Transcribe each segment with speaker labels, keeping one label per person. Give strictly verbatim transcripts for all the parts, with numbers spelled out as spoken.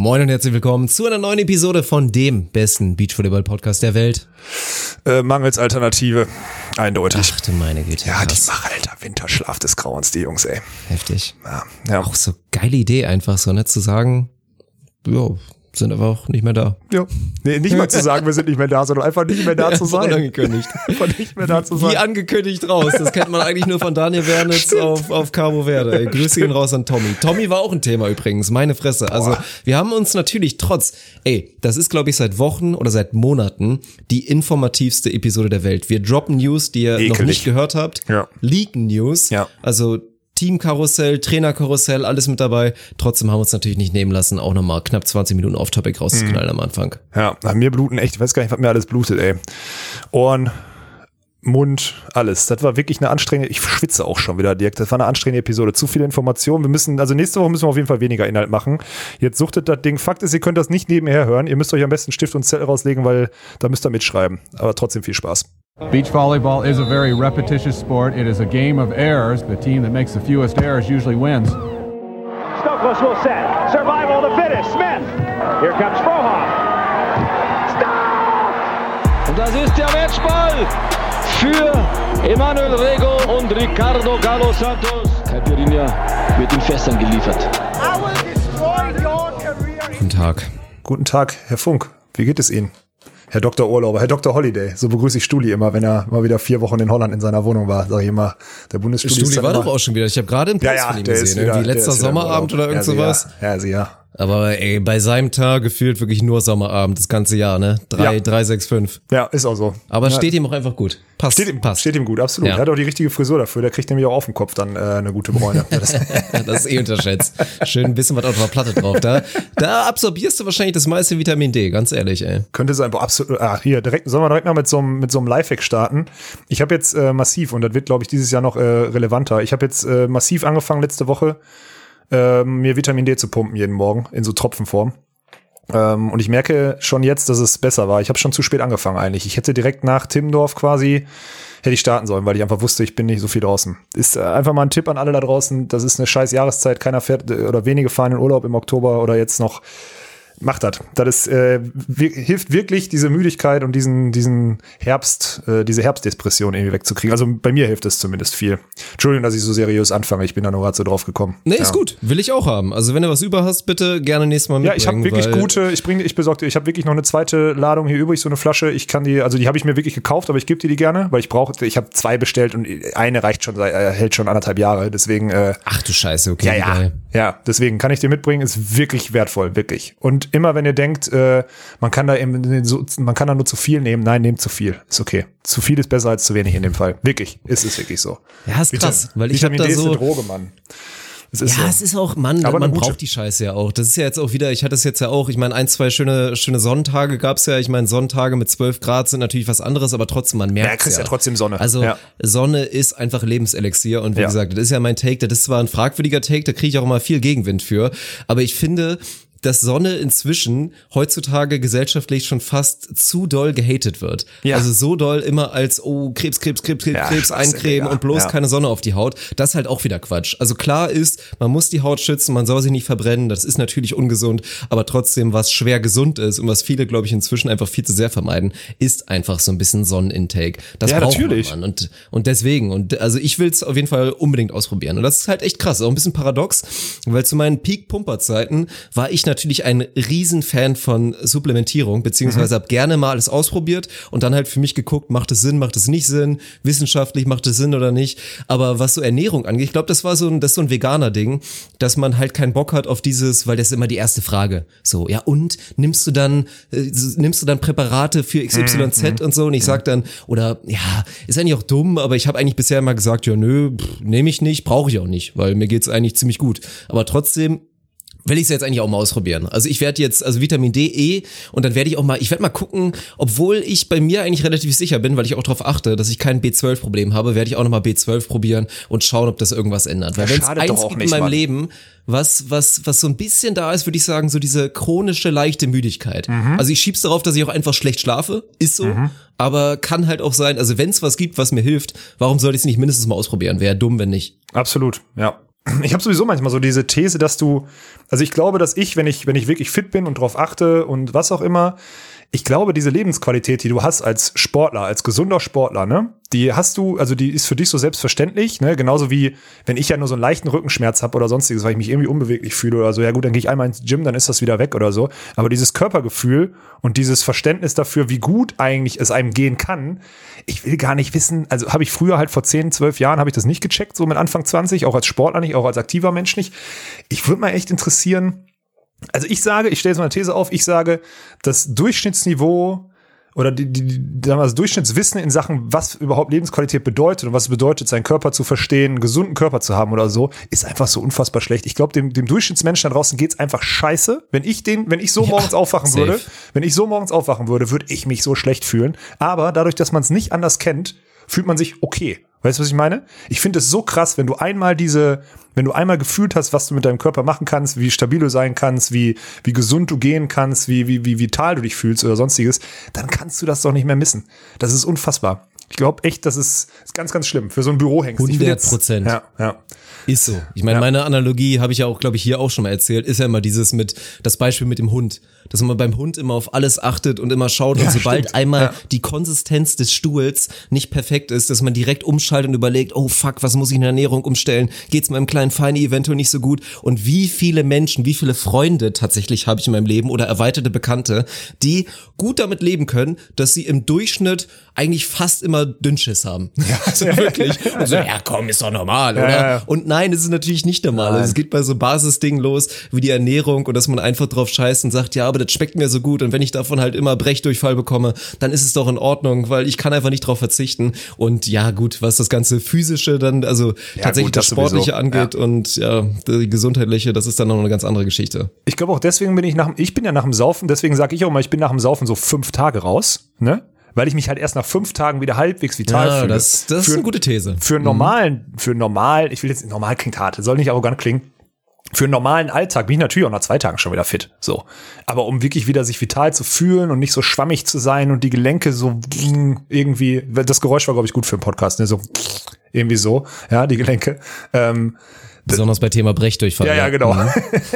Speaker 1: Moin und herzlich willkommen zu einer neuen Episode von dem besten Beachvolleyball-Podcast der Welt.
Speaker 2: Äh, mangels Alternative, eindeutig.
Speaker 1: Ach du meine Güte.
Speaker 2: Ja, die machen, Alter, Winterschlaf des Grauens, die Jungs, ey.
Speaker 1: Heftig.
Speaker 2: Ja, ja.
Speaker 1: Auch so geile Idee einfach so, ne, zu sagen, ja, sind aber auch nicht mehr da.
Speaker 2: Ja. Nee, nicht mal zu sagen, wir sind nicht mehr da, sondern einfach nicht mehr da zu sein.
Speaker 1: Unangekündigt.
Speaker 2: Einfach nicht mehr da zu sein.
Speaker 1: Wie angekündigt raus. Das kennt man eigentlich nur von Daniel Wernitz auf, auf Cabo Verde. Ey, Grüße ihn raus an Tommy. Tommy war auch ein Thema übrigens, meine Fresse. Also
Speaker 2: Boah.
Speaker 1: wir haben uns natürlich trotz, ey, das ist glaube ich seit Wochen oder seit Monaten die informativste Episode der Welt. Wir droppen News, die ihr
Speaker 2: Ekelig.
Speaker 1: noch nicht gehört habt.
Speaker 2: Ja.
Speaker 1: Leaken News.
Speaker 2: Ja.
Speaker 1: Also Teamkarussell, Trainerkarussell, alles mit dabei. Trotzdem haben wir uns natürlich nicht nehmen lassen, auch nochmal knapp zwanzig Minuten Off-Topic rauszuknallen am Anfang.
Speaker 2: Ja, na, mir bluten echt, ich weiß gar nicht, was mir alles blutet, ey. Ohren, Mund, alles. Das war wirklich eine anstrengende, ich schwitze auch schon wieder direkt. Das war eine anstrengende Episode. Zu viele Informationen. Wir müssen, also nächste Woche müssen wir auf jeden Fall weniger Inhalt machen. Jetzt suchtet das Ding. Fakt ist, ihr könnt das nicht nebenher hören. Ihr müsst euch am besten Stift und Zettel rauslegen, weil da müsst ihr mitschreiben. Aber trotzdem viel Spaß.
Speaker 3: Beach volleyball is a very repetitious sport. It is a game of errors. The team that makes the fewest errors usually wins.
Speaker 4: Stokos will set. Survival of the fittest. Smith. Here comes Frohoff. Stop!
Speaker 5: Und das ist der Matchball für Emanuel Rego und Ricardo Galo Santos. Caipirinha wird in Fässern geliefert.
Speaker 4: I will destroy your career.
Speaker 1: Guten Tag.
Speaker 2: Guten Tag, Herr Funk. Wie geht es Ihnen? Herr Doktor Urlauber, Herr Doktor Holiday, so begrüße ich Stuli immer, wenn er mal wieder vier Wochen in Holland in seiner Wohnung war, sage ich immer. Der Bundesstuli
Speaker 1: Stuli
Speaker 2: ist
Speaker 1: war
Speaker 2: immer,
Speaker 1: doch auch schon wieder. Ich habe gerade einen Post
Speaker 2: ja, ja,
Speaker 1: von ihm
Speaker 2: der ist
Speaker 1: gesehen.
Speaker 2: wieder,
Speaker 1: Irgendwie letzter
Speaker 2: der ist wieder im
Speaker 1: Sommerabend oder
Speaker 2: Urlaub.
Speaker 1: irgend
Speaker 2: Ja,
Speaker 1: sowas.
Speaker 2: Ja, ja, sie, ja.
Speaker 1: Aber ey, bei seinem Tag gefühlt wirklich nur Sommerabend, das ganze Jahr, ne? Drei,
Speaker 2: Ja.
Speaker 1: drei, sechs, fünf.
Speaker 2: Ja, ist auch so.
Speaker 1: Aber
Speaker 2: ja,
Speaker 1: steht ihm auch einfach gut. Passt.
Speaker 2: steht ihm,
Speaker 1: passt.
Speaker 2: steht ihm gut, absolut.
Speaker 1: Ja.
Speaker 2: Er hat auch die richtige Frisur dafür. Der kriegt nämlich auch auf dem Kopf dann äh, eine gute Bräune. Das
Speaker 1: Das ist eh unterschätzt. Schön ein bisschen was auf der Platte drauf. Da, da absorbierst du wahrscheinlich das meiste Vitamin D, ganz ehrlich, ey.
Speaker 2: könnte sein, boah, absolut. Ah, hier, direkt, sollen wir direkt mal mit so einem, mit so einem Lifehack starten? Ich habe jetzt äh, massiv, und das wird, glaube ich, dieses Jahr noch äh, relevanter. Ich habe jetzt äh, massiv angefangen, letzte Woche, äh, mir Vitamin D zu pumpen jeden Morgen in so Tropfenform. Ähm, und ich merke schon jetzt, dass es besser war. Ich habe schon zu spät angefangen eigentlich. Ich hätte direkt nach Timmendorf quasi, hätte ich starten sollen, weil ich einfach wusste, ich bin nicht so viel draußen. Ist äh, einfach mal ein Tipp an alle da draußen. Das ist eine scheiß Jahreszeit. Keiner fährt äh, oder wenige fahren in Urlaub im Oktober oder jetzt noch. Macht das. Das ist, äh, wir, hilft wirklich, diese Müdigkeit und diesen, diesen Herbst, äh, diese Herbstdepression irgendwie wegzukriegen. Also bei mir hilft es zumindest viel. Entschuldigung, dass ich so seriös anfange. Ich bin da nur gerade so drauf gekommen.
Speaker 1: Nee,
Speaker 2: ja.
Speaker 1: ist gut. Will ich auch haben. Also wenn du was über hast, bitte gerne nächstes Mal mitbringen.
Speaker 2: Ja, ich habe wirklich
Speaker 1: weil
Speaker 2: gute, ich bringe, ich besorgte, ich habe wirklich noch eine zweite Ladung hier übrig, so eine Flasche. Ich kann die, also die habe ich mir wirklich gekauft, aber ich gebe dir die gerne, weil ich brauche, ich habe zwei bestellt und eine reicht schon, äh, hält schon anderthalb Jahre. Deswegen, äh,
Speaker 1: Ach du Scheiße, okay.
Speaker 2: ja, ja,
Speaker 1: geil.
Speaker 2: ja, deswegen kann ich dir mitbringen, ist wirklich wertvoll, wirklich. Und immer wenn ihr denkt, äh, man kann da eben so, man kann da nur zu viel nehmen, nein, nehmt zu viel, ist okay. Zu viel ist besser als zu wenig in dem Fall. Wirklich, ist es wirklich so.
Speaker 1: Ja, ist krass, weil ich habe
Speaker 2: Vitamin
Speaker 1: da
Speaker 2: D ist
Speaker 1: so
Speaker 2: eine Droge, Mann. Es ist
Speaker 1: ja,
Speaker 2: so.
Speaker 1: es ist auch, Mann,
Speaker 2: Aber
Speaker 1: man
Speaker 2: eine gute.
Speaker 1: braucht die Scheiße ja auch. Das ist ja jetzt auch wieder, ich hatte es jetzt ja auch, ich meine, ein, zwei schöne schöne Sonnentage gab's ja. Ich meine, Sonnentage mit zwölf Grad sind natürlich was anderes, aber trotzdem, man merkt
Speaker 2: Ja, kriegst ja trotzdem Sonne.
Speaker 1: Also
Speaker 2: Ja.
Speaker 1: Sonne ist einfach Lebenselixier und wie
Speaker 2: Ja.
Speaker 1: gesagt, das ist ja mein Take, das ist zwar ein fragwürdiger Take, da kriege ich auch immer viel Gegenwind für, aber ich finde, dass Sonne inzwischen heutzutage gesellschaftlich schon fast zu doll gehatet wird.
Speaker 2: Ja.
Speaker 1: Also so doll immer als, oh, Krebs, Krebs, Krebs, Krebs,
Speaker 2: Ja,
Speaker 1: Krebs
Speaker 2: Schwachsinn,
Speaker 1: eincremen
Speaker 2: Digga.
Speaker 1: und bloß
Speaker 2: Ja.
Speaker 1: keine Sonne auf die Haut. Das ist halt auch wieder Quatsch. Also klar ist, man muss die Haut schützen, man soll sich nicht verbrennen, das ist natürlich ungesund, aber trotzdem, was schwer gesund ist und was viele, glaube ich, inzwischen einfach viel zu sehr vermeiden, ist einfach so ein bisschen Sonnenintake. Das
Speaker 2: Ja,
Speaker 1: braucht
Speaker 2: natürlich.
Speaker 1: man. Und, und deswegen, und also ich will es auf jeden Fall unbedingt ausprobieren. Und das ist halt echt krass, auch ein bisschen paradox, weil zu meinen Peak-Pumper-Zeiten war ich natürlich ein Riesenfan von Supplementierung, beziehungsweise habe gerne mal alles ausprobiert und dann halt für mich geguckt, macht es Sinn, macht es nicht Sinn, wissenschaftlich macht es Sinn oder nicht. Aber was so Ernährung angeht, ich glaube, das war so ein, das ist so ein Veganer-Ding, dass man halt keinen Bock hat auf dieses, weil das ist immer die erste Frage. So, ja, und nimmst du dann, äh, nimmst du dann Präparate für X Y Z
Speaker 2: Mhm.
Speaker 1: und so? Und ich sag dann, oder ja, ist eigentlich auch dumm, aber ich habe eigentlich bisher immer gesagt, ja, nö, nehme ich nicht, brauche ich auch nicht, weil mir geht's eigentlich ziemlich gut. Aber trotzdem will ich es jetzt eigentlich auch mal ausprobieren. Also ich werde jetzt, also Vitamin D, E und dann werde ich auch mal, ich werde mal gucken, obwohl ich bei mir eigentlich relativ sicher bin, weil ich auch darauf achte, dass ich kein B zwölf Problem habe, werde ich auch nochmal B zwölf probieren und schauen, ob das irgendwas ändert. Weil
Speaker 2: Ja,
Speaker 1: wenn es
Speaker 2: schadet doch
Speaker 1: eins
Speaker 2: auch
Speaker 1: gibt
Speaker 2: nicht,
Speaker 1: in meinem
Speaker 2: Mann.
Speaker 1: Leben, was, was, was so ein bisschen da ist, würde ich sagen, so diese chronische, leichte Müdigkeit.
Speaker 2: Mhm.
Speaker 1: Also ich schieb's darauf, dass ich auch einfach schlecht schlafe, ist so, aber kann halt auch sein, also wenn es was gibt, was mir hilft, warum soll ich es nicht mindestens mal ausprobieren? Wäre dumm, wenn nicht.
Speaker 2: Absolut, ja. ich habe sowieso manchmal so diese These, dass du, also ich glaube, dass ich, wenn ich, wenn ich wirklich fit bin und drauf achte und was auch immer, ich glaube, diese Lebensqualität, die du hast als Sportler, als gesunder Sportler, ne, die hast du, also die ist für dich so selbstverständlich, ne, genauso wie, wenn ich ja nur so einen leichten Rückenschmerz habe oder sonstiges, weil ich mich irgendwie unbeweglich fühle oder so, ja gut, dann gehe ich einmal ins Gym, dann ist das wieder weg oder so, aber dieses Körpergefühl und dieses Verständnis dafür, wie gut eigentlich es einem gehen kann, ich will gar nicht wissen, also habe ich früher halt vor zehn, zwölf Jahren habe ich das nicht gecheckt, so mit Anfang zwanzig, auch als Sportler nicht, auch als aktiver Mensch nicht. Ich würde mal echt interessieren, also ich sage, ich stelle jetzt mal eine These auf, ich sage, das Durchschnittsniveau oder die, die, die sagen wir, das Durchschnittswissen in Sachen, was überhaupt Lebensqualität bedeutet und was es bedeutet, seinen Körper zu verstehen, einen gesunden Körper zu haben oder so, ist einfach so unfassbar schlecht. Ich glaube, dem, dem Durchschnittsmenschen da draußen geht's einfach scheiße. Wenn ich den, wenn ich so morgens ja, aufwachen safe. würde, wenn ich so morgens aufwachen würde, würde ich mich so schlecht fühlen. Aber dadurch, dass man es nicht anders kennt, fühlt man sich okay. Weißt du, was ich meine? Ich finde es so krass, wenn du einmal diese, wenn du einmal gefühlt hast, was du mit deinem Körper machen kannst, wie stabil du sein kannst, wie, wie gesund du gehen kannst, wie, wie, wie vital du dich fühlst oder sonstiges, dann kannst du das doch nicht mehr missen. Das ist unfassbar. Ich glaube echt, das ist, ist ganz, ganz schlimm. Für so ein Bürohengst.
Speaker 1: hundert Prozent.
Speaker 2: Ja, ja.
Speaker 1: Ist so. Ich meine, ja. meine Analogie habe ich ja auch, glaube ich, hier auch schon mal erzählt, ist ja immer dieses mit, das Beispiel mit dem Hund. Dass man beim Hund immer auf alles achtet und immer schaut und ja, sobald stimmt. einmal ja. die Konsistenz des Stuhls nicht perfekt ist, dass man direkt umschaltet und überlegt, oh fuck, was muss ich in der Ernährung umstellen? Geht's meinem kleinen Feini eventuell nicht so gut? Und wie viele Menschen, wie viele Freunde tatsächlich habe ich in meinem Leben oder erweiterte Bekannte, die gut damit leben können, dass sie im Durchschnitt eigentlich fast immer Dünnschiss haben. Ja, also wirklich. Und so, ja komm, ist doch normal, oder? Ja, ja. Und nein, es ist natürlich nicht normal. Nein. Es geht bei so Basisdingen los, wie die Ernährung und dass man einfach drauf scheißt und sagt, ja, aber das schmeckt mir so gut und wenn ich davon halt immer Brechdurchfall bekomme, dann ist es doch in Ordnung, weil ich kann einfach nicht drauf verzichten. Und ja, gut, was das ganze Physische dann, also ja, tatsächlich gut, das, das Sportliche sowieso. angeht ja. und ja, die Gesundheitliche, das ist dann noch eine ganz andere Geschichte.
Speaker 2: Ich glaube auch deswegen bin ich nach dem, ich bin ja nach dem Saufen, deswegen sage ich auch mal, ich bin nach dem Saufen so fünf Tage raus, ne? Weil ich mich halt erst nach fünf Tagen wieder halbwegs vital
Speaker 1: ja,
Speaker 2: fühle.
Speaker 1: Das, das für, ist eine gute These.
Speaker 2: Für einen normalen, für einen normalen, ich will jetzt, normal klingt hart, soll nicht arrogant klingen. Für einen normalen Alltag bin ich natürlich auch nach zwei Tagen schon wieder fit. So. Aber um wirklich wieder sich vital zu fühlen und nicht so schwammig zu sein und die Gelenke so irgendwie, das Geräusch war, glaube ich, gut für einen Podcast, ne, so irgendwie so, ja, die Gelenke. Ähm,
Speaker 1: Besonders bei Thema Brechdurchfall.
Speaker 2: Ja, ja, genau. Mhm.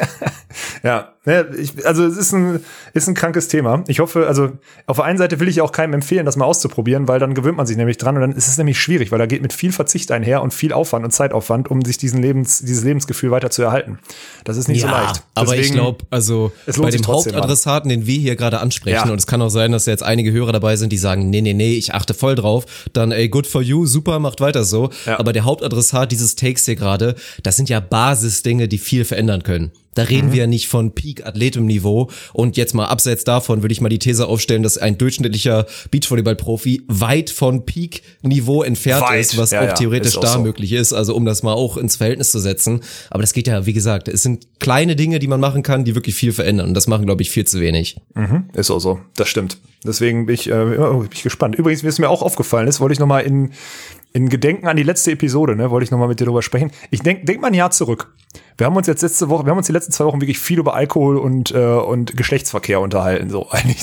Speaker 2: ja, ich, also es ist ein, ist ein krankes Thema. Ich hoffe, also auf der einen Seite will ich auch keinem empfehlen, das mal auszuprobieren, weil dann gewöhnt man sich nämlich dran und dann ist es nämlich schwierig, weil da geht mit viel Verzicht einher und viel Aufwand und Zeitaufwand, um sich diesen Lebens, dieses Lebensgefühl weiter zu erhalten. Das ist nicht ja, so leicht. Deswegen,
Speaker 1: aber ich glaube, also bei dem Hauptadressaten, den wir hier gerade ansprechen, ja. und es kann auch sein, dass jetzt einige Hörer dabei sind, die sagen, nee, nee, nee, ich achte voll drauf, dann ey, good for you, super, macht weiter so. Ja. Aber der Hauptadressat dieses Takes hier gerade, das sind ja Basisdinge, die viel verändern können. Da reden mhm. wir nicht von Peak-Athletum-Niveau. Und jetzt mal abseits davon würde ich mal die These aufstellen, dass ein durchschnittlicher Beachvolleyball-Profi weit von Peak-Niveau entfernt weit. ist, was ja, auch theoretisch ja, auch da so. möglich ist. Also um das mal auch ins Verhältnis zu setzen. Aber das geht ja, wie gesagt, es sind kleine Dinge, die man machen kann, die wirklich viel verändern. Und das machen, glaube ich, viel zu wenig.
Speaker 2: Mhm. Ist auch so. Das stimmt. Deswegen bin ich, äh, bin ich gespannt. Übrigens, wie es mir auch aufgefallen ist, wollte ich noch mal in In Gedenken an die letzte Episode, ne, wollte ich nochmal mit dir drüber sprechen. Ich denk, denk mal ein Jahr zurück. Wir haben uns jetzt letzte Woche, wir haben uns die letzten zwei Wochen wirklich viel über Alkohol und äh, und Geschlechtsverkehr unterhalten, so eigentlich.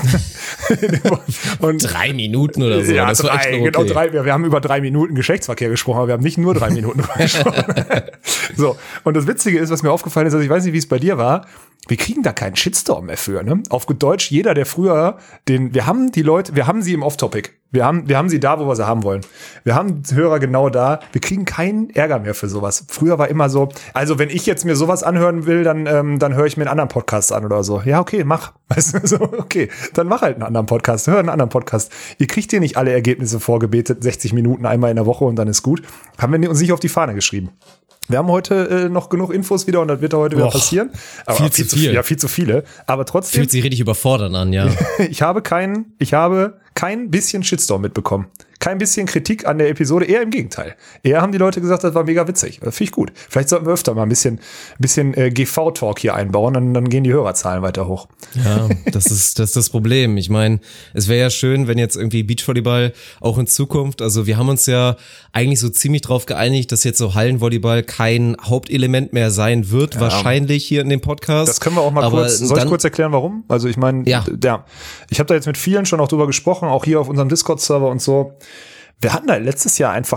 Speaker 1: und drei Minuten oder so.
Speaker 2: Ja,
Speaker 1: das
Speaker 2: drei, war echt okay. genau drei. Wir, wir haben über drei Minuten Geschlechtsverkehr gesprochen, aber wir haben nicht nur drei Minuten drüber gesprochen. So. Und das Witzige ist, was mir aufgefallen ist, also ich weiß nicht, wie es bei dir war. Wir kriegen da keinen Shitstorm mehr für, ne? Auf gut Deutsch, jeder, der früher den, wir haben die Leute, wir haben sie im Off-Topic. Wir haben, wir haben sie da, wo wir sie haben wollen. Wir haben Hörer genau da. Wir kriegen keinen Ärger mehr für sowas. Früher war immer so, also wenn ich jetzt mir sowas anhören will, dann, ähm, dann höre ich mir einen anderen Podcast an oder so. Ja, okay, mach. Weißt du, so, okay. Dann mach halt einen anderen Podcast. Hör einen anderen Podcast. Ihr kriegt hier nicht alle Ergebnisse vorgebetet, sechzig Minuten einmal in der Woche und dann ist gut. Haben wir uns nicht auf die Fahne geschrieben. Wir haben heute äh, noch genug Infos wieder und das wird da heute Boah, wieder passieren. Aber
Speaker 1: viel, viel zu viel.
Speaker 2: Ja, viel zu viele. Aber trotzdem.
Speaker 1: Fühlt sich richtig überfordern an, ja.
Speaker 2: ich habe keinen, ich habe kein bisschen Shitstorm mitbekommen. Kein bisschen Kritik an der Episode, eher im Gegenteil. Eher haben die Leute gesagt, das war mega witzig. Das finde ich gut. Vielleicht sollten wir öfter mal ein bisschen, ein bisschen äh, G V-Talk hier einbauen, dann, dann gehen die Hörerzahlen weiter hoch.
Speaker 1: Ja, das ist das, ist das Problem. Ich meine, es wäre ja schön, wenn jetzt irgendwie Beachvolleyball auch in Zukunft, also wir haben uns ja eigentlich so ziemlich drauf geeinigt, dass jetzt so Hallenvolleyball kein Hauptelement mehr sein wird, ja. wahrscheinlich hier in dem Podcast.
Speaker 2: Das können wir auch mal Aber kurz, soll ich kurz erklären, warum? Also ich meine, ja. ja, ich habe da jetzt mit vielen schon auch drüber gesprochen, auch hier auf unserem Discord-Server und so. Wir hatten da letztes Jahr einfach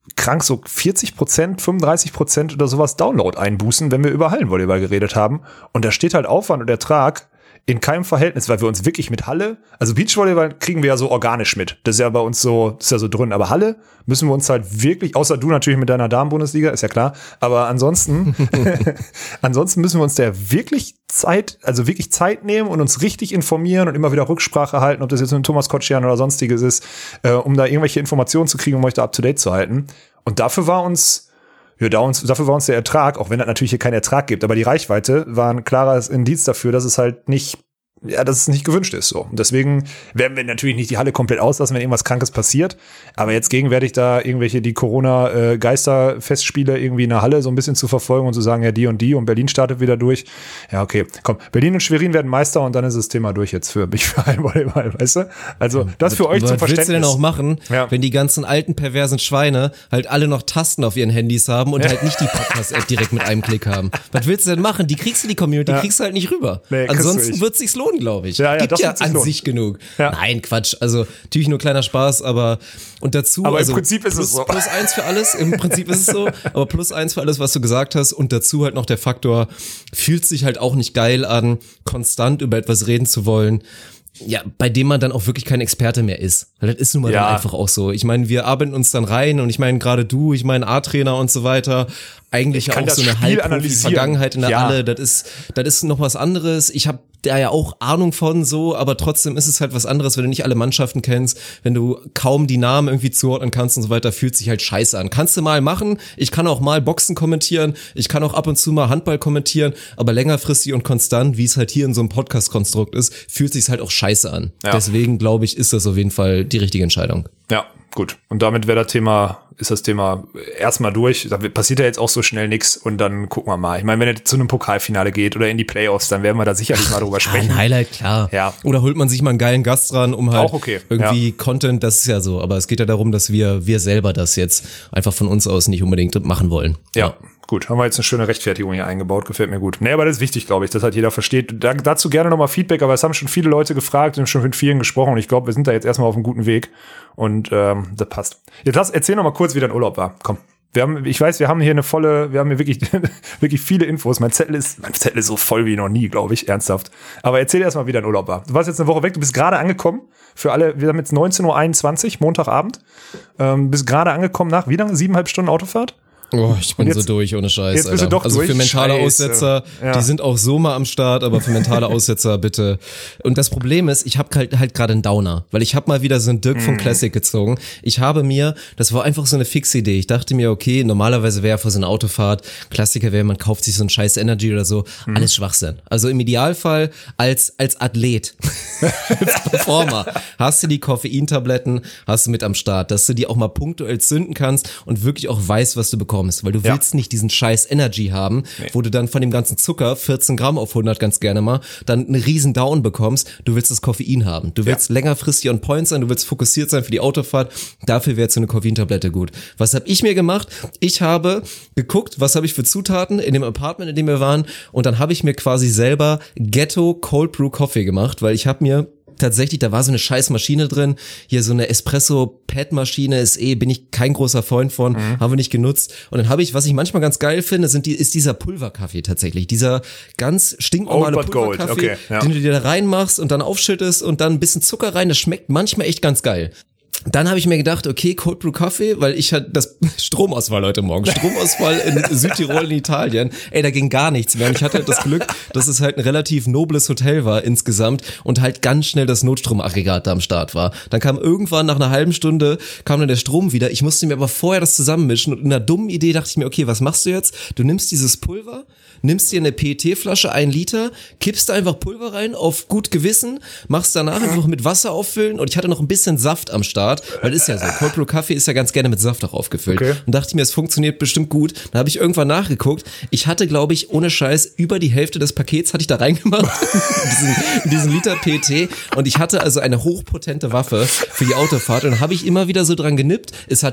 Speaker 2: krank so vierzig Prozent, fünfunddreißig Prozent oder sowas Download einbußen, wenn wir über Hallenvolleyball geredet haben. Und da steht halt Aufwand und Ertrag in keinem Verhältnis, weil wir uns wirklich mit Halle, also Beachvolleyball kriegen wir ja so organisch mit. Das ist ja bei uns so, das ist ja so drin. Aber Halle müssen wir uns halt wirklich, außer du natürlich mit deiner Damen-Bundesliga, ist ja klar. Aber ansonsten, ansonsten müssen wir uns da wirklich Zeit, also wirklich Zeit nehmen und uns richtig informieren und immer wieder Rücksprache halten, ob das jetzt mit Thomas Kotschian oder sonstiges ist, äh, um da irgendwelche Informationen zu kriegen, um euch da up to date zu halten. Und dafür war uns Ja, da uns, dafür war uns der Ertrag, auch wenn es natürlich hier keinen Ertrag gibt, aber die Reichweite war ein klares Indiz dafür, dass es halt nicht, ja, dass es nicht gewünscht ist, so. Und deswegen werden wir natürlich nicht die Halle komplett auslassen, wenn irgendwas Krankes passiert. Aber jetzt gegenwärtig da irgendwelche, die Corona-Geisterfestspiele irgendwie in der Halle so ein bisschen zu verfolgen und zu sagen, ja, die und die und Berlin startet wieder durch. Ja, okay, komm. Berlin und Schwerin werden Meister und dann ist das Thema durch jetzt für mich, für Hallenvolleyball, weißt du? Also, das für euch zum Verständnis. Was willst du
Speaker 1: denn auch machen,
Speaker 2: ja.
Speaker 1: wenn die ganzen alten, perversen Schweine halt alle noch Tasten auf ihren Handys haben und halt nicht die Podcast-App direkt mit einem Klick haben? Was willst du denn machen? Die kriegst du, die Community,
Speaker 2: ja.
Speaker 1: kriegst du halt nicht rüber.
Speaker 2: Nee,
Speaker 1: ansonsten wird es sich lohnen, glaube ich.
Speaker 2: Ja, ja,
Speaker 1: Gibt
Speaker 2: das
Speaker 1: ja
Speaker 2: wird sich
Speaker 1: an
Speaker 2: lohnen.
Speaker 1: sich genug.
Speaker 2: Ja.
Speaker 1: Nein, Quatsch. Also natürlich nur kleiner Spaß, aber und dazu.
Speaker 2: Aber
Speaker 1: also,
Speaker 2: im Prinzip ist
Speaker 1: plus,
Speaker 2: es so.
Speaker 1: Plus eins für alles. Im Prinzip ist es so. Aber plus eins für alles, was du gesagt hast. Und dazu halt noch der Faktor, fühlt sich halt auch nicht geil an, konstant über etwas reden zu wollen. Ja, bei dem man dann auch wirklich kein Experte mehr ist. Weil das ist nun mal
Speaker 2: Ja.
Speaker 1: dann einfach auch so. Ich meine, wir arbeiten uns dann rein und ich meine, gerade du, ich meine, A-Trainer und so weiter, eigentlich ja
Speaker 2: kann
Speaker 1: auch
Speaker 2: das
Speaker 1: so eine
Speaker 2: Spiel
Speaker 1: Halbprofi-Vergangenheit in der
Speaker 2: Ja.
Speaker 1: Halle, das ist, das ist noch was anderes. Ich habe da ja auch Ahnung von so, aber trotzdem ist es halt was anderes, wenn du nicht alle Mannschaften kennst, wenn du kaum die Namen irgendwie zuordnen kannst und so weiter, fühlt sich halt scheiße an. Kannst du mal machen, ich kann auch mal Boxen kommentieren, ich kann auch ab und zu mal Handball kommentieren, aber längerfristig und konstant, wie es halt hier in so einem Podcast-Konstrukt ist, fühlt sich's halt auch scheiße an.
Speaker 2: Ja.
Speaker 1: Deswegen, glaube ich, ist das auf jeden Fall die richtige Entscheidung.
Speaker 2: Ja, gut. Und damit wäre das Thema, ist das Thema erstmal durch. Da passiert ja jetzt auch so schnell nichts und dann gucken wir mal. Ich meine, wenn es zu einem Pokalfinale geht oder in die Playoffs, dann werden wir da sicherlich mal drüber sprechen.
Speaker 1: Ein Highlight, klar.
Speaker 2: Ja.
Speaker 1: Oder holt man sich mal einen geilen Gast dran, um halt
Speaker 2: Auch okay,
Speaker 1: irgendwie Content, das ist ja so. Aber es geht ja darum, dass wir, wir selber das jetzt einfach von uns aus nicht unbedingt machen wollen.
Speaker 2: Ja. Gut, haben wir jetzt eine schöne Rechtfertigung hier eingebaut, gefällt mir gut. Nee, aber das ist wichtig, glaube ich, dass halt jeder versteht. Da, dazu gerne nochmal Feedback, aber es haben schon viele Leute gefragt und schon mit vielen gesprochen und ich glaube, wir sind da jetzt erstmal auf einem guten Weg und ähm, das passt. Jetzt lass, erzähl nochmal kurz, wie dein Urlaub war. Komm. Wir haben, ich weiß, wir haben hier eine volle, wir haben hier wirklich, wirklich viele Infos. Mein Zettel ist, mein Zettel ist so voll wie noch nie, glaube ich, ernsthaft. Aber erzähl erstmal, wie dein Urlaub war. Du warst jetzt eine Woche weg, du bist gerade angekommen. Für alle, wir haben jetzt neunzehn Uhr einundzwanzig, Montagabend. Ähm, bist gerade angekommen nach, wie lange? Siebeneinhalb Stunden Autofahrt?
Speaker 1: Oh, ich bin
Speaker 2: jetzt,
Speaker 1: so durch, ohne Scheiß,
Speaker 2: jetzt bist
Speaker 1: Alter.
Speaker 2: du doch
Speaker 1: also
Speaker 2: durch.
Speaker 1: für mentale
Speaker 2: Scheiße.
Speaker 1: Aussetzer,
Speaker 2: Ja.
Speaker 1: die sind auch so mal am Start, aber für mentale Aussetzer bitte. Und das Problem ist, ich habe halt, halt gerade einen Downer, weil ich habe mal wieder so einen Dirk von Classic gezogen. Ich habe mir, das war einfach so eine fixe Idee. Ich dachte mir, okay, normalerweise wäre für so eine Autofahrt, Klassiker wäre, man kauft sich so einen scheiß Energy oder so, mhm. alles Schwachsinn. Also im Idealfall als als Athlet, als Performer, hast du die Koffeintabletten, hast du mit am Start, dass du die auch mal punktuell zünden kannst und wirklich auch weißt, was du bekommst, weil du
Speaker 2: Ja.
Speaker 1: willst nicht diesen scheiß Energy haben,
Speaker 2: Nee.
Speaker 1: wo du dann von dem ganzen Zucker vierzehn Gramm auf hundert ganz gerne mal, dann einen riesen Down bekommst. Du willst das Koffein haben. Du willst
Speaker 2: Ja.
Speaker 1: längerfristig on point sein, du willst fokussiert sein für die Autofahrt. Dafür wäre so eine Koffeintablette gut. Was habe ich mir gemacht? Ich habe geguckt, was habe ich für Zutaten in dem Apartment, in dem wir waren, und dann habe ich mir quasi selber Ghetto Cold Brew Coffee gemacht, weil ich habe mir tatsächlich, da war so eine scheiß Maschine drin, hier so eine Espresso-Pad-Maschine, ist eh, bin ich kein großer Freund von, mhm. haben wir nicht genutzt. Und dann habe ich, was ich manchmal ganz geil finde, sind die, ist dieser Pulverkaffee tatsächlich, dieser ganz stinknormale
Speaker 2: Old but gold.
Speaker 1: Pulverkaffee,
Speaker 2: Okay, ja.
Speaker 1: den du dir da reinmachst und dann aufschüttest und dann ein bisschen Zucker rein, das schmeckt manchmal echt ganz geil. Dann habe ich mir gedacht, okay, Cold Brew Coffee, weil ich hatte das Stromausfall heute Morgen, Stromausfall in Südtirol in Italien, ey, da ging gar nichts mehr und ich hatte das Glück, dass es halt ein relativ nobles Hotel war insgesamt und halt ganz schnell das Notstromaggregat da am Start war. Dann kam irgendwann nach einer halben Stunde, kam dann der Strom wieder, ich musste mir aber vorher das zusammenmischen und in einer dummen Idee dachte ich mir, okay, was machst du jetzt? Du nimmst dieses Pulver, nimmst dir eine P E T-Flasche, ein Liter, kippst da einfach Pulver rein, auf gut Gewissen, machst danach einfach mit Wasser auffüllen und ich hatte noch ein bisschen Saft am Start, weil ist ja so, Cold Brew Kaffee ist ja ganz gerne mit Saft auch aufgefüllt.
Speaker 2: Okay.
Speaker 1: Und dachte ich mir, es funktioniert bestimmt gut. Dann habe ich irgendwann nachgeguckt. Ich hatte, glaube ich, ohne Scheiß, über die Hälfte des Pakets hatte ich da reingemacht, diesen, diesen Liter P E T, und ich hatte also eine hochpotente Waffe für die Autofahrt und dann habe ich immer wieder so dran genippt. Es hat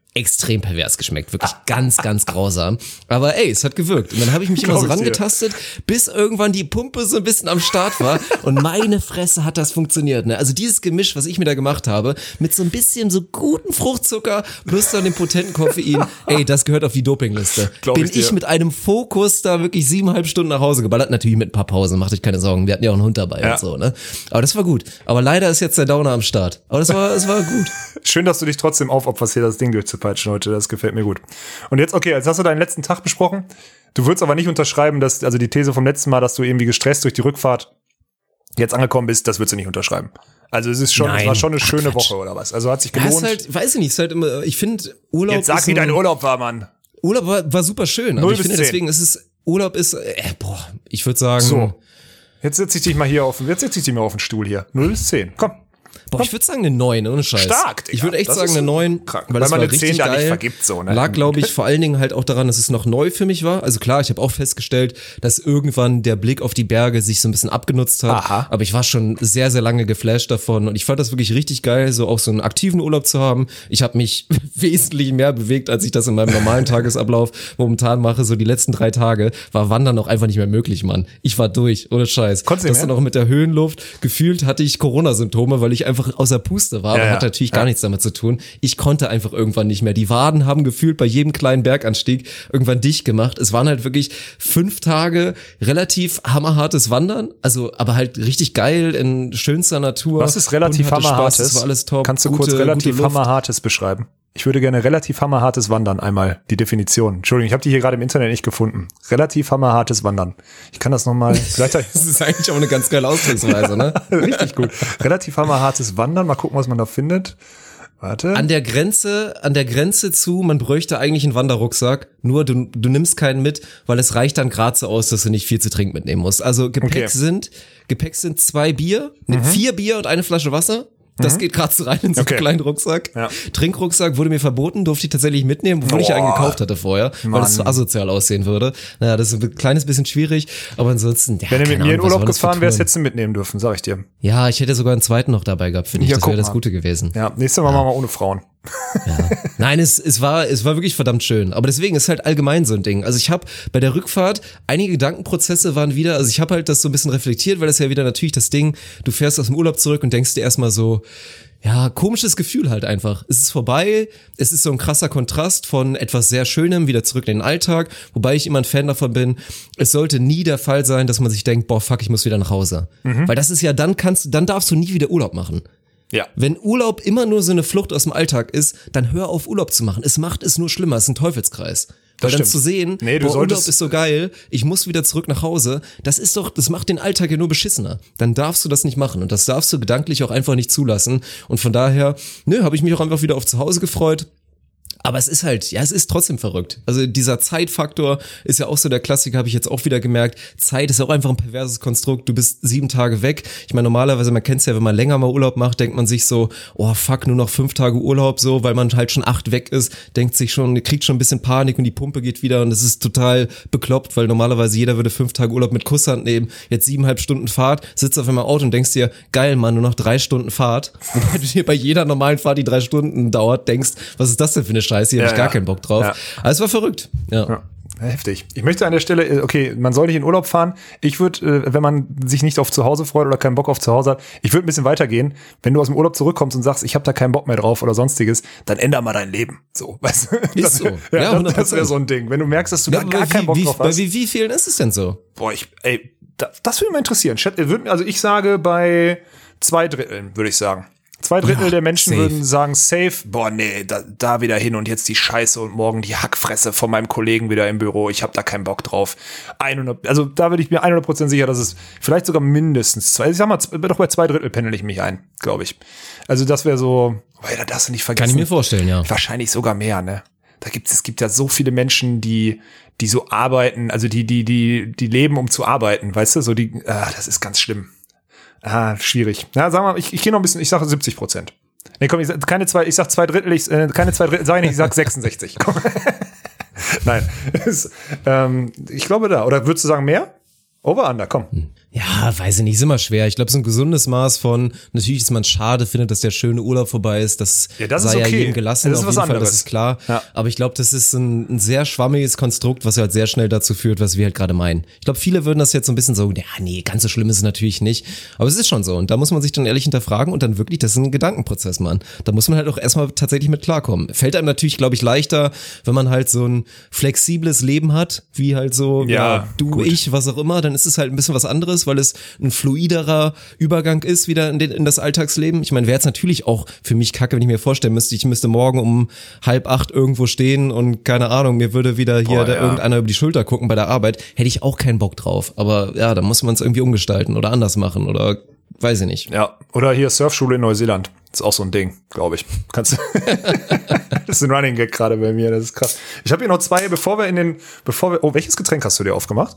Speaker 1: extrem pervers geschmeckt, wirklich ganz, ganz grausam. Aber ey, es hat gewirkt. Und dann habe ich mich immer so rangetastet, bis irgendwann die Pumpe so ein bisschen am Start war und meine Fresse hat das funktioniert. Ne? Also dieses Gemisch, was ich mir da gemacht habe, mit so ein bisschen so guten Fruchtzucker plus dann dem potenten Koffein, ey, das gehört auf die Dopingliste. Bin ich, ich mit einem Fokus da wirklich siebeneinhalb Stunden nach Hause geballert, natürlich mit ein paar Pausen, macht euch keine Sorgen, wir hatten ja auch einen Hund dabei ja. und so. Ne? Aber das war gut. Aber leider ist jetzt der Downer am Start. Aber das war, das war gut.
Speaker 2: Schön, dass du dich trotzdem aufopferst, hier das Ding durchzupeitschen heute, das gefällt mir gut. Und jetzt, okay, jetzt hast du deinen letzten Tag besprochen. Du würdest aber nicht unterschreiben, dass, also die These vom letzten Mal, dass du irgendwie gestresst durch die Rückfahrt jetzt angekommen bist, das würdest du nicht unterschreiben. Also es ist schon, Nein. es war schon eine Ach, schöne Quatsch. Woche oder was? Also hat sich gelohnt.
Speaker 1: Ja, ist halt, weiß ich nicht, ist halt immer, ich finde Urlaub.
Speaker 2: Jetzt sag, wie dein Urlaub war, Mann.
Speaker 1: Urlaub war, war super schön. Aber ich finde deswegen, es ist, Urlaub ist, äh, boah, ich würde sagen.
Speaker 2: So. Jetzt setze ich dich mal hier auf, jetzt setze ich dich mal auf den Stuhl hier. null bis zehn. Komm.
Speaker 1: Boah, ich würde sagen eine neun, ohne Scheiß.
Speaker 2: Stark, Digga.
Speaker 1: Ich würde echt das sagen eine neun,
Speaker 2: krank,
Speaker 1: weil, weil
Speaker 2: das
Speaker 1: man
Speaker 2: war
Speaker 1: eine zehn da nicht
Speaker 2: vergibt. So, ne?
Speaker 1: Lag, glaube ich, vor allen Dingen halt auch daran, dass es noch neu für mich war. Also klar, ich habe auch festgestellt, dass irgendwann der Blick auf die Berge sich so ein bisschen abgenutzt hat.
Speaker 2: Aha.
Speaker 1: Aber ich war schon sehr, sehr lange geflasht davon. Und ich fand das wirklich richtig geil, so auch so einen aktiven Urlaub zu haben. Ich habe mich wesentlich mehr bewegt, als ich das in meinem normalen Tagesablauf momentan mache. So die letzten drei Tage war Wandern auch einfach nicht mehr möglich, Mann. Ich war durch, ohne Scheiß.
Speaker 2: Konntest du
Speaker 1: das dann auch mit der Höhenluft. Gefühlt hatte ich Corona-Symptome, weil ich einfach außer Puste war,
Speaker 2: ja,
Speaker 1: aber
Speaker 2: ja.
Speaker 1: hat natürlich
Speaker 2: ja.
Speaker 1: gar nichts damit zu tun. Ich konnte einfach irgendwann nicht mehr. Die Waden haben gefühlt bei jedem kleinen Berganstieg irgendwann dicht gemacht. Es waren halt wirklich fünf Tage relativ hammerhartes Wandern, also aber halt richtig geil in schönster Natur.
Speaker 2: Was ist relativ hammerhartes?
Speaker 1: Das war alles top.
Speaker 2: Kannst du
Speaker 1: gute,
Speaker 2: kurz relativ hammerhartes beschreiben? Ich würde gerne relativ hammerhartes Wandern einmal, die Definition. Entschuldigung, ich habe die hier gerade im Internet nicht gefunden. Relativ hammerhartes Wandern. Ich kann das nochmal.
Speaker 1: Das ist eigentlich auch eine ganz geile Ausdrucksweise, ne?
Speaker 2: Richtig gut. Relativ hammerhartes Wandern. Mal gucken, was man da findet. Warte.
Speaker 1: An der Grenze, an der Grenze zu, man bräuchte eigentlich einen Wanderrucksack, nur du, du nimmst keinen mit, weil es reicht dann gerade so aus, dass du nicht viel zu trinken mitnehmen musst. Also Gepäck
Speaker 2: okay. sind,
Speaker 1: Gepäck sind zwei Bier, mhm. vier Bier und eine Flasche Wasser. Das mhm. geht gerade so rein in so einen okay. kleinen Rucksack. Ja. Trinkrucksack wurde mir verboten, durfte ich tatsächlich mitnehmen, obwohl Boah. ich ja einen gekauft hatte vorher, Mann. weil es so asozial aussehen würde. Naja, das ist ein kleines bisschen schwierig, aber ansonsten, ja,
Speaker 2: wenn du mit mir in Urlaub gefahren wärst,
Speaker 1: Touren?
Speaker 2: hättest du mitnehmen dürfen, sag ich dir.
Speaker 1: Ja, ich hätte sogar einen zweiten noch dabei gehabt, finde ich. Ja, das wäre das Gute gewesen.
Speaker 2: Ja, nächstes Mal ja. machen wir ohne Frauen.
Speaker 1: Ja. Nein, es, es war es war wirklich verdammt schön. Aber deswegen ist halt allgemein so ein Ding. Also ich habe bei der Rückfahrt einige Gedankenprozesse waren wieder, also ich habe halt das so ein bisschen reflektiert, weil das ja wieder natürlich das Ding, du fährst aus dem Urlaub zurück und denkst dir erstmal so, ja, komisches Gefühl halt einfach. Es ist vorbei, es ist so ein krasser Kontrast von etwas sehr Schönem wieder zurück in den Alltag, wobei ich immer ein Fan davon bin, es sollte nie der Fall sein, dass man sich denkt, boah, fuck, ich muss wieder nach Hause. Mhm. Weil das ist ja, dann kannst dann darfst du nie wieder Urlaub machen.
Speaker 2: Ja.
Speaker 1: Wenn Urlaub immer nur so eine Flucht aus dem Alltag ist, dann hör auf, Urlaub zu machen. Es macht es nur schlimmer, es ist ein Teufelskreis. Weil dann zu sehen,
Speaker 2: nee, du
Speaker 1: boah,
Speaker 2: Urlaub
Speaker 1: ist so geil, ich muss wieder zurück nach Hause, das ist doch, das macht den Alltag ja nur beschissener. Dann darfst du das nicht machen und das darfst du gedanklich auch einfach nicht zulassen. Und von daher, nö, habe ich mich auch einfach wieder auf zu Hause gefreut. Aber es ist halt, ja, es ist trotzdem verrückt. Also dieser Zeitfaktor ist ja auch so der Klassiker, habe ich jetzt auch wieder gemerkt. Zeit ist auch einfach ein perverses Konstrukt. Du bist sieben Tage weg. Ich meine, normalerweise, man kennt es ja, wenn man länger mal Urlaub macht, denkt man sich so, oh fuck, nur noch fünf Tage Urlaub, so, weil man halt schon acht weg ist, denkt sich schon, kriegt schon ein bisschen Panik und die Pumpe geht wieder und es ist total bekloppt, weil normalerweise jeder würde fünf Tage Urlaub mit Kusshand nehmen. Jetzt siebeneinhalb Stunden Fahrt, sitzt auf einmal im Auto und denkst dir, geil, Mann, nur noch drei Stunden Fahrt. Wobei du dir bei jeder normalen Fahrt, die drei Stunden dauert, denkst, was ist das denn für eine Scheiße? Hier ja, habe ich gar ja. keinen Bock drauf. Ja. Aber es war verrückt. Ja.
Speaker 2: ja. Heftig. Ich möchte an der Stelle, okay, man soll nicht in Urlaub fahren. Ich würde, wenn man sich nicht auf zu Hause freut oder keinen Bock auf zu Hause hat, ich würde ein bisschen weitergehen. Wenn du aus dem Urlaub zurückkommst und sagst, ich habe da keinen Bock mehr drauf oder sonstiges, dann änder mal dein Leben. So, weißt du?
Speaker 1: Ist
Speaker 2: das,
Speaker 1: so.
Speaker 2: Ja, ja das, das wäre so ein Ding. Wenn du merkst, dass du ja, da gar wie, keinen Bock
Speaker 1: wie,
Speaker 2: drauf hast.
Speaker 1: Bei wie, wie vielen ist es denn so?
Speaker 2: Boah, ich, ey, das, das würde mich mal interessieren. Also ich sage bei zwei Dritteln, würde ich sagen. Zwei Drittel ja, der Menschen safe. würden sagen, safe, boah, nee, da, da wieder hin und jetzt die Scheiße und morgen die Hackfresse von meinem Kollegen wieder im Büro, ich hab da keinen Bock drauf. hundert, also da bin ich mir hundert Prozent sicher, dass es vielleicht sogar mindestens zwei, ich sag mal, doch bei zwei Drittel pendel ich mich ein, glaube ich. Also das wäre so, boah, da darfst du nicht vergessen.
Speaker 1: Kann ich mir vorstellen, ja.
Speaker 2: Wahrscheinlich sogar mehr, ne? Da gibt's, es gibt ja so viele Menschen, die, die so arbeiten, also die, die, die, die leben, um zu arbeiten, weißt du, so die, ah, das ist ganz schlimm. Ah, schwierig. Ja, sagen wir mal, ich, ich gehe noch ein bisschen, ich sage siebzig Prozent. Nee, komm, ich sag, keine zwei, ich sag zwei Drittel, ich, äh, keine zwei Drittel, sag ich nicht, ich sag sechsundsechzig. Komm. Nein. Es, ähm, ich glaube da. Oder würdest du sagen mehr? Over, under, komm.
Speaker 1: Ja, weiß ich nicht, ist immer schwer. Ich glaube, so ein gesundes Maß von, natürlich ist man schade, findet, dass der schöne Urlaub vorbei ist, das,
Speaker 2: ja, das
Speaker 1: sei
Speaker 2: ist okay.
Speaker 1: ja jedem gelassen,
Speaker 2: das ist
Speaker 1: auf
Speaker 2: was
Speaker 1: jeden
Speaker 2: anderes.
Speaker 1: Fall, das ist klar.
Speaker 2: Ja.
Speaker 1: Aber ich glaube, das ist ein, ein sehr schwammiges Konstrukt, was halt sehr schnell dazu führt, was wir halt gerade meinen. Ich glaube, viele würden das jetzt so ein bisschen so, ja, nee, ganz so schlimm ist es natürlich nicht. Aber es ist schon so. Und da muss man sich dann ehrlich hinterfragen und dann wirklich, das ist ein Gedankenprozess, Mann. Da muss man halt auch erstmal tatsächlich mit klarkommen. Fällt einem natürlich, glaube ich, leichter, wenn man halt so ein flexibles Leben hat, wie halt so, ja, ja du, gut. ich, was auch immer, dann ist es halt ein bisschen was anderes, weil es ein fluiderer Übergang ist wieder in, den, in das Alltagsleben. Ich meine, wäre jetzt natürlich auch für mich kacke, wenn ich mir vorstellen müsste, ich müsste morgen um halb acht irgendwo stehen und keine Ahnung, mir würde wieder hier
Speaker 2: Boah,
Speaker 1: da
Speaker 2: ja.
Speaker 1: irgendeiner über die Schulter gucken bei der Arbeit, hätte ich auch keinen Bock drauf. Aber ja, da muss man es irgendwie umgestalten oder anders machen oder weiß ich nicht.
Speaker 2: Ja, oder hier Surfschule in Neuseeland. Das ist auch so ein Ding, glaube ich. Kannst du Das ist ein Running Gag gerade bei mir, das ist krass. Ich habe hier noch zwei, bevor wir in den, bevor wir, oh, welches Getränk hast du dir aufgemacht?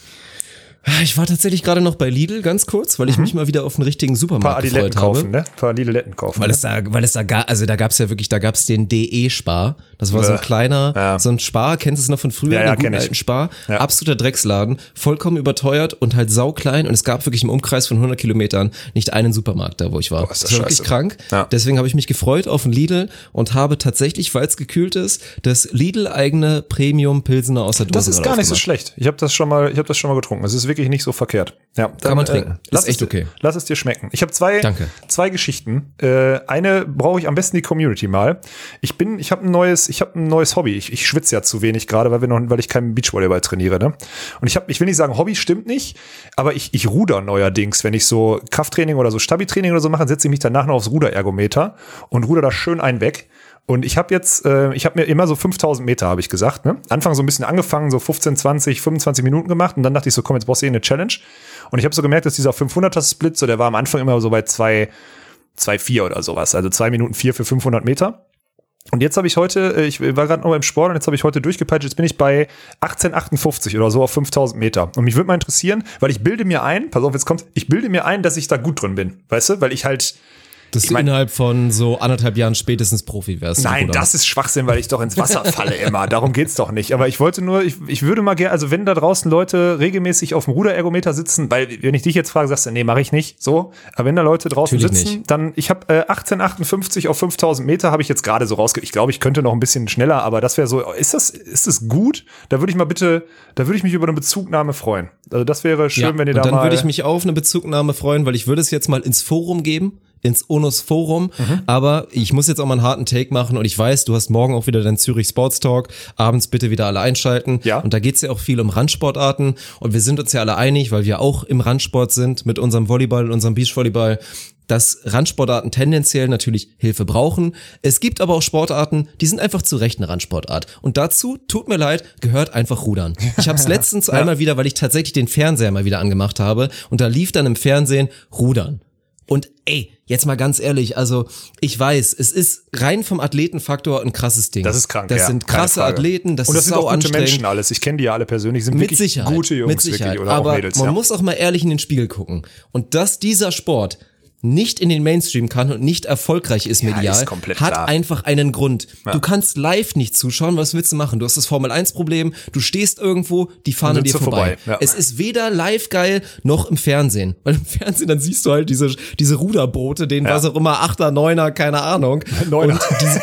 Speaker 1: Ich war tatsächlich gerade noch bei Lidl, ganz kurz, weil ich mhm. mich mal wieder auf einen richtigen Supermarkt gefreut habe.
Speaker 2: Kaufen, ne? Ein paar Lidletten kaufen,
Speaker 1: weil
Speaker 2: ne?
Speaker 1: es da, weil es da gar, also da gab's ja wirklich, da gab's den D E-Spar. Das war so ein kleiner, ja. so ein Spar, kennst du es noch von früher,
Speaker 2: ja, ja,
Speaker 1: den guten alten Spar?
Speaker 2: Ja.
Speaker 1: Absoluter Drecksladen, vollkommen überteuert und halt sauklein und es gab wirklich im Umkreis von hundert Kilometern nicht einen Supermarkt da, wo ich war.
Speaker 2: Boah, ist das
Speaker 1: das war wirklich
Speaker 2: scheiße.
Speaker 1: krank.
Speaker 2: Ja.
Speaker 1: Deswegen habe ich mich gefreut auf einen Lidl und habe tatsächlich, weil es gekühlt ist, das Lidl-eigene Premium-Pilsener aus der Dose.
Speaker 2: Das ist gar nicht so schlecht. Ich habe das schon mal, ich habe das schon mal getrunken. Es ist wirklich nicht so verkehrt. Ja, dann,
Speaker 1: kann man trinken.
Speaker 2: Äh, lass
Speaker 1: ist echt
Speaker 2: es,
Speaker 1: okay.
Speaker 2: Lass es dir schmecken. Ich habe zwei,
Speaker 1: Danke.
Speaker 2: zwei Geschichten. Äh, eine brauche ich am besten die Community mal. Ich bin, ich habe ein neues, ich habe ein neues Hobby. Ich, ich schwitze ja zu wenig gerade, weil wir noch, weil ich keinen Beachvolleyball trainiere. Ne? Und ich habe, ich will nicht sagen, Hobby stimmt nicht, aber ich, ich ruder neuerdings, wenn ich so Krafttraining oder so Stabi-Training oder so mache, setze ich mich danach noch aufs Ruderergometer und ruder da schön einen weg. Und ich habe jetzt, äh, ich habe mir immer so fünftausend Meter, habe ich gesagt, ne? Anfang so ein bisschen angefangen, so fünfzehn, zwanzig, fünfundzwanzig Minuten gemacht und dann dachte ich so, komm, jetzt brauchst du eh eine Challenge. Und ich habe so gemerkt, dass dieser fünfhunderter-Split, so der war am Anfang immer so bei zwei, zwei, vier oder sowas, also zwei Minuten vier für fünfhundert Meter. Und jetzt habe ich heute, ich war gerade noch beim Sport und jetzt habe ich heute durchgepeitscht, jetzt bin ich bei achtzehn achtundfünfzig oder so auf fünftausend Meter. Und mich würde mal interessieren, weil ich bilde mir ein, pass auf, jetzt kommt, ich bilde mir ein, dass ich da gut drin bin, weißt du, weil ich halt
Speaker 1: Dass
Speaker 2: ich
Speaker 1: du
Speaker 2: mein,
Speaker 1: innerhalb von so anderthalb Jahren spätestens Profi wärst.
Speaker 2: Nein,
Speaker 1: oder?
Speaker 2: Das ist Schwachsinn, weil ich doch ins Wasser falle immer. Darum geht's doch nicht. Aber ich wollte nur, ich, ich würde mal gerne, also wenn da draußen Leute regelmäßig auf dem Ruderergometer sitzen, weil wenn ich dich jetzt frage, sagst du, nee, mache ich nicht, so. Aber wenn da Leute draußen
Speaker 1: Natürlich
Speaker 2: sitzen,
Speaker 1: nicht.
Speaker 2: dann, ich habe äh, achtzehn achtundfünfzig auf fünftausend Meter habe ich jetzt gerade so rausge... Ich glaube, ich könnte noch ein bisschen schneller, aber das wäre so, ist das, ist das gut? Da würde ich mal bitte, da würde ich mich über eine Bezugnahme freuen. Also das wäre schön,
Speaker 1: ja,
Speaker 2: wenn ihr
Speaker 1: und
Speaker 2: da
Speaker 1: dann
Speaker 2: mal...
Speaker 1: würde ich mich auf eine Bezugnahme freuen, weil ich würde es jetzt mal ins Forum geben. ins Onus Forum, mhm. aber ich muss jetzt auch mal einen harten Take machen und ich weiß, du hast morgen auch wieder deinen Zürich Sports Talk, abends bitte wieder alle einschalten
Speaker 2: ja.
Speaker 1: und da geht's ja auch viel um Randsportarten und wir sind uns ja alle einig, weil wir auch im Randsport sind mit unserem Volleyball und unserem Beachvolleyball, dass Randsportarten tendenziell natürlich Hilfe brauchen. Es gibt aber auch Sportarten, die sind einfach zu Recht eine Randsportart. Und dazu, tut mir leid, gehört einfach Rudern. Ich habe es letztens ja. einmal wieder, weil ich tatsächlich den Fernseher mal wieder angemacht habe und da lief dann im Fernsehen Rudern. Und ey, jetzt mal ganz ehrlich, also ich weiß, es ist rein vom Athletenfaktor ein krasses Ding.
Speaker 2: Das ist krank,
Speaker 1: Das
Speaker 2: ja,
Speaker 1: sind krasse Athleten, das,
Speaker 2: und das
Speaker 1: ist
Speaker 2: sind auch gute
Speaker 1: anstrengend.
Speaker 2: Menschen alles. Ich kenne die ja alle persönlich, sind
Speaker 1: mit
Speaker 2: wirklich
Speaker 1: Sicherheit,
Speaker 2: gute Jungs,
Speaker 1: mit Sicherheit.
Speaker 2: wirklich, oder
Speaker 1: aber
Speaker 2: auch Mädels.
Speaker 1: man
Speaker 2: ja.
Speaker 1: muss auch mal ehrlich in den Spiegel gucken. Und dass dieser Sport nicht in den Mainstream kann und nicht erfolgreich ist
Speaker 2: ja,
Speaker 1: medial,
Speaker 2: ist komplett
Speaker 1: hat
Speaker 2: klar.
Speaker 1: einfach einen Grund.
Speaker 2: Ja.
Speaker 1: Du kannst live nicht zuschauen, was willst du machen? Du hast das Formel eins Problem, du stehst irgendwo, die fahren an dir vorbei. vorbei. Ja. Es ist weder live geil, noch im Fernsehen. Weil im Fernsehen, dann siehst du halt diese, diese Ruderboote, denen
Speaker 2: ja.
Speaker 1: was auch immer, Achter, Neuner, keine Ahnung.
Speaker 2: Neuner.
Speaker 1: Und diese,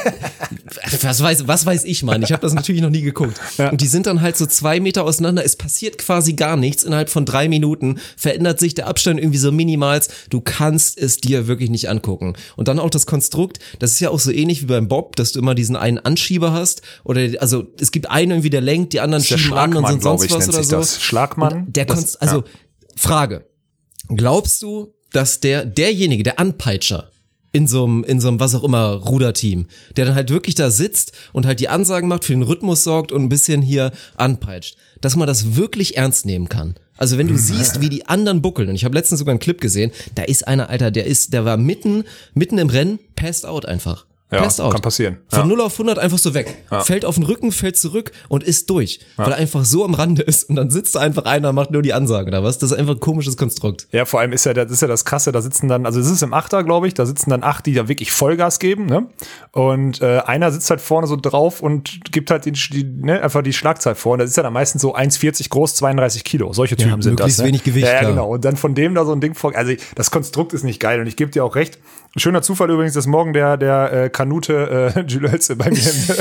Speaker 1: was weiß, was weiß ich, Mann? Ich habe das natürlich noch nie geguckt. Ja. Und die sind dann halt so zwei Meter auseinander, es passiert quasi gar nichts. Innerhalb von drei Minuten verändert sich der Abstand irgendwie so minimals. Du kannst es dir wirklich nicht angucken. Und dann auch das Konstrukt, das ist ja auch so ähnlich wie beim Bob, dass du immer diesen einen Anschieber hast oder also es gibt einen irgendwie, der lenkt, die anderen schieben an und so sonst
Speaker 2: ich,
Speaker 1: was oder so.
Speaker 2: Das. Schlagmann.
Speaker 1: Und der
Speaker 2: das,
Speaker 1: Konst- also
Speaker 2: ja.
Speaker 1: Frage, glaubst du, dass der derjenige, der Anpeitscher in so einem in so einem was auch immer Ruderteam, der dann halt wirklich da sitzt und halt die Ansagen macht, für den Rhythmus sorgt und ein bisschen hier anpeitscht, dass man das wirklich ernst nehmen kann? Also wenn du siehst, wie die anderen buckeln, und ich habe letztens sogar einen Clip gesehen, da ist einer, Alter, der ist, der war mitten, mitten im Rennen, passed out einfach.
Speaker 2: Ja,
Speaker 1: Passed out.
Speaker 2: kann passieren.
Speaker 1: Von
Speaker 2: ja.
Speaker 1: null auf hundert einfach so weg.
Speaker 2: Ja.
Speaker 1: Fällt auf den Rücken, fällt zurück und ist durch.
Speaker 2: Ja.
Speaker 1: Weil er einfach so am Rande ist und dann sitzt da einfach einer und macht nur die Ansage oder was. Das ist einfach ein komisches Konstrukt.
Speaker 2: Ja, vor allem ist ja, das ist ja das Krasse, da sitzen dann, also es ist im Achter, glaube ich, da sitzen dann acht, die da wirklich Vollgas geben, ne? Und äh, einer sitzt halt vorne so drauf und gibt halt die, die, ne, einfach die Schlagzahl vor. Und das ist ja dann meistens so eins vierzig groß, zweiunddreißig Kilo. Solche Typen
Speaker 1: Ja,
Speaker 2: sind das.
Speaker 1: möglichst
Speaker 2: Ne?
Speaker 1: wenig Gewicht,
Speaker 2: Ja, ja,
Speaker 1: klar.
Speaker 2: genau. Und dann von dem da so ein Ding vor. Also das Konstrukt ist nicht geil und ich gebe dir auch recht. Schöner Zufall übrigens, dass morgen der, der äh, Kanute äh, Jules Hölze bei mir.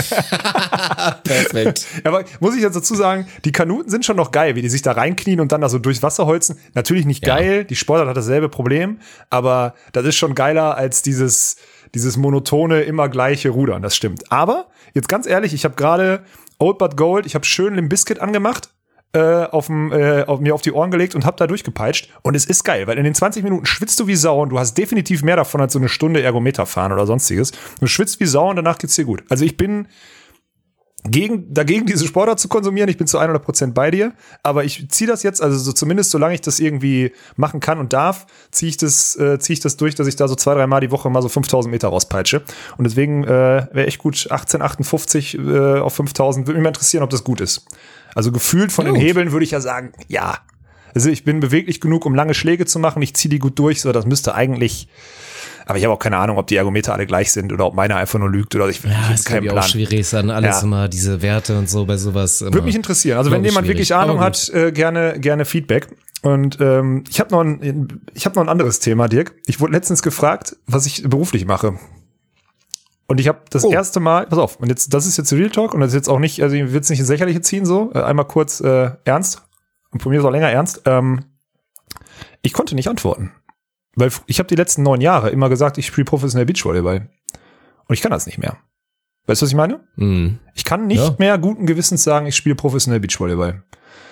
Speaker 1: Perfekt.
Speaker 2: Aber muss ich jetzt dazu sagen, die Kanuten sind schon noch geil, wie die sich da reinknien und dann da so durchs Wasser holzen. Natürlich nicht
Speaker 1: Ja.
Speaker 2: geil, die Sportart hat dasselbe Problem, aber das ist schon geiler als dieses, dieses monotone, immer gleiche Rudern, das stimmt. Aber, jetzt ganz ehrlich, ich habe gerade Old But Gold, ich habe schön Limp Bizkit angemacht, äh, auf, dem, äh, auf mir auf die Ohren gelegt und hab da durchgepeitscht. Und es ist geil, weil in den zwanzig Minuten schwitzt du wie Sau und du hast definitiv mehr davon als so eine Stunde Ergometer fahren oder sonstiges. Du schwitzt wie Sau und danach geht's dir gut. Also ich bin gegen, dagegen, diese Sportart zu konsumieren. Ich bin zu hundert Prozent bei dir. Aber ich ziehe das jetzt, also so zumindest solange ich das irgendwie machen kann und darf, ziehe ich das, äh, ziehe ich das durch, dass ich da so zwei, drei Mal die Woche mal so fünftausend Meter rauspeitsche. Und deswegen äh, wäre echt gut achtzehn achtundfünfzig äh, auf fünftausend. Würde mich mal interessieren, ob das gut ist. Also gefühlt von den
Speaker 1: Gut.
Speaker 2: Hebeln würde ich ja sagen, ja. Also ich bin beweglich genug, um lange Schläge zu machen. Ich ziehe die gut durch, so das müsste eigentlich. Aber ich habe auch keine Ahnung, ob die Ergometer alle gleich sind oder ob meiner einfach nur lügt oder ich, ich
Speaker 1: Ja,
Speaker 2: habe
Speaker 1: ist
Speaker 2: keinen
Speaker 1: glaube ich
Speaker 2: Plan.
Speaker 1: auch schwierig dann alles
Speaker 2: Ja.
Speaker 1: immer, diese Werte und so bei sowas. Immer.
Speaker 2: Würde mich interessieren. Also wenn
Speaker 1: Glaub ich
Speaker 2: jemand
Speaker 1: schwierig.
Speaker 2: wirklich Ahnung
Speaker 1: Aber
Speaker 2: hat, äh, gerne gerne Feedback. Und ähm, ich habe noch ein ich habe noch ein anderes Thema, Dirk. Ich wurde letztens gefragt, was ich beruflich mache. Und ich habe das
Speaker 1: Oh.
Speaker 2: erste Mal, pass auf, und jetzt das ist jetzt Real Talk und das ist jetzt auch nicht, also ich will es nicht ins Lächerliche ziehen so. Äh, einmal kurz äh, ernst und von mir ist auch länger ernst. Ähm, ich konnte nicht antworten, weil ich habe die letzten neun Jahre immer gesagt, ich spiele professionell Beachvolleyball und ich kann das nicht mehr. Weißt du, was ich meine?
Speaker 1: Mhm.
Speaker 2: Ich kann nicht
Speaker 1: Ja.
Speaker 2: mehr guten Gewissens sagen, ich spiele professionell Beachvolleyball.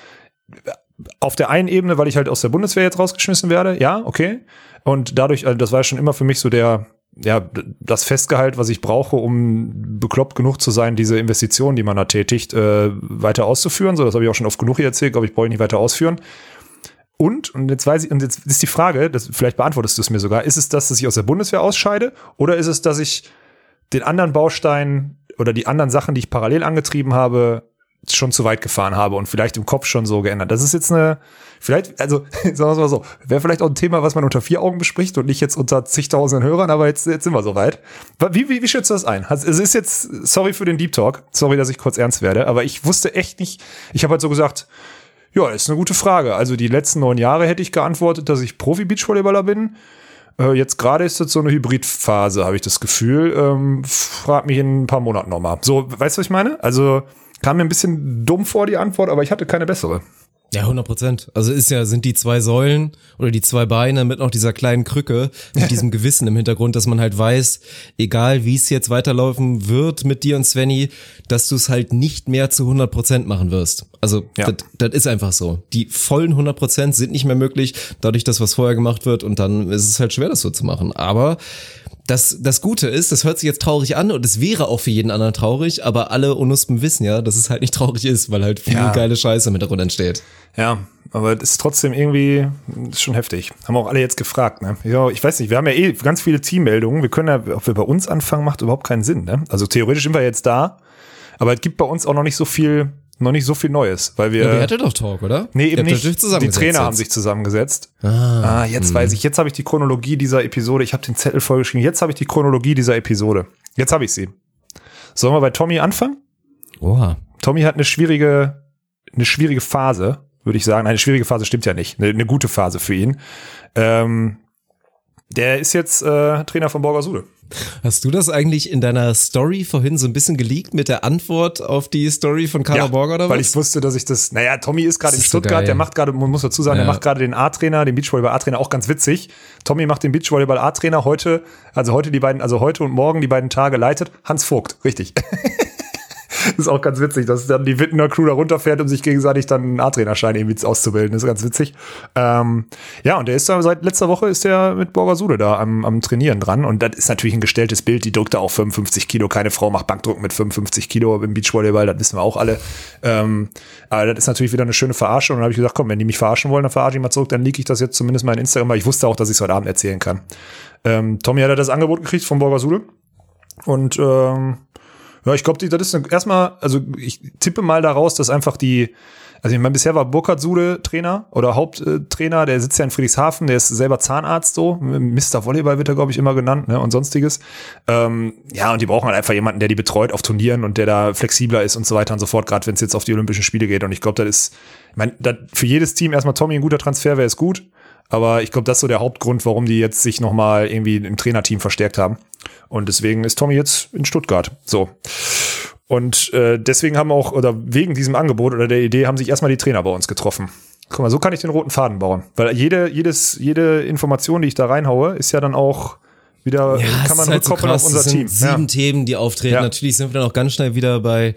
Speaker 2: Auf der einen Ebene, weil ich halt aus der Bundeswehr jetzt rausgeschmissen werde, ja, okay. Und dadurch, also das war schon immer für mich so der, ja, das Festgehalt, was ich brauche, um bekloppt genug zu sein, diese Investitionen, die man da tätigt, äh, weiter auszuführen. So, das habe ich auch schon oft genug hier erzählt, glaube ich, brauche ich nicht weiter ausführen. Und, und jetzt weiß ich, und jetzt ist die Frage, das, vielleicht beantwortest du es mir sogar, ist es das, dass ich aus der Bundeswehr ausscheide, oder ist es, dass ich den anderen Baustein oder die anderen Sachen, die ich parallel angetrieben habe, schon zu weit gefahren habe und vielleicht im Kopf schon so geändert. Das ist jetzt eine, vielleicht, also sagen wir es mal so, wäre vielleicht auch ein Thema, was man unter vier Augen bespricht und nicht jetzt unter zigtausenden Hörern, aber jetzt, jetzt sind wir soweit. Wie, wie, wie schätzt du das ein? Also, es ist jetzt, sorry für den Deep Talk, sorry, dass ich kurz ernst werde, aber ich wusste echt nicht, ich habe halt so gesagt, ja, das ist eine gute Frage. Also die letzten neun Jahre hätte ich geantwortet, dass ich Profi-Beachvolleyballer bin. Äh, jetzt gerade ist das so eine Hybridphase, habe ich das Gefühl. Ähm, frag mich in ein paar Monaten nochmal. So, weißt du, was ich meine? Also kam mir ein bisschen dumm vor, die Antwort, aber ich hatte keine bessere.
Speaker 1: Ja, hundert Prozent. Also ist ja, sind die zwei Säulen oder die zwei Beine mit noch dieser kleinen Krücke, mit diesem Gewissen im Hintergrund, dass man halt weiß, egal wie es jetzt weiterlaufen wird mit dir und Svenny, dass du es halt nicht mehr zu hundert Prozent machen wirst. Also
Speaker 2: Ja.
Speaker 1: das, das ist einfach so. Die vollen hundert Prozent sind nicht mehr möglich, dadurch, dass was vorher gemacht wird und dann ist es halt schwer, das so zu machen. Aber Das, das Gute ist, das hört sich jetzt traurig an und es wäre auch für jeden anderen traurig, aber alle Unuspen wissen ja, dass es halt nicht traurig ist, weil halt viel
Speaker 2: Ja.
Speaker 1: geile Scheiße im Hintergrund entsteht.
Speaker 2: Ja, aber das ist trotzdem irgendwie, das ist schon heftig. Haben auch alle jetzt gefragt, ne? Ja, ich weiß nicht, wir haben ja eh ganz viele Teammeldungen. Wir können ja, ob wir bei uns anfangen, macht überhaupt keinen Sinn, ne? Also theoretisch sind wir jetzt da, aber es gibt bei uns auch noch nicht so viel, noch nicht so viel Neues, weil wir.
Speaker 1: Ja, ihr hattet doch Talk, oder?
Speaker 2: Nee,
Speaker 1: Ihr
Speaker 2: eben
Speaker 1: habt euch
Speaker 2: nicht. Die
Speaker 1: zusammengesetzt
Speaker 2: Trainer
Speaker 1: jetzt.
Speaker 2: haben sich zusammengesetzt.
Speaker 1: Ah,
Speaker 2: Ah, jetzt weiß ich, jetzt habe ich die Chronologie dieser Episode. Ich habe den Zettel vollgeschrieben. Jetzt habe ich die Chronologie dieser Episode. Jetzt habe ich sie. Sollen wir bei Tommy anfangen?
Speaker 1: Oha.
Speaker 2: Tommy hat eine schwierige, eine schwierige Phase, würde ich sagen. Eine schwierige Phase stimmt ja nicht. Eine, eine gute Phase für ihn. Ähm, der ist jetzt äh, Trainer von Borgasude.
Speaker 1: Hast du das eigentlich in deiner Story vorhin so ein bisschen geleakt mit der Antwort auf die Story von Carla Borger oder was?
Speaker 2: weil ich wusste, dass ich das, naja, Tommy ist gerade
Speaker 1: Das
Speaker 2: in
Speaker 1: ist so
Speaker 2: Stuttgart,
Speaker 1: geil.
Speaker 2: der macht gerade, man muss dazu sagen,
Speaker 1: Ja.
Speaker 2: der macht gerade den A-Trainer, den Beachvolleyball A-Trainer, auch ganz witzig. Tommy macht den Beachvolleyball A-Trainer heute, also heute die beiden, also heute und morgen die beiden Tage leitet Hans Vogt, richtig. Das ist auch ganz witzig, dass dann die Wittener Crew da runterfährt, um sich gegenseitig dann einen A-Trainerschein irgendwie auszubilden. Das ist ganz witzig. Ähm, ja, und der ist da seit letzter Woche ist der mit Borgasude da am, am Trainieren dran. Und das ist natürlich ein gestelltes Bild. Die drückt da auch fünfundfünfzig Kilo. Keine Frau macht Bankdrücken mit fünfundfünfzig Kilo im Beachvolleyball. Das wissen wir auch alle. Ähm, aber das ist natürlich wieder eine schöne Verarschung. Und dann habe ich gesagt, komm, wenn die mich verarschen wollen, dann verarsche ich mal zurück. Dann leak ich das jetzt zumindest mal in Instagram, weil ich wusste auch, dass ich es heute Abend erzählen kann. Ähm, Tommy hat ja das Angebot gekriegt von Borgasude. Und ähm, ja, ich glaube, das ist eine, erstmal, also ich tippe mal daraus, dass einfach die, also ich meine, bisher war Burkhard Sude Trainer oder Haupttrainer, der sitzt ja in Friedrichshafen, der ist selber Zahnarzt so, Mister Volleyball wird er, glaube ich, immer genannt, ne, und sonstiges. Ähm, ja, und die brauchen halt einfach jemanden, der die betreut auf Turnieren und der da flexibler ist und so weiter und so fort, gerade wenn es jetzt auf die Olympischen Spiele geht. Und ich glaube, das ist, ich meine, das, für jedes Team erstmal Tommy ein guter Transfer wäre, ist gut. Aber ich glaube, das ist so der Hauptgrund, warum die jetzt sich nochmal irgendwie im Trainerteam verstärkt haben. Und deswegen ist Tommy jetzt in Stuttgart. So. Und äh, deswegen haben auch, oder wegen diesem Angebot oder der Idee, haben sich erstmal die Trainer bei uns getroffen. Guck mal, so kann ich den roten Faden bauen. Weil jede, jedes, jede Information, die ich da reinhaue, ist ja dann auch wieder,
Speaker 1: ja,
Speaker 2: kann man
Speaker 1: halt
Speaker 2: rückkoppeln
Speaker 1: so
Speaker 2: auf unser
Speaker 1: das sind
Speaker 2: Team.
Speaker 1: Sieben
Speaker 2: ja.
Speaker 1: Themen, die auftreten.
Speaker 2: Ja.
Speaker 1: Natürlich sind wir dann auch ganz schnell wieder bei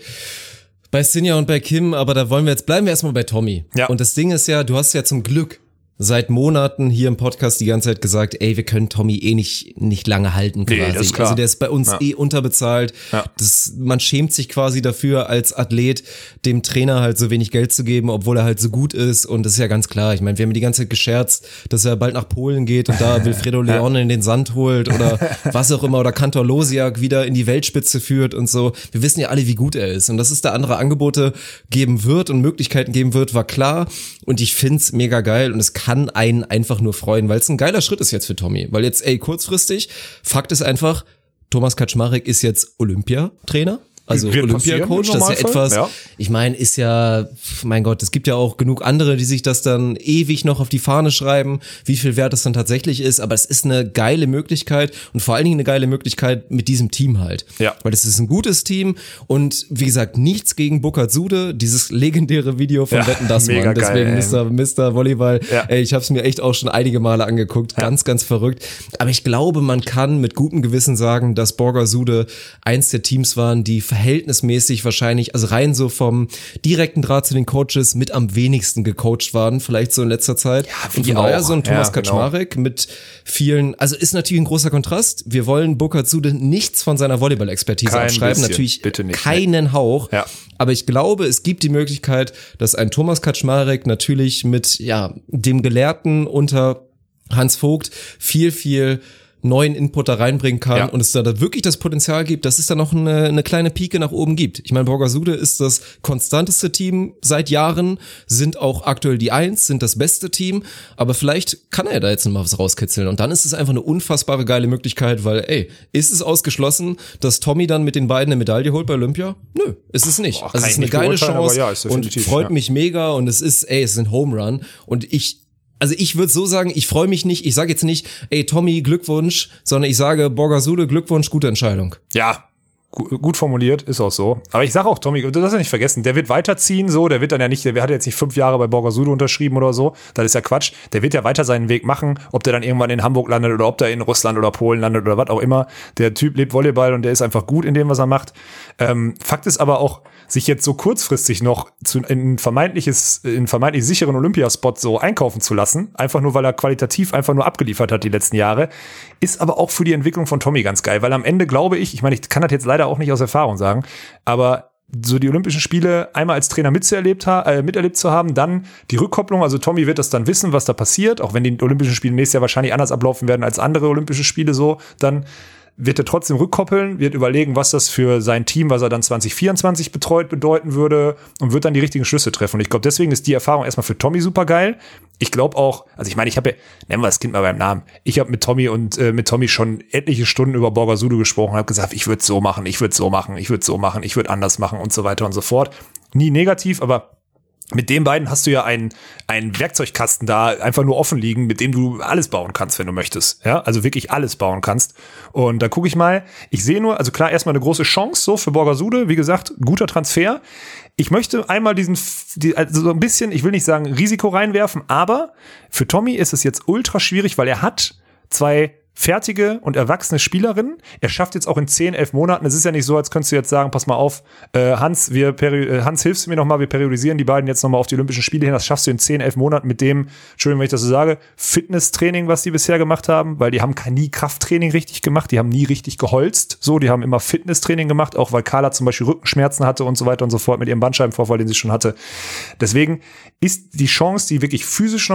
Speaker 1: bei Sinja und bei Kim, aber da wollen wir jetzt, bleiben wir erstmal bei Tommy.
Speaker 2: Ja.
Speaker 1: Und das Ding ist ja, du hast ja zum Glück seit Monaten hier im Podcast die ganze Zeit gesagt, ey, wir können Tommy eh nicht nicht lange halten quasi.
Speaker 2: Nee, das ist klar.
Speaker 1: Also der ist bei uns
Speaker 2: ja.
Speaker 1: eh unterbezahlt.
Speaker 2: Ja.
Speaker 1: Das, man schämt sich quasi dafür, als Athlet dem Trainer halt so wenig Geld zu geben, obwohl er halt so gut ist. Und das ist ja ganz klar. Ich meine, wir haben die ganze Zeit gescherzt, dass er bald nach Polen geht und da Wilfredo Leone in den Sand holt oder was auch immer, oder Kantor Losiak wieder in die Weltspitze führt und so. Wir wissen ja alle, wie gut er ist. Und dass es da andere Angebote geben wird und Möglichkeiten geben wird, war klar. Und ich find's mega geil und es kann einen einfach nur freuen, weil es ein geiler Schritt ist jetzt für Tommy. Weil jetzt, ey, kurzfristig, Fakt ist einfach, Thomas Kaczmarek ist jetzt Olympiatrainer. Also Olympiacoach, das ist ja etwas, ja. Ich meine, ist ja, mein Gott, es gibt ja auch genug andere, die sich das dann ewig noch auf die Fahne schreiben, wie viel wert das dann tatsächlich ist, aber es ist eine geile Möglichkeit und vor allen Dingen eine geile Möglichkeit mit diesem Team halt. Ja. Weil es ist ein gutes Team und wie gesagt, nichts gegen Burkhard Sude, dieses legendäre Video von ja, Wetten, dass man, deswegen geil, Mister Mister Volleyball, ja. ey, ich habe es mir echt auch schon einige Male angeguckt, ja. ganz, ganz verrückt, aber ich glaube, man kann mit gutem Gewissen sagen, dass Burkhard Sude eins der Teams waren, die verhältnismäßig wahrscheinlich, also rein so vom direkten Draht zu den Coaches mit am wenigsten gecoacht waren, vielleicht so in letzter Zeit. Ja, und von daher so ein Thomas ja, Kaczmarek genau. mit vielen, also ist natürlich ein großer Kontrast. Wir wollen Burkhard Sude nichts von seiner Volleyball-Expertise Kein abschreiben, bisschen. Natürlich Bitte nicht, keinen ne? Hauch. Ja. Aber ich glaube, es gibt die Möglichkeit, dass ein Thomas Kaczmarek natürlich mit ja dem Gelehrten unter Hans Vogt viel, viel neuen Input da reinbringen kann ja. und es da, da wirklich das Potenzial gibt, dass es da noch eine, eine kleine Pike nach oben gibt. Ich meine, Burkhard Sude ist das konstanteste Team seit Jahren, sind auch aktuell die Eins, sind das beste Team, aber vielleicht kann er da jetzt noch mal was rauskitzeln und dann ist es einfach eine unfassbare geile Möglichkeit, weil, ey, ist es ausgeschlossen, dass Tommy dann mit den beiden eine Medaille holt bei Olympia? Nö, ist es nicht. Boah, also es ist eine geile Chance ja, und freut ja. mich mega und es ist, ey, es ist ein Home Run und ich Also ich würde so sagen, ich freue mich nicht, ich sage jetzt nicht, ey Tommy, Glückwunsch, sondern ich sage, Burkhard Sude, Glückwunsch, gute Entscheidung.
Speaker 2: Ja, gu- gut formuliert, ist auch so. Aber ich sage auch, Tommy, du darfst ja nicht vergessen, der wird weiterziehen, so, der wird dann ja nicht, der hat jetzt nicht fünf Jahre bei Burkhard Sude unterschrieben oder so, das ist ja Quatsch. Der wird ja weiter seinen Weg machen, ob der dann irgendwann in Hamburg landet oder ob der in Russland oder Polen landet oder was auch immer. Der Typ lebt Volleyball und der ist einfach gut in dem, was er macht. Ähm, Fakt ist aber auch, sich jetzt so kurzfristig noch zu, in vermeintliches, in vermeintlich sicheren Olympiaspot so einkaufen zu lassen, einfach nur, weil er qualitativ einfach nur abgeliefert hat die letzten Jahre, ist aber auch für die Entwicklung von Tommy ganz geil, weil am Ende glaube ich, ich meine, ich kann das jetzt leider auch nicht aus Erfahrung sagen, aber so die Olympischen Spiele einmal als Trainer miterlebt, äh, miterlebt zu haben, dann die Rückkopplung, also Tommy wird das dann wissen, was da passiert, auch wenn die Olympischen Spiele nächstes Jahr wahrscheinlich anders ablaufen werden als andere Olympische Spiele so, dann wird er trotzdem rückkoppeln, wird überlegen, was das für sein Team, was er dann zwanzig vierundzwanzig betreut, bedeuten würde und wird dann die richtigen Schlüsse treffen. Und ich glaube, deswegen ist die Erfahrung erstmal für Tommy super geil. Ich glaube auch, also ich meine, ich habe ja, nennen wir das Kind mal beim Namen, ich habe mit Tommy und äh, mit Tommy schon etliche Stunden über Burkhard Sude gesprochen und habe gesagt, ich würde es so machen, ich würde es so machen, ich würde es so machen, ich würde anders machen und so weiter und so fort. Nie negativ, aber mit den beiden hast du ja einen, einen Werkzeugkasten da einfach nur offen liegen, mit dem du alles bauen kannst, wenn du möchtest. Ja, also wirklich alles bauen kannst. Und da gucke ich mal, ich sehe nur, also klar, erstmal eine große Chance so für Burkhard Sude, wie gesagt, guter Transfer. Ich möchte einmal diesen, die, also so ein bisschen, ich will nicht sagen Risiko reinwerfen, aber für Tommy ist es jetzt ultra schwierig, weil er hat zwei fertige und erwachsene Spielerinnen. Er schafft jetzt auch in zehn, elf Monaten, es ist ja nicht so, als könntest du jetzt sagen, pass mal auf, äh, Hans, wir peri- äh, Hans, hilfst du mir nochmal, wir periodisieren die beiden jetzt nochmal auf die Olympischen Spiele hin, das schaffst du in zehn, elf Monaten mit dem, Entschuldigung, wenn ich das so sage, Fitnesstraining, was die bisher gemacht haben, weil die haben nie Krafttraining richtig gemacht, die haben nie richtig geholzt, so, die haben immer Fitnesstraining gemacht, auch weil Carla zum Beispiel Rückenschmerzen hatte und so weiter und so fort mit ihrem Bandscheibenvorfall, den sie schon hatte. Deswegen ist die Chance, die wirklich physisch nochmal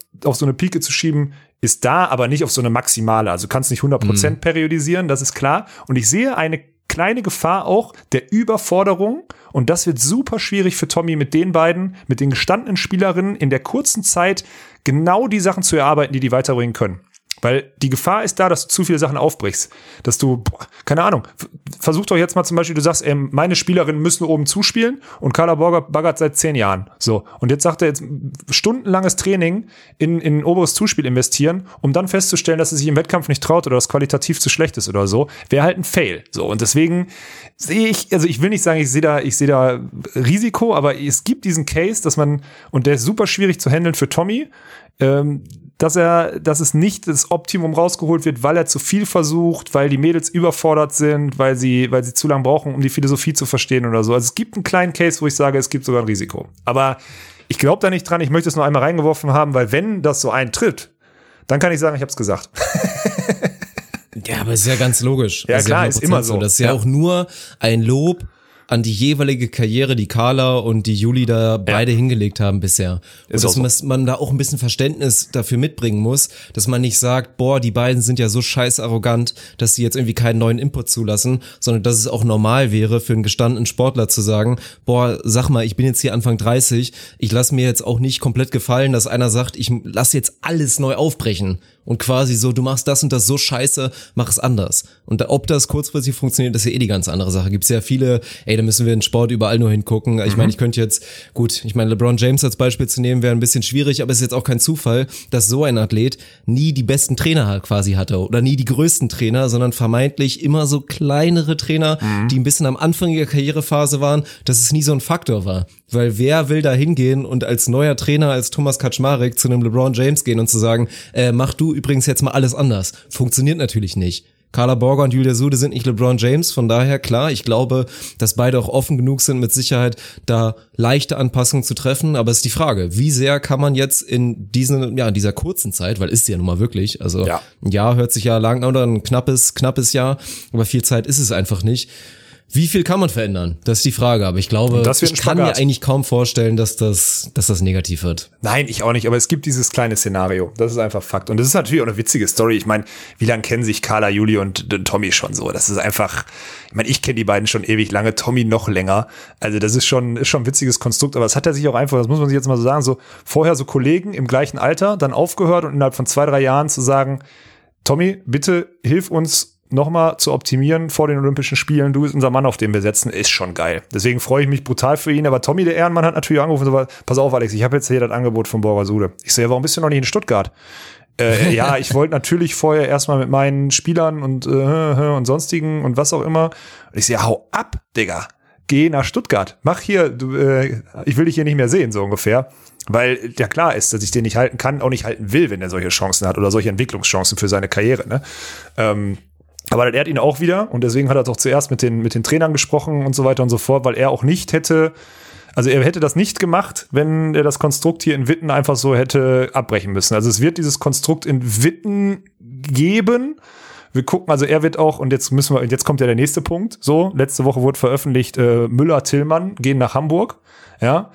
Speaker 2: auf so eine Pike zu schieben, ist da, aber nicht auf so eine maximale. Also du kannst nicht hundert Prozent mhm. periodisieren, das ist klar. Und ich sehe eine kleine Gefahr auch der Überforderung. Und das wird super schwierig für Tommy mit den beiden, mit den gestandenen Spielerinnen in der kurzen Zeit genau die Sachen zu erarbeiten, die die weiterbringen können. Weil die Gefahr ist da, dass du zu viele Sachen aufbrichst. Dass du, boah, keine Ahnung, versuch doch jetzt mal zum Beispiel, du sagst, ey, meine Spielerinnen müssen oben zuspielen und Carla Borger baggert seit zehn Jahren. So. Und jetzt sagt er jetzt stundenlanges Training in, in ein oberes Zuspiel investieren, um dann festzustellen, dass er sich im Wettkampf nicht traut oder das qualitativ zu schlecht ist oder so. Wäre halt ein Fail. So. Und deswegen sehe ich, also ich will nicht sagen, ich sehe da, ich sehe da Risiko, aber es gibt diesen Case, dass man, und der ist super schwierig zu handeln für Tommy, ähm, dass er, dass es nicht das Optimum rausgeholt wird, weil er zu viel versucht, weil die Mädels überfordert sind, weil sie, weil sie zu lange brauchen, um die Philosophie zu verstehen oder so. Also es gibt einen kleinen Case, wo ich sage, es gibt sogar ein Risiko. Aber ich glaube da nicht dran, ich möchte es nur einmal reingeworfen haben, weil wenn das so eintritt, dann kann ich sagen, ich habe es gesagt.
Speaker 1: Ja, aber ist ja ganz logisch.
Speaker 2: Ja, klar, ist immer so.
Speaker 1: Das ist ja, ja auch nur ein Lob an die jeweilige Karriere, die Carla und die Juli da beide ja. hingelegt haben bisher. Und
Speaker 2: ist
Speaker 1: dass
Speaker 2: so.
Speaker 1: man da auch ein bisschen Verständnis dafür mitbringen muss, dass man nicht sagt, boah, die beiden sind ja so scheiß arrogant, dass sie jetzt irgendwie keinen neuen Input zulassen, sondern dass es auch normal wäre für einen gestandenen Sportler zu sagen, boah, sag mal, ich bin jetzt hier Anfang dreißig, ich lasse mir jetzt auch nicht komplett gefallen, dass einer sagt, ich lasse jetzt alles neu aufbrechen. Und quasi so, du machst das und das so scheiße, mach es anders. Und ob das kurzfristig funktioniert, ist ja eh die ganz andere Sache. Gibt's ja viele, ey, da müssen wir in Sport überall nur hingucken. Ich mhm. meine, ich könnte jetzt, gut, ich meine, LeBron James als Beispiel zu nehmen, wäre ein bisschen schwierig, aber es ist jetzt auch kein Zufall, dass so ein Athlet nie die besten Trainer quasi hatte oder nie die größten Trainer, sondern vermeintlich immer so kleinere Trainer, mhm. die ein bisschen am Anfang ihrer Karrierephase waren, dass es nie so ein Faktor war. Weil wer will da hingehen und als neuer Trainer, als Thomas Kaczmarek zu einem LeBron James gehen und zu sagen, äh, mach du übrigens jetzt mal alles anders. Funktioniert natürlich nicht. Carla Borger und Julia Sude sind nicht LeBron James, von daher klar, ich glaube, dass beide auch offen genug sind, mit Sicherheit da leichte Anpassungen zu treffen, aber es ist die Frage, wie sehr kann man jetzt in diesen, ja, in dieser kurzen Zeit, weil ist sie ja nun mal wirklich, also ja. ein Jahr hört sich ja lang oder ein knappes, knappes Jahr, aber viel Zeit ist es einfach nicht. Wie viel kann man verändern? Das ist die Frage. Aber ich glaube, ich kann mir eigentlich kaum vorstellen, dass das, dass das negativ wird.
Speaker 2: Nein, ich auch nicht. Aber es gibt dieses kleine Szenario. Das ist einfach Fakt. Und das ist natürlich auch eine witzige Story. Ich meine, wie lange kennen sich Carla, Juli und Tommy schon so? Das ist einfach, ich meine, ich kenne die beiden schon ewig lange, Tommy noch länger. Also das ist schon, ist schon ein witziges Konstrukt. Aber es hat ja sich auch einfach, das muss man sich jetzt mal so sagen, so vorher so Kollegen im gleichen Alter, dann aufgehört und innerhalb von zwei, drei Jahren zu sagen, Tommy, bitte hilf uns, nochmal zu optimieren vor den Olympischen Spielen. Du bist unser Mann, auf den wir setzen, ist schon geil. Deswegen freue ich mich brutal für ihn. Aber Tommy, der Ehrenmann, hat natürlich angerufen und so, pass auf, Alex, ich habe jetzt hier das Angebot von Borger Sude. Ich so, ja, warum bist du noch nicht in Stuttgart? äh, ja, ich wollte natürlich vorher erstmal mit meinen Spielern und, äh, und sonstigen und was auch immer. Und ich so, ja, hau ab, Digga. Geh nach Stuttgart. Mach hier, du, äh, ich will dich hier nicht mehr sehen, so ungefähr. Weil ja klar ist, dass ich den nicht halten kann, auch nicht halten will, wenn er solche Chancen hat oder solche Entwicklungschancen für seine Karriere, ne? Ähm, Aber das ehrt ihn auch wieder und deswegen hat er doch zuerst mit den, mit den Trainern gesprochen und so weiter und so fort, weil er auch nicht hätte, also er hätte das nicht gemacht, wenn er das Konstrukt hier in Witten einfach so hätte abbrechen müssen. Also es wird dieses Konstrukt in Witten geben. Wir gucken, also er wird auch, und jetzt müssen wir, jetzt kommt ja der nächste Punkt. So, letzte Woche wurde veröffentlicht, äh, Müller-Tillmann gehen nach Hamburg. Ja,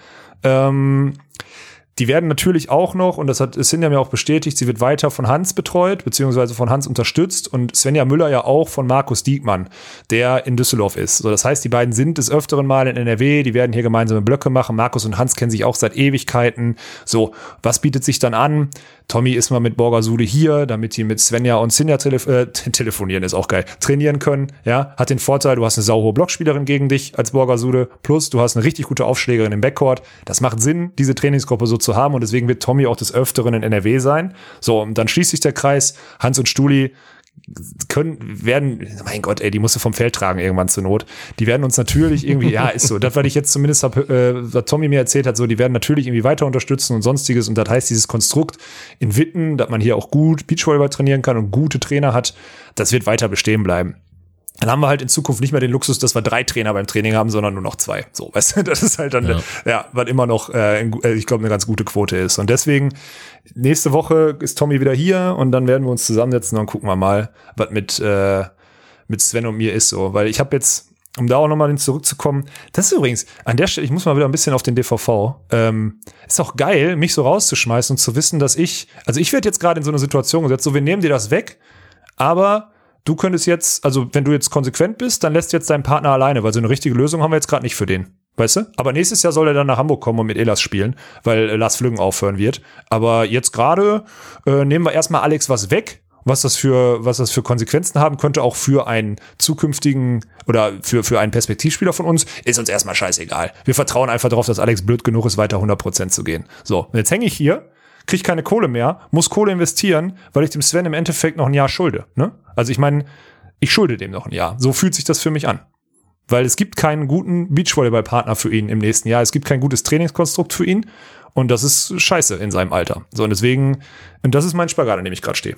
Speaker 2: ähm, die werden natürlich auch noch, und das hat Svenja mir auch bestätigt, sie wird weiter von Hans betreut, beziehungsweise von Hans unterstützt und Svenja Müller ja auch von Markus Diekmann, der in Düsseldorf ist. So, das heißt, die beiden sind des Öfteren mal in N R W, die werden hier gemeinsame Blöcke machen. Markus und Hans kennen sich auch seit Ewigkeiten. So, was bietet sich dann an? Tommy ist mal mit Borger Sude hier, damit die mit Svenja und Sinja telef- äh, telefonieren, ist auch geil, trainieren können. Ja, hat den Vorteil, du hast eine sauhohe Blockspielerin gegen dich als Borger Sude, plus du hast eine richtig gute Aufschlägerin im Backcourt. Das macht Sinn, diese Trainingsgruppe so zu haben und deswegen wird Tommy auch des Öfteren in N R W sein. So, und dann schließt sich der Kreis. Hans und Stuli können, werden, mein Gott, ey, die musst du vom Feld tragen irgendwann zur Not. Die werden uns natürlich irgendwie, ja, ist so, das, was ich jetzt zumindest hab, äh, was Tommy mir erzählt hat, so, die werden natürlich irgendwie weiter unterstützen und sonstiges und das heißt, dieses Konstrukt in Witten, dass man hier auch gut Beachvolleyball trainieren kann und gute Trainer hat, das wird weiter bestehen bleiben. Dann haben wir halt in Zukunft nicht mehr den Luxus, dass wir drei Trainer beim Training haben, sondern nur noch zwei. So, weißt du, das ist halt dann, ja, ja was immer noch, äh, ich glaube, eine ganz gute Quote ist. Und deswegen, nächste Woche ist Tommy wieder hier und dann werden wir uns zusammensetzen und dann gucken wir mal, was mit, äh, mit Sven und mir ist so. Weil ich habe jetzt, um da auch nochmal zurückzukommen, das ist übrigens, an der Stelle, ich muss mal wieder ein bisschen auf den D V V, ähm, ist auch geil, mich so rauszuschmeißen und zu wissen, dass ich, also ich werde jetzt gerade in so eine Situation gesetzt, so wir nehmen dir das weg, aber du könntest jetzt, also wenn du jetzt konsequent bist, dann lässt jetzt deinen Partner alleine, weil so eine richtige Lösung haben wir jetzt gerade nicht für den. Weißt du? Aber nächstes Jahr soll er dann nach Hamburg kommen und mit Elas spielen, weil äh, Lars Flüggen aufhören wird. Aber jetzt gerade äh, nehmen wir erstmal Alex was weg, was das für was das für Konsequenzen haben könnte, auch für einen zukünftigen oder für für einen Perspektivspieler von uns, ist uns erstmal scheißegal. Wir vertrauen einfach darauf, dass Alex blöd genug ist, weiter hundert Prozent zu gehen. So, und jetzt hänge ich hier, krieg keine Kohle mehr, muss Kohle investieren, weil ich dem Sven im Endeffekt noch ein Jahr schulde. Ne? Also ich meine, ich schulde dem noch ein Jahr. So fühlt sich das für mich an. Weil es gibt keinen guten Beachvolleyball-Partner für ihn im nächsten Jahr. Es gibt kein gutes Trainingskonstrukt für ihn. Und das ist scheiße in seinem Alter. So, und deswegen, und das ist mein Spagat, an dem ich gerade stehe.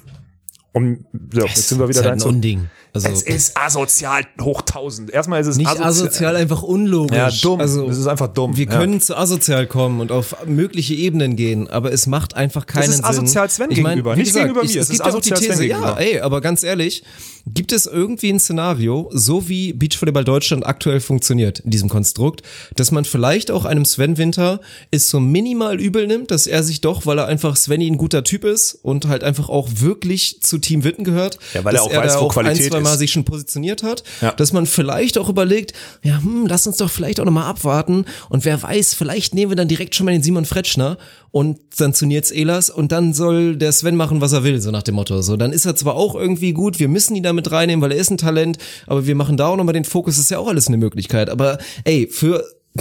Speaker 2: Und so, jetzt sind wir wieder
Speaker 1: ist
Speaker 2: da.
Speaker 1: halt ein Unding. Also,
Speaker 2: es ist asozial hoch tausend. Erstmal ist es
Speaker 1: nicht
Speaker 2: asozial,
Speaker 1: asozial, einfach unlogisch.
Speaker 2: Ja, dumm.
Speaker 1: Also,
Speaker 2: es ist einfach dumm.
Speaker 1: Wir
Speaker 2: ja.
Speaker 1: können zu asozial kommen und auf mögliche Ebenen gehen, aber es macht einfach keinen Sinn.
Speaker 2: Es ist asozial Sven
Speaker 1: ich mein,
Speaker 2: gegenüber, nicht
Speaker 1: gesagt,
Speaker 2: gegenüber mir.
Speaker 1: Ich, es,
Speaker 2: es
Speaker 1: gibt
Speaker 2: ist
Speaker 1: ja auch die
Speaker 2: asozial
Speaker 1: These,
Speaker 2: Sven
Speaker 1: ja,
Speaker 2: gegenüber.
Speaker 1: ey, aber ganz ehrlich, gibt es irgendwie ein Szenario, so wie Beachvolleyball Deutschland aktuell funktioniert in diesem Konstrukt, dass man vielleicht auch einem Sven Winter es so minimal übel nimmt, dass er sich doch, weil er einfach Svenny ein guter Typ ist und halt einfach auch wirklich zu Team Witten gehört,
Speaker 2: Ja, weil er
Speaker 1: dass
Speaker 2: auch
Speaker 1: er
Speaker 2: weiß,
Speaker 1: da
Speaker 2: wo
Speaker 1: auch
Speaker 2: Qualität
Speaker 1: ein, zwei Mal
Speaker 2: ist.
Speaker 1: sich schon positioniert hat,
Speaker 2: Ja.
Speaker 1: dass man vielleicht auch überlegt, ja, hm, lass uns doch vielleicht auch nochmal abwarten und wer weiß, vielleicht nehmen wir dann direkt schon mal den Simon Fretschner und sanktioniert Elas und dann soll der Sven machen, was er will, so nach dem Motto. So, dann ist er zwar auch irgendwie gut, wir müssen ihn da mit reinnehmen, weil er ist ein Talent, aber wir machen da auch nochmal den Fokus, ist ja auch alles eine Möglichkeit. Aber ey, für,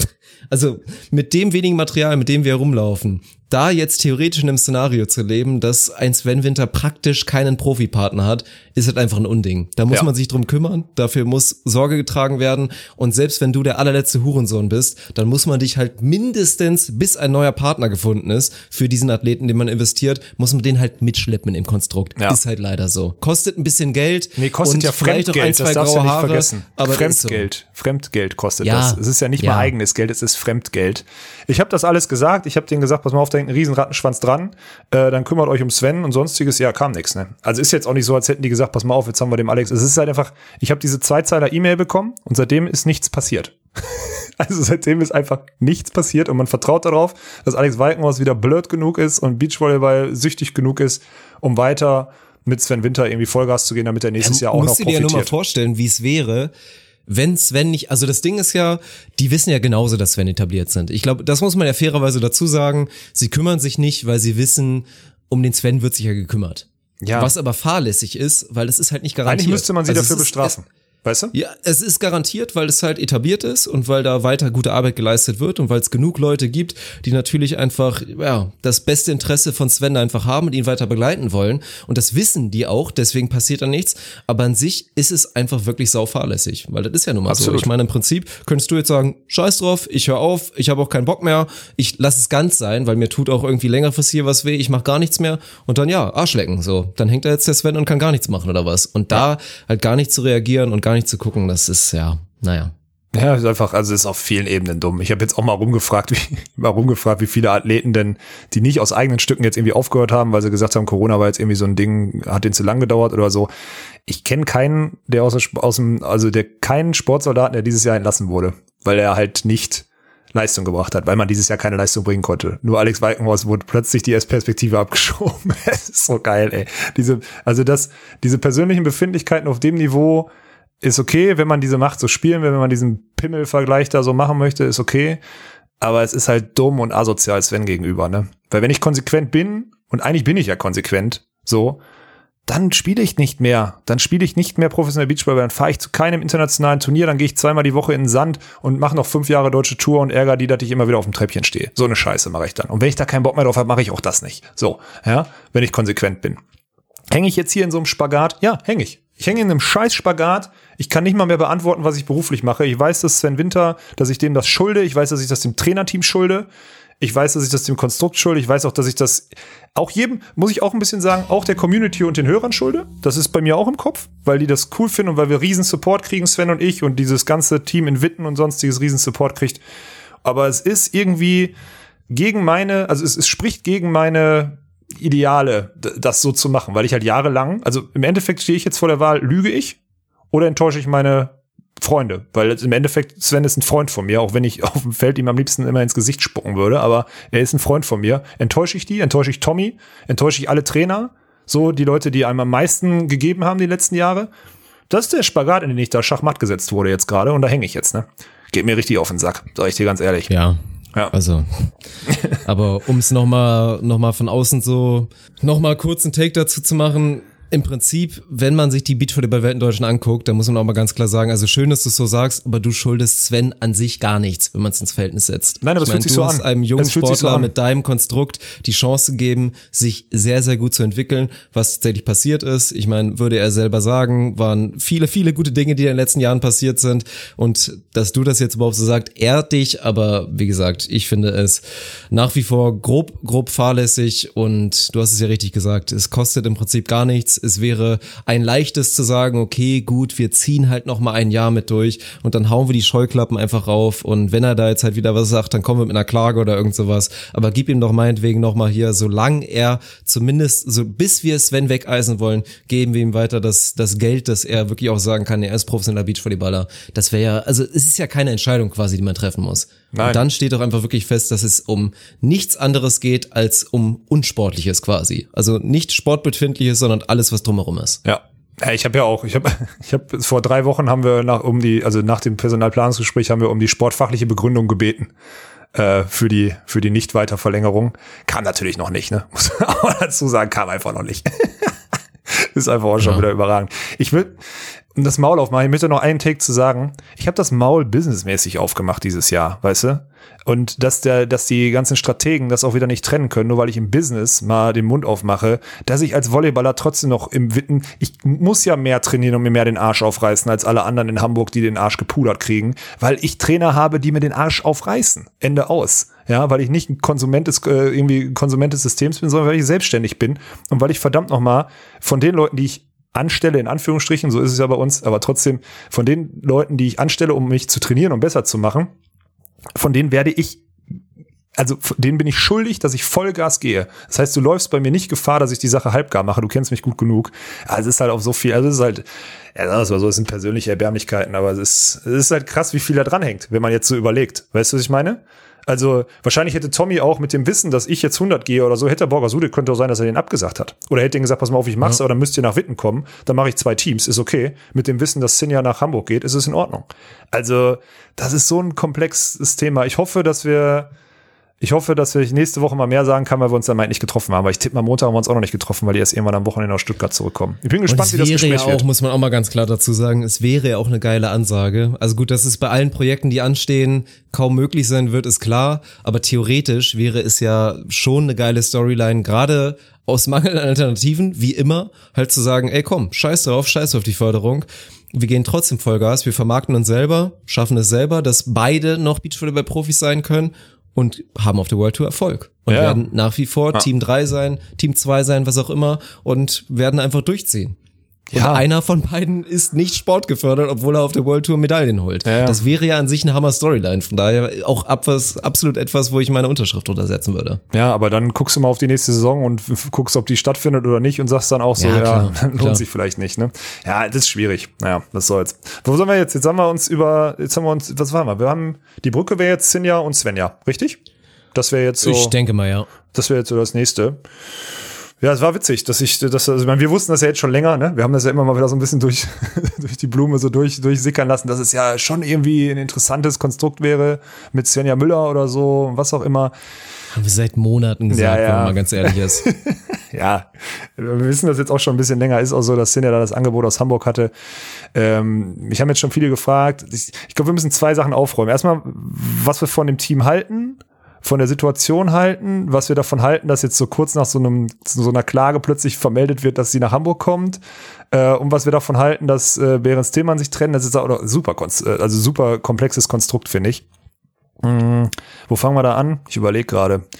Speaker 1: also mit dem wenigen Material, mit dem wir herumlaufen, da jetzt theoretisch in einem Szenario zu leben, dass ein Sven Winter praktisch keinen Profipartner hat, ist halt einfach ein Unding. Da muss
Speaker 2: Ja.
Speaker 1: man sich drum kümmern, dafür muss Sorge getragen werden und selbst wenn du der allerletzte Hurensohn bist, dann muss man dich halt mindestens, bis ein neuer Partner gefunden ist, für diesen Athleten, den man investiert, muss man den halt mitschleppen im Konstrukt.
Speaker 2: Ja.
Speaker 1: Ist halt leider so. Kostet ein bisschen Geld.
Speaker 2: Nee, kostet
Speaker 1: und
Speaker 2: ja
Speaker 1: vielleicht auch ein,
Speaker 2: Fremdgeld,
Speaker 1: zwei
Speaker 2: das darfst du
Speaker 1: graue
Speaker 2: nicht
Speaker 1: Haare,
Speaker 2: vergessen.
Speaker 1: aber das ist so.
Speaker 2: Fremdgeld, Fremdgeld kostet
Speaker 1: Ja.
Speaker 2: das. Es ist ja nicht
Speaker 1: Ja.
Speaker 2: mal eigenes Geld, es ist Fremdgeld. Ich habe das alles gesagt, ich habe denen gesagt, pass mal auf, da hängt ein riesen Rattenschwanz dran, äh, dann kümmert euch um Sven und sonstiges, ja, kam nix, ne? Also ist jetzt auch nicht so, als hätten die gesagt, pass mal auf, jetzt haben wir dem Alex, es ist halt einfach, ich habe diese Zweizeiler E-Mail bekommen und seitdem ist nichts passiert. Also seitdem ist einfach nichts passiert und man vertraut darauf, dass Alex Walkenhorst wieder blöd genug ist und Beachvolleyball süchtig genug ist, um weiter mit Sven Winter irgendwie Vollgas zu gehen, damit er nächstes Jahr auch noch
Speaker 1: musst du dir ja nur mal
Speaker 2: profitiert.
Speaker 1: vorstellen, wie es wäre, wenn Sven nicht, also das Ding ist ja, die wissen ja genauso, dass Sven etabliert sind. Ich glaube, das muss man ja fairerweise dazu sagen. Sie kümmern sich nicht, weil sie wissen, um den Sven wird sich ja gekümmert.
Speaker 2: Ja.
Speaker 1: Was aber fahrlässig ist, weil das ist halt nicht garantiert.
Speaker 2: Eigentlich müsste man sie
Speaker 1: Also
Speaker 2: dafür
Speaker 1: es ist-
Speaker 2: bestrafen. Weißt du?
Speaker 1: Ja, es ist garantiert, weil es halt etabliert ist und weil da weiter gute Arbeit geleistet wird und weil es genug Leute gibt, die natürlich einfach, ja, das beste Interesse von Sven einfach haben und ihn weiter begleiten wollen. Und das wissen die auch, deswegen passiert da nichts. Aber an sich ist es einfach wirklich saufahrlässig, weil das ist ja nun mal
Speaker 2: Absolut.
Speaker 1: so. Ich meine, im Prinzip könntest du jetzt sagen, scheiß drauf, ich höre auf, ich habe auch keinen Bock mehr, ich lass es ganz sein, weil mir tut auch irgendwie längerfristig hier was weh, ich mache gar nichts mehr und dann ja, Arschlecken, so. Dann hängt da jetzt der Sven und kann gar nichts machen oder was. Und da halt gar nicht zu reagieren und gar nicht zu gucken, das ist ja, naja.
Speaker 2: Ja, ist einfach, also ist auf vielen Ebenen dumm. Ich habe jetzt auch mal rumgefragt, wie, mal rumgefragt, wie viele Athleten denn, die nicht aus eigenen Stücken jetzt irgendwie aufgehört haben, weil sie gesagt haben, Corona war jetzt irgendwie so ein Ding, hat denen zu lang gedauert oder so. Ich kenne keinen, der aus, der, aus dem, also der keinen Sportsoldaten, der dieses Jahr entlassen wurde, weil er halt nicht Leistung gebracht hat, weil man dieses Jahr keine Leistung bringen konnte. Nur Alex Walkenhorst wurde plötzlich die Perspektive abgeschoben. Es ist so geil, ey. Diese, also das, diese persönlichen Befindlichkeiten auf dem Niveau ist okay, wenn man diese Macht so spielen will, wenn man diesen Pimmel-Vergleich da so machen möchte, ist okay. Aber es ist halt dumm und asozial Sven gegenüber, ne? Weil wenn ich konsequent bin, und eigentlich bin ich ja konsequent, so, dann spiele ich nicht mehr. Dann spiele ich nicht mehr professionell Beachvolleyball, dann fahre ich zu keinem internationalen Turnier, dann gehe ich zweimal die Woche in den Sand und mache noch fünf Jahre deutsche Tour und ärgere die, dass ich immer wieder auf dem Treppchen stehe. So eine Scheiße mache ich dann. Und wenn ich da keinen Bock mehr drauf habe, mache ich auch das nicht. So, ja, wenn ich konsequent bin. Hänge ich jetzt hier in so einem Spagat? Ja, hänge ich. Ich hänge in einem scheiß Spagat. Ich kann nicht mal mehr beantworten, was ich beruflich mache. Ich weiß, dass Sven Winter, dass ich dem das schulde. Ich weiß, dass ich das dem Trainerteam schulde. Ich weiß, dass ich das dem Konstrukt schulde. Ich weiß auch, dass ich das auch jedem, muss ich auch ein bisschen sagen, auch der Community und den Hörern schulde. Das ist bei mir auch im Kopf, weil die das cool finden und weil wir riesen Support kriegen, Sven und ich, und dieses ganze Team in Witten und sonstiges riesen Support kriegt. Aber es ist irgendwie gegen meine, also es, es spricht gegen meine Ideale, das so zu machen, weil ich halt jahrelang, also im Endeffekt stehe ich jetzt vor der Wahl, lüge ich oder enttäusche ich meine Freunde, weil im Endeffekt Sven ist ein Freund von mir, auch wenn ich auf dem Feld ihm am liebsten immer ins Gesicht spucken würde, aber er ist ein Freund von mir. Enttäusche ich die? Enttäusche ich Tommy? Enttäusche ich alle Trainer? So die Leute, die einem am meisten gegeben haben die letzten Jahre? Das ist der Spagat, in den ich da schachmatt gesetzt wurde jetzt gerade und da hänge ich jetzt, ne? Geht mir richtig auf den Sack, sag ich dir ganz ehrlich.
Speaker 1: Ja.
Speaker 2: Ja.
Speaker 1: Also, aber um es nochmal noch mal von außen so, nochmal kurz einen Take dazu zu machen, im Prinzip, wenn man sich die Beachvolleyball-Welt in Deutschland anguckt, dann muss man auch mal ganz klar sagen, also schön, dass du es so sagst, aber du schuldest Sven an sich gar nichts, wenn man es ins Verhältnis setzt.
Speaker 2: Nein, aber es fühlt sich so an.
Speaker 1: Du hast einem jungen
Speaker 2: Es fühlt sich so
Speaker 1: Sportler
Speaker 2: an.
Speaker 1: mit deinem Konstrukt die Chance gegeben, sich sehr, sehr gut zu entwickeln, was tatsächlich passiert ist. Ich meine, würde er selber sagen, waren viele, viele gute Dinge, die in den letzten Jahren passiert sind und dass du das jetzt überhaupt so sagst, ehrt dich, aber wie gesagt, ich finde es nach wie vor grob, grob fahrlässig und du hast es ja richtig gesagt, es kostet im Prinzip gar nichts. Es wäre ein leichtes zu sagen, okay, gut, wir ziehen halt noch mal ein Jahr mit durch und dann hauen wir die Scheuklappen einfach rauf und wenn er da jetzt halt wieder was sagt, dann kommen wir mit einer Klage oder irgend sowas, aber gib ihm doch meinetwegen noch mal hier, solange er zumindest, so bis wir Sven wegeisen wollen, geben wir ihm weiter das, das Geld, dass er wirklich auch sagen kann, er ist professioneller Beachvolleyballer. Das wäre ja, also es ist ja keine Entscheidung quasi, die man treffen muss.
Speaker 2: Nein.
Speaker 1: Und dann steht doch einfach wirklich fest, dass es um nichts anderes geht als um Unsportliches quasi. Also nicht Sportbefindliches, sondern alles, was drumherum ist.
Speaker 2: Ja. Ja, ich habe ja auch, ich habe ich habe vor drei Wochen haben wir nach um die, also nach dem Personalplanungsgespräch haben wir um die sportfachliche Begründung gebeten äh, für die für die Nicht-Weiterverlängerung. Kam natürlich noch nicht, ne? Muss man auch dazu sagen, kam einfach noch nicht. Ist einfach auch schon
Speaker 1: Ja.
Speaker 2: wieder überragend. Ich will um das Maul aufmachen, ich möchte noch einen Take zu sagen. Ich habe das Maul businessmäßig aufgemacht dieses Jahr, weißt du? Und dass der, dass die ganzen Strategen das auch wieder nicht trennen können, nur weil ich im Business mal den Mund aufmache, dass ich als Volleyballer trotzdem noch im Witten, ich muss ja mehr trainieren und mir mehr den Arsch aufreißen als alle anderen in Hamburg, die den Arsch gepudert kriegen, weil ich Trainer habe, die mir den Arsch aufreißen. Ende aus. Ja, weil ich nicht ein Konsument des, äh, irgendwie Konsument des Systems bin, sondern weil ich selbstständig bin und weil ich verdammt nochmal von den Leuten, die ich anstelle, in Anführungsstrichen, so ist es ja bei uns, aber trotzdem von den Leuten, die ich anstelle, um mich zu trainieren und besser zu machen, von denen werde ich, also denen bin ich schuldig, dass ich Vollgas gehe. Das heißt, du läufst bei mir nicht Gefahr, dass ich die Sache halbgar mache. Du kennst mich gut genug. Also es ist halt auch so viel, also es ist halt, ja, das war so, es sind persönliche Erbärmlichkeiten, aber es ist, es ist halt krass, wie viel da dran hängt, wenn man jetzt so überlegt. Weißt du, was ich meine? Also wahrscheinlich hätte Tommy auch mit dem Wissen, dass ich jetzt hundert gehe oder so, hätte der Borgasude, könnte auch sein, dass er den abgesagt hat. Oder hätte ihn gesagt, pass mal auf, ich mach's, ja. Oder müsst ihr nach Witten kommen, dann mache ich zwei Teams, ist okay. Mit dem Wissen, dass Sinja nach Hamburg geht, ist es in Ordnung. Also das ist so ein komplexes Thema. Ich hoffe, dass wir Ich hoffe, dass ich nächste Woche mal mehr sagen kann, weil wir uns dann mal nicht getroffen haben. Aber ich tippe mal, Montag haben wir uns auch noch nicht getroffen, weil die erst irgendwann am Wochenende aus Stuttgart zurückkommen. Ich bin gespannt, wie das Gespräch
Speaker 1: ja auch,
Speaker 2: wird.
Speaker 1: Muss man auch mal ganz klar dazu sagen, es wäre ja auch eine geile Ansage. Also gut, dass es bei allen Projekten, die anstehen, kaum möglich sein wird, ist klar. Aber theoretisch wäre es ja schon eine geile Storyline, gerade aus Mangel an Alternativen, wie immer, halt zu sagen, ey komm, scheiß drauf, scheiß auf die Förderung. Wir gehen trotzdem Vollgas, wir vermarkten uns selber, schaffen es selber, dass beide noch Beachvolleyball-Profis sein können und haben auf der World Tour Erfolg. Und
Speaker 2: ja.
Speaker 1: werden nach wie vor
Speaker 2: ja.
Speaker 1: Team drei sein, Team zwei sein, was auch immer und werden einfach durchziehen. Und
Speaker 2: Ja.
Speaker 1: einer von beiden ist nicht sportgefördert, obwohl er auf der World Tour Medaillen holt.
Speaker 2: Ja.
Speaker 1: Das wäre ja an sich eine Hammer-Storyline. Von daher auch etwas, absolut etwas, wo ich meine Unterschrift untersetzen würde.
Speaker 2: Ja, aber dann guckst du mal auf die nächste Saison und f- guckst, ob die stattfindet oder nicht und sagst dann auch so,
Speaker 1: Ja,
Speaker 2: ja,
Speaker 1: klar,
Speaker 2: lohnt
Speaker 1: klar.
Speaker 2: sich vielleicht nicht, ne? Ja, das ist schwierig. Naja, was soll's. Wo sollen wir jetzt? Jetzt haben wir uns über, jetzt haben wir uns, was waren wir? Wir haben, die Brücke wäre jetzt Sinja und Svenja, richtig? Das wäre jetzt so.
Speaker 1: Ich denke mal, ja.
Speaker 2: Das wäre jetzt so das nächste. Ja, es war witzig, dass ich, dass, also ich meine, wir wussten das ja jetzt schon länger, ne? Wir haben das ja immer mal wieder so ein bisschen durch, durch die Blume so durch, durchsickern lassen, dass es ja schon irgendwie ein interessantes Konstrukt wäre mit Svenja Müller oder so, was auch immer.
Speaker 1: Haben wir seit Monaten gesagt,
Speaker 2: Ja, ja.
Speaker 1: wenn man mal ganz ehrlich ist.
Speaker 2: Ja, wir wissen das jetzt auch schon ein bisschen länger. Ist auch so, dass Sinja da das Angebot aus Hamburg hatte. Ähm, mich haben jetzt schon viele gefragt. Ich, ich glaube, wir müssen zwei Sachen aufräumen. Erstmal, was wir von dem Team halten, von der Situation halten, was wir davon halten, dass jetzt so kurz nach so einem so einer Klage plötzlich vermeldet wird, dass sie nach Hamburg kommt, äh, und was wir davon halten, dass äh, Behrens Tillmann sich trennen. Das ist auch super, konst- also super komplexes Konstrukt, finde ich. Hm, wo fangen wir da an? Ich überlege gerade.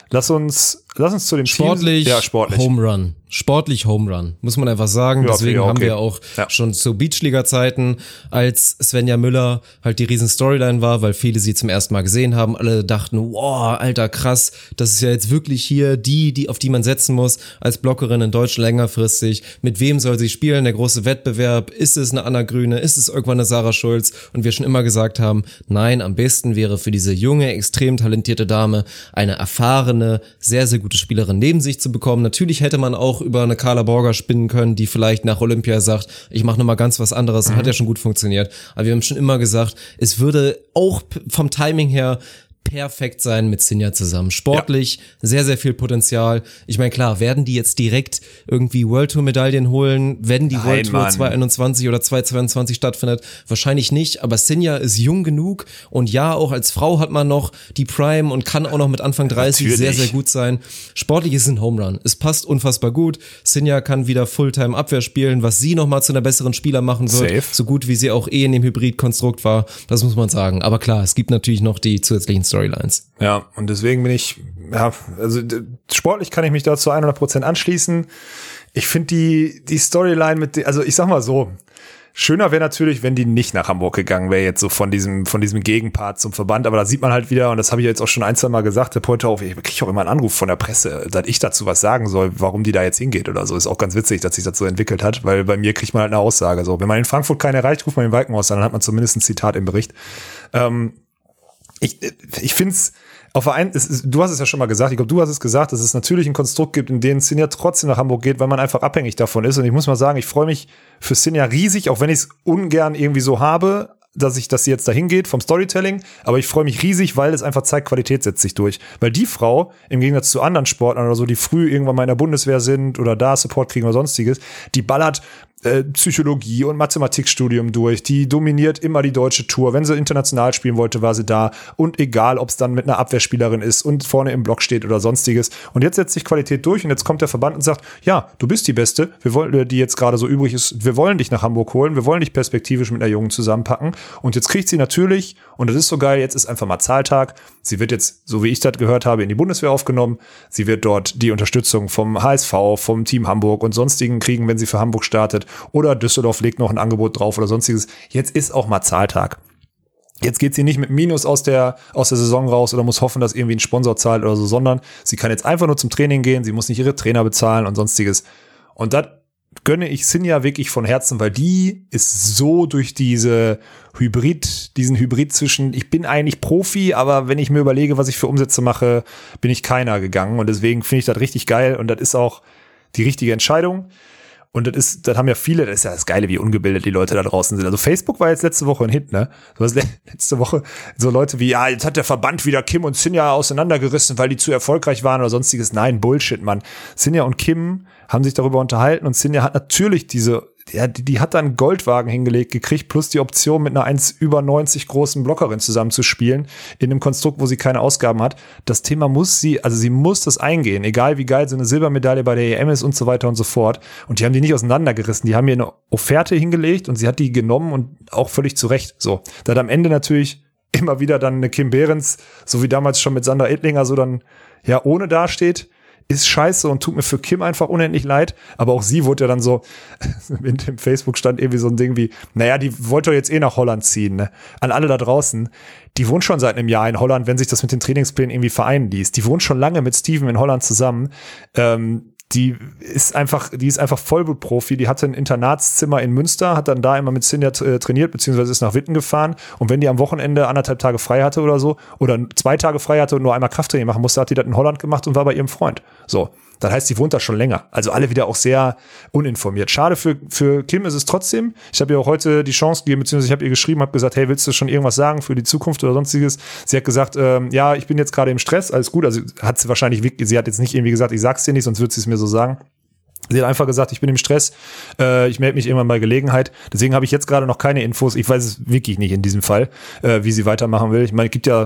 Speaker 2: Lass uns, lass uns zu dem
Speaker 1: Sportlich,
Speaker 2: Team. Ja, sportlich.
Speaker 1: Home Run. Sportlich Home Run, muss man einfach sagen.
Speaker 2: Ja,
Speaker 1: Deswegen
Speaker 2: okay.
Speaker 1: haben wir auch
Speaker 2: ja.
Speaker 1: schon zu Beachliga-Zeiten, als Svenja Müller halt die riesen Storyline war, weil viele sie zum ersten Mal gesehen haben, alle dachten, wow, Alter, krass, das ist ja jetzt wirklich hier die, die auf die man setzen muss, als Blockerin in Deutschland längerfristig. Mit wem soll sie spielen? Der große Wettbewerb. Ist es eine Anna Grüne? Ist es irgendwann eine Sarah Schulz? Und wir schon immer gesagt haben, nein, am besten wäre für diese junge, extrem talentierte Dame eine erfahrene, sehr, sehr gute Spielerin neben sich zu bekommen. Natürlich hätte man auch über eine Carla Borger spinnen können, die vielleicht nach Olympia sagt, ich mache nochmal ganz was anderes, mhm. hat ja schon gut funktioniert. Aber wir haben schon immer gesagt, es würde auch vom Timing her perfekt sein mit Sinja zusammen. Sportlich, ja. sehr, sehr viel Potenzial. Ich meine, klar, werden die jetzt direkt irgendwie World Tour Medaillen holen, wenn die Nein, World Tour zwanzig einundzwanzig oder zwanzig zweiundzwanzig stattfindet? Wahrscheinlich nicht, aber Sinja ist jung genug und ja, auch als Frau hat man noch die Prime und kann auch noch mit Anfang dreißig Natürlich. sehr, sehr gut sein. Sportlich ist ein Home Run. Es passt unfassbar gut. Sinja kann wieder Fulltime Abwehr spielen, was sie nochmal zu einer besseren Spieler machen wird. Safe. So gut wie sie auch eh in dem Hybrid-Konstrukt war. Das muss man sagen. Aber klar, es gibt natürlich noch die zusätzlichen Storylines.
Speaker 2: Ja, und deswegen bin ich, ja, also sportlich kann ich mich da zu hundert Prozent anschließen. Ich finde die die Storyline mit, de, also ich sag mal so, schöner wäre natürlich, wenn die nicht nach Hamburg gegangen wäre, jetzt so von diesem von diesem Gegenpart zum Verband. Aber da sieht man halt wieder, und das habe ich jetzt auch schon ein, zwei Mal gesagt, der heute auch, ich kriege auch immer einen Anruf von der Presse, dass ich dazu was sagen soll, warum die da jetzt hingeht oder so. Ist auch ganz witzig, dass sich das so entwickelt hat, weil bei mir kriegt man halt eine Aussage. So, wenn man in Frankfurt keinen erreicht, ruft man den Walkenhaus an, dann hat man zumindest ein Zitat im Bericht. Ähm, Ich, ich finde es, auf der einen, es, du hast es ja schon mal gesagt, ich glaube, du hast es gesagt, dass es natürlich ein Konstrukt gibt, in dem Sinja trotzdem nach Hamburg geht, weil man einfach abhängig davon ist. Und ich muss mal sagen, ich freue mich für Sinja riesig, auch wenn ich es ungern irgendwie so habe, dass ich, dass sie jetzt dahin geht vom Storytelling. Aber ich freue mich riesig, weil es einfach zeigt, Qualität setzt sich durch. Weil die Frau, im Gegensatz zu anderen Sportlern oder so, die früh irgendwann mal in der Bundeswehr sind oder da Support kriegen oder sonstiges, die ballert Äh, Psychologie und Mathematikstudium durch, die dominiert immer die deutsche Tour. Wenn sie international spielen wollte, war sie da. Und egal, ob es dann mit einer Abwehrspielerin ist und vorne im Block steht oder sonstiges. Und jetzt setzt sich Qualität durch und jetzt kommt der Verband und sagt, ja, du bist die Beste, wir wollen, die jetzt gerade so übrig ist, wir wollen dich nach Hamburg holen, wir wollen dich perspektivisch mit einer Jungen zusammenpacken. Und jetzt kriegt sie natürlich, und das ist so geil, jetzt ist einfach mal Zahltag, sie wird jetzt, so wie ich das gehört habe, in die Bundeswehr aufgenommen, sie wird dort die Unterstützung vom H S V, vom Team Hamburg und sonstigen kriegen, wenn sie für Hamburg startet. Oder Düsseldorf legt noch ein Angebot drauf oder sonstiges. Jetzt ist auch mal Zahltag. Jetzt geht sie nicht mit Minus aus der, aus der Saison raus oder muss hoffen, dass irgendwie ein Sponsor zahlt oder so, sondern sie kann jetzt einfach nur zum Training gehen, sie muss nicht ihre Trainer bezahlen und sonstiges. Und das gönne ich Sinja wirklich von Herzen, weil die ist so durch diese Hybrid, diesen Hybrid zwischen, ich bin eigentlich Profi, aber wenn ich mir überlege, was ich für Umsätze mache, bin ich keiner gegangen. Und deswegen finde ich das richtig geil und das ist auch die richtige Entscheidung. Und das ist, das haben ja viele, das ist ja das Geile, wie ungebildet die Leute da draußen sind. Also Facebook war jetzt letzte Woche ein Hit, ne? Du hast letzte Woche so Leute wie, ja, jetzt hat der Verband wieder Kim und Sinja auseinandergerissen, weil die zu erfolgreich waren oder sonstiges. Nein, Bullshit, Mann. Sinja und Kim haben sich darüber unterhalten und Sinja hat natürlich diese, ja, die, die hat dann Goldwagen hingelegt gekriegt, plus die Option mit einer eins über neunzig großen Blockerin zusammen zu spielen, in einem Konstrukt, wo sie keine Ausgaben hat. Das Thema muss sie, also sie muss das eingehen, egal wie geil so eine Silbermedaille bei der E M ist und so weiter und so fort. Und die haben die nicht auseinandergerissen, die haben ihr eine Offerte hingelegt und sie hat die genommen und auch völlig zu Recht. So, da hat am Ende natürlich immer wieder dann eine Kim Behrens, so wie damals schon mit Sandra Ettlinger, so dann, ja, ohne dasteht. Ist scheiße und tut mir für Kim einfach unendlich leid. Aber auch sie wurde ja dann so, in dem Facebook stand irgendwie so ein Ding wie, naja, die wollte doch jetzt eh nach Holland ziehen, ne? An alle da draußen, die wohnt schon seit einem Jahr in Holland, wenn sich das mit den Trainingsplänen irgendwie vereinen ließ. Die wohnt schon lange mit Steven in Holland zusammen. Ähm, die ist einfach, die ist einfach Vollblutprofi. Die hatte ein Internatszimmer in Münster, hat dann da immer mit Sinja äh, trainiert, beziehungsweise ist nach Witten gefahren. Und wenn die am Wochenende anderthalb Tage frei hatte oder so, oder zwei Tage frei hatte und nur einmal Krafttraining machen musste, hat die das in Holland gemacht und war bei ihrem Freund. So. Das heißt, die wohnt da schon länger. Also alle wieder auch sehr uninformiert. Schade für für Kim ist es trotzdem. Ich habe ihr auch heute die Chance gegeben, beziehungsweise ich habe ihr geschrieben, habe gesagt, hey, willst du schon irgendwas sagen für die Zukunft oder sonstiges? Sie hat gesagt, ähm, ja, ich bin jetzt gerade im Stress, alles gut. Also hat sie wahrscheinlich, sie hat jetzt nicht irgendwie gesagt, ich sag's dir nicht, sonst wird sie es mir so sagen. Sie hat einfach gesagt, ich bin im Stress, äh, ich melde mich irgendwann bei Gelegenheit. Deswegen habe ich jetzt gerade noch keine Infos. Ich weiß es wirklich nicht in diesem Fall, äh, wie sie weitermachen will. Ich meine, es gibt ja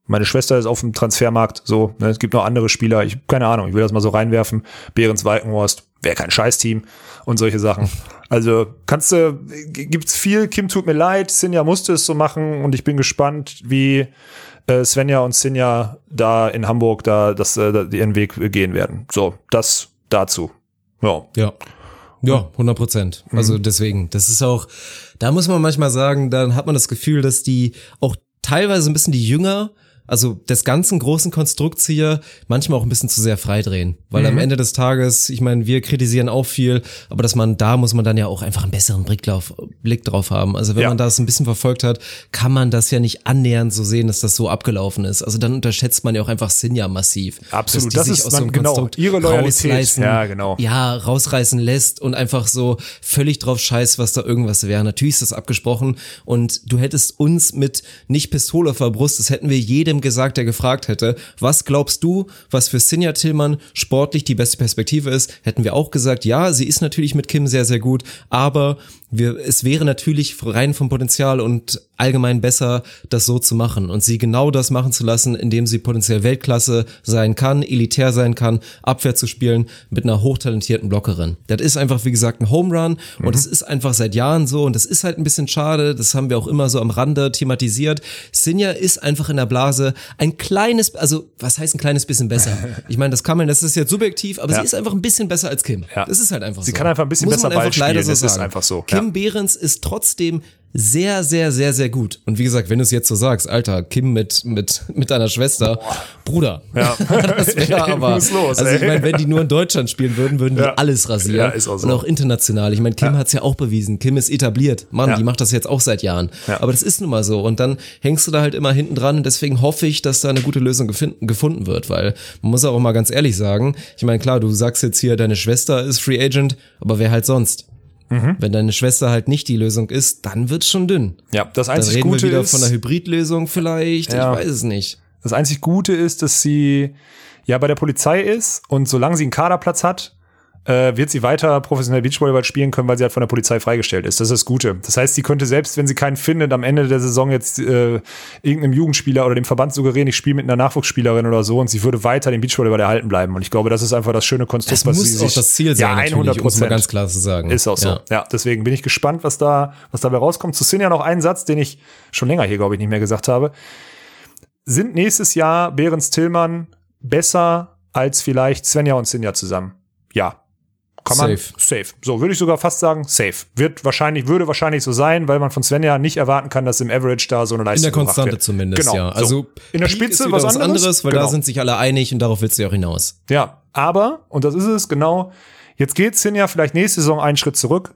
Speaker 2: Meine Schwester ist auf dem Transfermarkt, so, ne, es gibt noch andere Spieler, ich, keine Ahnung, ich will das mal so reinwerfen. Behrens Walkenhorst, wäre kein Scheißteam und solche Sachen. Also, kannst du, gibt's viel, Kim tut mir leid, Sinja musste es so machen und ich bin gespannt, wie äh, Svenja und Sinja da in Hamburg da, das, äh, ihren Weg gehen werden. So, das dazu. Ja.
Speaker 1: Ja. Ja, hundert Prozent. Also deswegen, das ist auch, da muss man manchmal sagen, dann hat man das Gefühl, dass die auch teilweise ein bisschen die Jünger, also des ganzen großen Konstrukts hier, manchmal auch ein bisschen zu sehr freidrehen. Weil mhm. am Ende des Tages, ich meine, wir kritisieren auch viel, aber dass man, da muss man dann ja auch einfach einen besseren Blick drauf, Blick drauf haben. Also wenn
Speaker 2: ja.
Speaker 1: man das ein bisschen verfolgt hat, kann man das ja nicht annähernd so sehen, dass das so abgelaufen ist. Also dann unterschätzt man ja auch einfach Sinja massiv.
Speaker 2: Absolut, das ist man, genau, ihre Loyalität.
Speaker 1: Ja, genau. Ja, rausreißen lässt und einfach so völlig drauf scheißt, was da irgendwas wäre. Natürlich ist das abgesprochen und du hättest uns mit nicht Pistole auf der Brust, das hätten wir jedem gesagt, der gefragt hätte, was glaubst du, was für Sinja Tillmann sportlich die beste Perspektive ist, hätten wir auch gesagt, ja, sie ist natürlich mit Kim sehr, sehr gut, aber wir, es wäre natürlich rein vom Potenzial und allgemein besser, das so zu machen und sie genau das machen zu lassen, indem sie potenziell Weltklasse sein kann, elitär sein kann, Abwehr zu spielen mit einer hochtalentierten Blockerin. Das ist einfach, wie gesagt, ein Home Run mhm. und es ist einfach seit Jahren so und das ist halt ein bisschen schade, das haben wir auch immer so am Rande thematisiert. Sinja ist einfach in der Blase ein kleines, also was heißt ein kleines bisschen besser? Ich meine, das kann man, das ist jetzt subjektiv, aber ja. sie ist einfach ein bisschen besser als Kim. Ja. Das ist halt einfach
Speaker 2: sie
Speaker 1: so.
Speaker 2: Sie kann einfach ein bisschen
Speaker 1: Muss
Speaker 2: besser Ball spielen, so das sagen. Ist einfach so.
Speaker 1: Kim ja. Behrens ist trotzdem sehr, sehr, sehr, sehr gut. Und wie gesagt, wenn du es jetzt so sagst, Alter, Kim mit mit mit deiner Schwester, Boah. Bruder. Ja. Das wäre aber, los, also ich meine, wenn die nur in Deutschland spielen würden, würden die ja. alles rasieren. Ja, ist auch so. Und auch international. Ich meine, Kim ja. hat's ja auch bewiesen. Kim ist etabliert. Mann, ja. die macht das jetzt auch seit Jahren. Ja. Aber das ist nun mal so. Und dann hängst du da halt immer hinten dran. Und deswegen hoffe ich, dass da eine gute Lösung gefunden, gefunden wird. Weil man muss auch mal ganz ehrlich sagen, ich meine, klar, du sagst jetzt hier, deine Schwester ist Free Agent, aber wer halt sonst? Mhm. Wenn deine Schwester halt nicht die Lösung ist, dann wird's schon dünn.
Speaker 2: Ja, das einzig
Speaker 1: Gute ist... Dann reden wir wieder
Speaker 2: ist,
Speaker 1: von einer Hybridlösung vielleicht, ja, ich weiß es nicht.
Speaker 2: Das einzig Gute ist, dass sie ja bei der Polizei ist und solange sie einen Kaderplatz hat, äh, wird sie weiter professionell Beachvolleyball spielen können, weil sie halt von der Polizei freigestellt ist. Das ist das Gute. Das heißt, sie könnte selbst, wenn sie keinen findet, am Ende der Saison jetzt äh, irgendeinem Jugendspieler oder dem Verband suggerieren, ich spiele mit einer Nachwuchsspielerin oder so und sie würde weiter den Beachvolleyball erhalten bleiben. Und ich glaube, das ist einfach das schöne Konstrukt,
Speaker 1: das
Speaker 2: was
Speaker 1: muss
Speaker 2: sie
Speaker 1: auch
Speaker 2: sich...
Speaker 1: das Ziel sein,
Speaker 2: ja, hundert Prozent.
Speaker 1: Um es mal ganz klar zu sagen.
Speaker 2: Ist auch so. Ja. ja, deswegen bin ich gespannt, was da was dabei rauskommt. Zu Sinja noch einen Satz, den ich schon länger hier, glaube ich, nicht mehr gesagt habe. Sind nächstes Jahr Behrens Tillmann besser als vielleicht Svenja und Sinja zusammen? Ja. Kann man, safe. Safe. So, würde ich sogar fast sagen, safe. Wird wahrscheinlich, würde wahrscheinlich so sein, weil man von Svenja nicht erwarten kann, dass im Average da so eine Leistung
Speaker 1: in der Konstante zumindest, genau, ja. Also
Speaker 2: so. In der Spitze was anderes,
Speaker 1: anderes weil genau. da sind sich alle einig und darauf willst du ja auch hinaus.
Speaker 2: Ja, aber, und das ist es, genau, jetzt geht Sinja vielleicht nächste Saison einen Schritt zurück,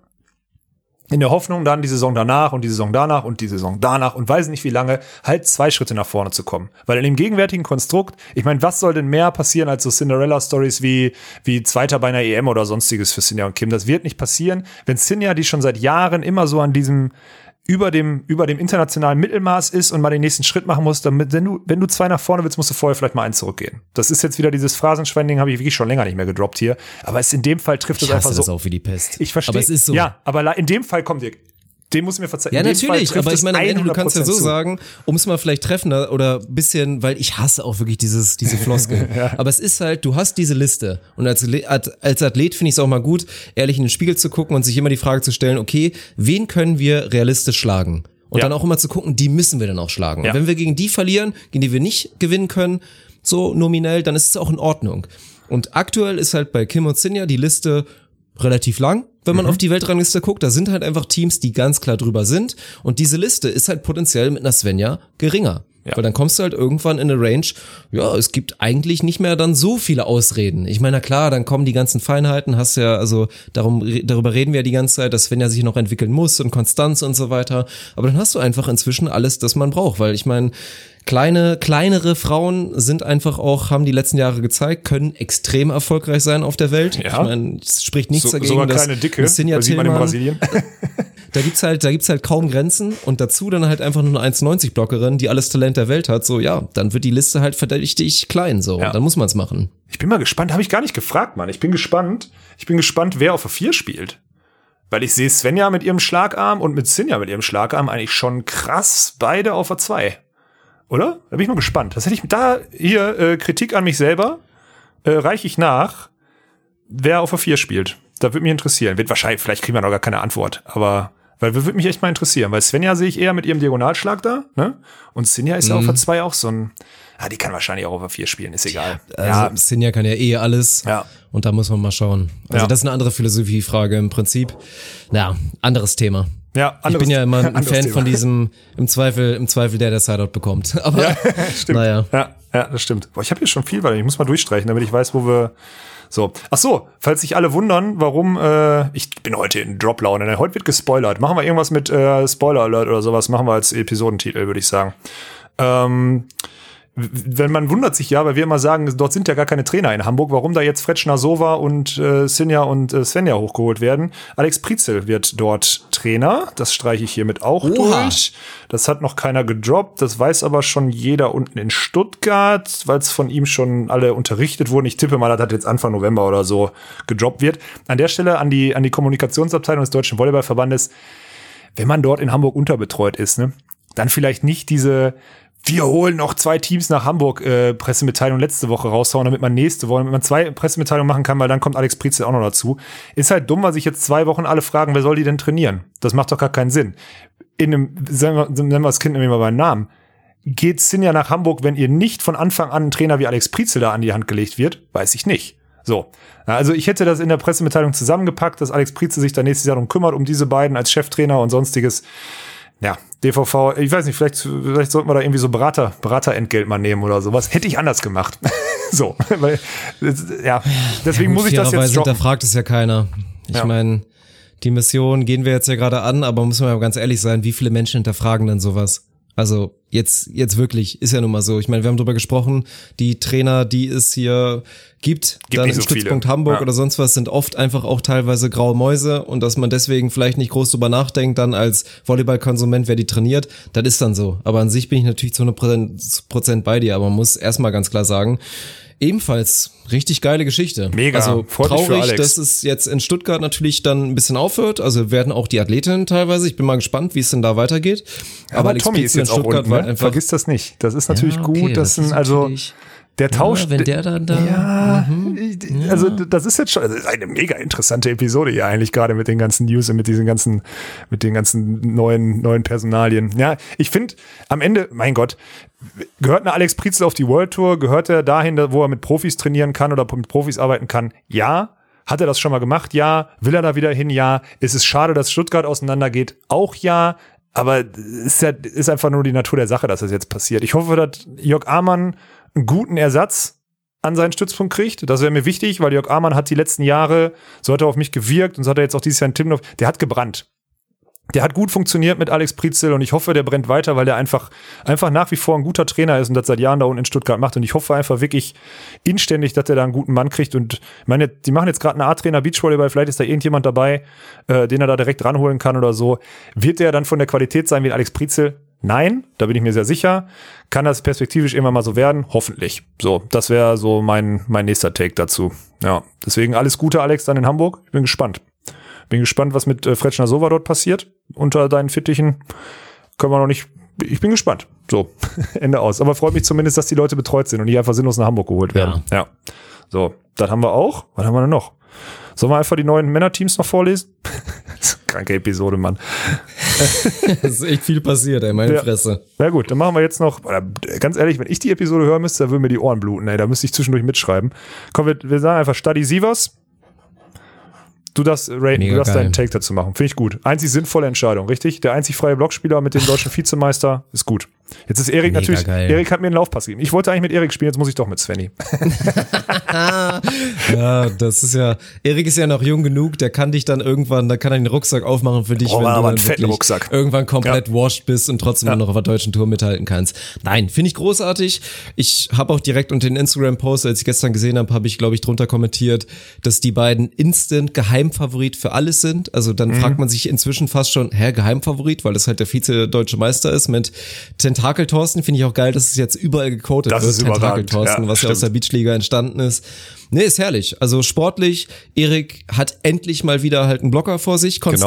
Speaker 2: in der Hoffnung dann die Saison danach und die Saison danach und die Saison danach und weiß nicht wie lange, halt zwei Schritte nach vorne zu kommen. Weil in dem gegenwärtigen Konstrukt, ich meine, was soll denn mehr passieren als so Cinderella-Stories wie wie Zweiter bei einer E M oder sonstiges für Sinja und Kim? Das wird nicht passieren, wenn Sinja, die schon seit Jahren immer so an diesem über dem über dem internationalen Mittelmaß ist und mal den nächsten Schritt machen muss, damit wenn du wenn du zwei nach vorne willst, musst du vorher vielleicht mal eins zurückgehen. Das ist jetzt wieder dieses Phrasenschwein-Ding, habe ich wirklich schon länger nicht mehr gedroppt hier, aber es in dem Fall trifft es einfach so. Ich
Speaker 1: hasse das auch wie die Pest.
Speaker 2: Ich verstehe.
Speaker 1: Aber es ist so.
Speaker 2: Ja, aber in dem Fall kommt ihr dem muss mir verzeihen.
Speaker 1: Ja, natürlich, aber ich meine, am Ende, du kannst ja so zu. sagen, um es mal vielleicht treffender oder bisschen, weil ich hasse auch wirklich dieses diese Floskel. ja. Aber es ist halt, du hast diese Liste und als, als Athlet finde ich es auch mal gut, ehrlich in den Spiegel zu gucken und sich immer die Frage zu stellen, okay, wen können wir realistisch schlagen? Und ja. dann auch immer zu gucken, die müssen wir dann auch schlagen. Ja. Und wenn wir gegen die verlieren, gegen die wir nicht gewinnen können, so nominell, dann ist es auch in Ordnung. Und aktuell ist halt bei Kim und Sinja die Liste relativ lang, wenn man mhm. auf die Weltrangliste guckt. Da sind halt einfach Teams, die ganz klar drüber sind. Und diese Liste ist halt potenziell mit einer Svenja geringer. Ja. Weil dann kommst du halt irgendwann in eine Range, ja, es gibt eigentlich nicht mehr dann so viele Ausreden. Ich meine, na klar, dann kommen die ganzen Feinheiten, hast ja, also darum, darüber reden wir ja die ganze Zeit, dass Svenja sich noch entwickeln muss und Konstanz und so weiter. Aber dann hast du einfach inzwischen alles, das man braucht. Weil ich meine, Kleine, kleinere Frauen sind einfach auch, haben die letzten Jahre gezeigt, können extrem erfolgreich sein auf der Welt.
Speaker 2: Ja.
Speaker 1: Ich meine, es spricht nichts
Speaker 2: so,
Speaker 1: dagegen,
Speaker 2: sogar
Speaker 1: dass
Speaker 2: kleine Dicke,
Speaker 1: Sinja
Speaker 2: sieht man in
Speaker 1: Tillmann,
Speaker 2: Brasilien.
Speaker 1: da gibt's halt, da gibt's halt kaum Grenzen und dazu dann halt einfach nur eine eins neunzig Blockerin, die alles Talent der Welt hat. So, ja, dann wird die Liste halt verdächtig klein, so. Ja. Dann muss man's machen.
Speaker 2: Ich bin mal gespannt, habe ich gar nicht gefragt, Mann. Ich bin gespannt, ich bin gespannt, wer auf der vier spielt. Weil ich sehe Svenja mit ihrem Schlagarm und mit Sinja mit ihrem Schlagarm eigentlich schon krass beide auf der zwei. oder? Da bin ich mal gespannt. Das hätte ich da hier äh, Kritik an mich selber äh, reiche ich nach, wer auf der vier spielt. Da würde mich interessieren. Wird wahrscheinlich, vielleicht kriegen wir noch gar keine Antwort, aber weil würde mich echt mal interessieren, weil Svenja sehe ich eher mit ihrem Diagonalschlag da, ne? Und Sinja ist ja mhm. auf der zwei auch so ein, ah, die kann wahrscheinlich auch auf der vier spielen, ist egal.
Speaker 1: Also ja. Sinja kann ja eh alles.
Speaker 2: Ja.
Speaker 1: Und da muss man mal schauen. Also ja. das ist eine andere Philosophiefrage im Prinzip. Ja, anderes Thema.
Speaker 2: Ja,
Speaker 1: anderes, ich bin ja immer ein Fan Thema. Von diesem, im Zweifel, im Zweifel der, der Sideout bekommt. Aber,
Speaker 2: ja, stimmt.
Speaker 1: Naja.
Speaker 2: Ja, ja, das stimmt. Boah, ich habe hier schon viel, weil ich muss mal durchstreichen, damit ich weiß, wo wir, so. Ach so, falls sich alle wundern, warum, äh, ich bin heute in Drop-Laune, ne? Heute wird gespoilert. Machen wir irgendwas mit, äh, Spoiler-Alert oder sowas, machen wir als Episodentitel, würde ich sagen. Ähm, wenn man wundert sich ja, weil wir immer sagen, dort sind ja gar keine Trainer in Hamburg, warum da jetzt Fred Schnasova und äh, Sinja und äh, Svenja hochgeholt werden. Alex Prizel wird dort Trainer, das streiche ich hiermit auch Oha. durch. Das hat noch keiner gedroppt, das weiß aber schon jeder unten in Stuttgart, weil es von ihm schon alle unterrichtet wurden. Ich tippe mal, das hat jetzt Anfang November oder so gedroppt wird. An der Stelle an die, an die Kommunikationsabteilung des Deutschen Volleyballverbandes, wenn man dort in Hamburg unterbetreut ist, ne, dann vielleicht nicht diese wir holen noch zwei Teams nach Hamburg äh, Pressemitteilung letzte Woche raushauen, damit man nächste Woche, damit man zwei Pressemitteilungen machen kann, weil dann kommt Alex Prizel auch noch dazu. Ist halt dumm, weil sich jetzt zwei Wochen alle fragen, wer soll die denn trainieren? Das macht doch gar keinen Sinn. In einem, nennen wir, nennen wir das Kind nämlich mal beim Namen. Geht Sinja nach Hamburg, wenn ihr nicht von Anfang an ein Trainer wie Alex Prizel da an die Hand gelegt wird? Weiß ich nicht. So. Also ich hätte das in der Pressemitteilung zusammengepackt, dass Alex Prizel sich da nächstes Jahr darum kümmert, um diese beiden als Cheftrainer und sonstiges. Ja, D V V, ich weiß nicht, vielleicht, vielleicht sollten wir da irgendwie so Berater, Beraterentgelt mal nehmen oder sowas. Hätte ich anders gemacht. so, weil, ja, deswegen ja, gut, muss ich das jetzt droppen.
Speaker 1: Da fragt es ja keiner. Ich ja. meine, die Mission gehen wir jetzt ja gerade an, aber muss man ja ganz ehrlich sein, wie viele Menschen hinterfragen denn sowas? Also jetzt jetzt wirklich, ist ja nun mal so. Ich meine, wir haben drüber gesprochen, die Trainer, die es hier gibt, gibt dann im so Stützpunkt viele. Hamburg ja. oder sonst was, sind oft einfach auch teilweise graue Mäuse und dass man deswegen vielleicht nicht groß drüber nachdenkt, dann als Volleyballkonsument, wer die trainiert, das ist dann so. Aber an sich bin ich natürlich zu hundert Prozent bei dir, aber man muss erstmal ganz klar sagen, ebenfalls richtig geile Geschichte.
Speaker 2: Mega,
Speaker 1: also
Speaker 2: freut mich für
Speaker 1: traurig,
Speaker 2: Alex.
Speaker 1: dass es jetzt in Stuttgart natürlich dann ein bisschen aufhört. Also werden auch die Athletinnen teilweise. Ich bin mal gespannt, wie es denn da weitergeht.
Speaker 2: Ja, aber, aber Alex Tommy ist jetzt auch unten, ne? Vergiss das nicht. Das ist natürlich ja, okay, gut. Das, das sind also der Tausch.
Speaker 1: Ja, wenn der dann da.
Speaker 2: Ja, mhm. also das ist jetzt schon, das ist eine mega interessante Episode hier eigentlich gerade mit den ganzen News und mit diesen ganzen, mit den ganzen neuen, neuen Personalien. Ja, ich finde am Ende, mein Gott, gehört eine Alex Prizel auf die World Tour? Gehört er dahin, wo er mit Profis trainieren kann oder mit Profis arbeiten kann? Ja. Hat er das schon mal gemacht? Ja. Will er da wieder hin? Ja. Ist es schade, dass Stuttgart auseinandergeht? Auch ja. Aber es ist, ja, ist einfach nur die Natur der Sache, dass das jetzt passiert. Ich hoffe, dass Jörg Amann einen guten Ersatz an seinen Stützpunkt kriegt. Das wäre mir wichtig, weil Jörg Amann hat die letzten Jahre, so hat er auf mich gewirkt und so hat er jetzt auch dieses Jahr in Timmendorf, der hat gebrannt. Der hat gut funktioniert mit Alex Prizel und ich hoffe, der brennt weiter, weil der einfach einfach nach wie vor ein guter Trainer ist und das seit Jahren da unten in Stuttgart macht. Und ich hoffe einfach wirklich inständig, dass der da einen guten Mann kriegt. Und ich meine, die machen jetzt gerade einen A-Trainer Beachvolleyball, vielleicht ist da irgendjemand dabei, äh, den er da direkt ranholen kann oder so. Wird der dann von der Qualität sein wie Alex Prizel? Nein, da bin ich mir sehr sicher. Kann das perspektivisch irgendwann mal so werden? Hoffentlich. So, das wäre so mein mein nächster Take dazu. Ja, deswegen alles Gute, Alex, dann in Hamburg. Ich bin gespannt. Bin gespannt, was mit äh, Fred Schnasova dort passiert. Unter deinen Fittichen können wir noch nicht. Ich bin gespannt. So, Ende aus. Aber freut mich zumindest, dass die Leute betreut sind und nicht einfach sinnlos nach Hamburg geholt werden. Ja. ja. So, das haben wir auch. Was haben wir denn noch? Sollen wir einfach die neuen Männerteams noch vorlesen? Kranke Episode, Mann.
Speaker 1: Es ist echt viel passiert, ey, meine
Speaker 2: ja.
Speaker 1: Fresse.
Speaker 2: Na gut, dann machen wir jetzt noch, ganz ehrlich, wenn ich die Episode hören müsste, dann würden mir die Ohren bluten, ey. Da müsste ich zwischendurch mitschreiben. Komm, wir, wir sagen einfach Stadi Sievers. Du darfst, Ray, du darfst deinen Take dazu machen. Finde ich gut. Einzig sinnvolle Entscheidung, richtig? Der einzig freie Blockspieler mit dem deutschen Vizemeister ist gut. Jetzt ist Erik natürlich, geil. Erik hat mir einen Laufpass gegeben. Ich wollte eigentlich mit Erik spielen, jetzt muss ich doch mit Svenny.
Speaker 1: Ja, das ist ja, Erik ist ja noch jung genug, der kann dich dann irgendwann, da kann er den Rucksack aufmachen für dich,
Speaker 2: oh,
Speaker 1: wenn du
Speaker 2: aber
Speaker 1: dann
Speaker 2: einen fetten Rucksack.
Speaker 1: irgendwann komplett ja. washed bist und trotzdem
Speaker 2: ja.
Speaker 1: noch auf der deutschen Tour mithalten kannst. Nein, finde ich großartig. Ich habe auch direkt unter den Instagram-Post, als ich gestern gesehen habe, habe ich, glaube ich, drunter kommentiert, dass die beiden instant Geheimfavorit für alles sind. Also dann mhm. fragt man sich inzwischen fast schon, hä, Geheimfavorit, weil das halt der Vize-Deutsche Meister ist mit Tentakel Thorsten. Finde ich auch geil, dass es jetzt überall gecodet
Speaker 2: das
Speaker 1: wird.
Speaker 2: Ist Tentakel
Speaker 1: Thorsten, ja, was ja aus der Beachliga entstanden ist. Nee, ist herrlich. Also sportlich, Erik hat endlich mal wieder halt einen Blocker vor sich, konstant.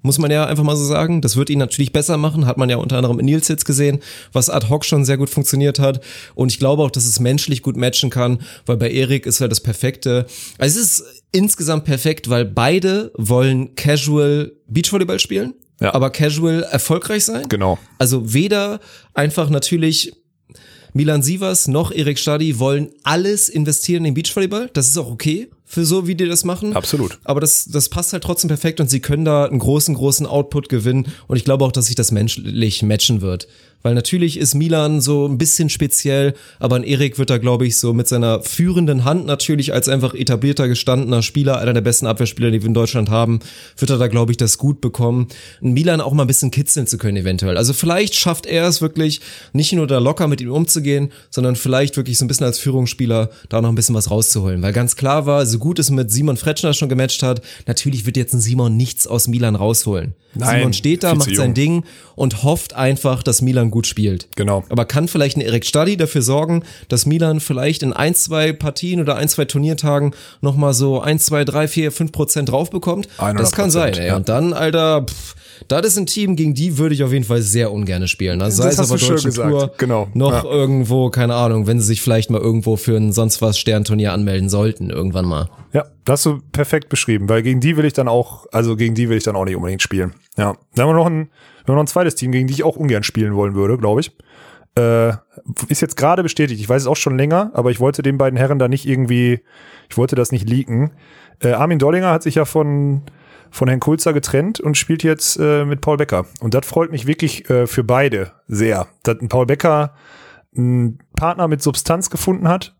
Speaker 1: muss man ja einfach mal so sagen. Das wird ihn natürlich besser machen, hat man ja unter anderem in Nils jetzt gesehen, was ad hoc schon sehr gut funktioniert hat. Und ich glaube auch, dass es menschlich gut matchen kann, weil bei Erik ist halt das Perfekte. Also es ist insgesamt perfekt, weil beide wollen casual Beachvolleyball spielen, ja. aber casual erfolgreich sein.
Speaker 2: Genau.
Speaker 1: Also weder einfach natürlich Milan Sievers noch Erik Stadi wollen alles investieren in den Beachvolleyball. Das ist auch okay für so, wie die das machen.
Speaker 2: Absolut.
Speaker 1: Aber das, das passt halt trotzdem perfekt und sie können da einen großen, großen Output gewinnen. Und ich glaube auch, dass sich das menschlich matchen wird. Weil natürlich ist Milan so ein bisschen speziell, aber ein Erik wird da, glaube ich, so mit seiner führenden Hand natürlich als einfach etablierter, gestandener Spieler, einer der besten Abwehrspieler, die wir in Deutschland haben, wird er da, glaube ich, das gut bekommen. Ein Milan auch mal ein bisschen kitzeln zu können eventuell. Also vielleicht schafft er es wirklich, nicht nur da locker mit ihm umzugehen, sondern vielleicht wirklich so ein bisschen als Führungsspieler da noch ein bisschen was rauszuholen. Weil ganz klar war, so gut es mit Simon Fretschner schon gematcht hat, natürlich wird jetzt ein Simon nichts aus Milan rausholen. Nein, Simon steht da, macht sein Ding und hofft einfach, dass Milan gut spielt.
Speaker 2: Genau.
Speaker 1: Aber kann vielleicht ein Erik Stadi dafür sorgen, dass Milan vielleicht in ein, zwei Partien oder ein, zwei Turniertagen nochmal so ein, zwei, drei, vier, fünf Prozent drauf bekommt? Das kann sein, ey. Ja. Und dann, Alter, pff, das ist ein Team, gegen die würde ich auf jeden Fall sehr ungern spielen. Ne? Sei
Speaker 2: das
Speaker 1: es
Speaker 2: hast
Speaker 1: aber
Speaker 2: du
Speaker 1: Deutsche
Speaker 2: schön
Speaker 1: Tour,
Speaker 2: gesagt. Genau.
Speaker 1: noch
Speaker 2: ja.
Speaker 1: irgendwo, keine Ahnung, wenn sie sich vielleicht mal irgendwo für ein sonst was Sternturnier anmelden sollten, irgendwann mal.
Speaker 2: Ja, das hast du perfekt beschrieben, weil gegen die will ich dann auch, also gegen die will ich dann auch nicht unbedingt spielen. Ja, dann haben wir noch ein, wir haben noch ein zweites Team, gegen die ich auch ungern spielen wollen würde, glaube ich. Äh, ist jetzt gerade bestätigt, ich weiß es auch schon länger, aber ich wollte den beiden Herren da nicht irgendwie, ich wollte das nicht leaken. Äh, Armin Dollinger hat sich ja von von Herrn Kulzer getrennt und spielt jetzt äh, mit Paul Becker. Und das freut mich wirklich äh, für beide sehr, dass ein Paul Becker einen Partner mit Substanz gefunden hat.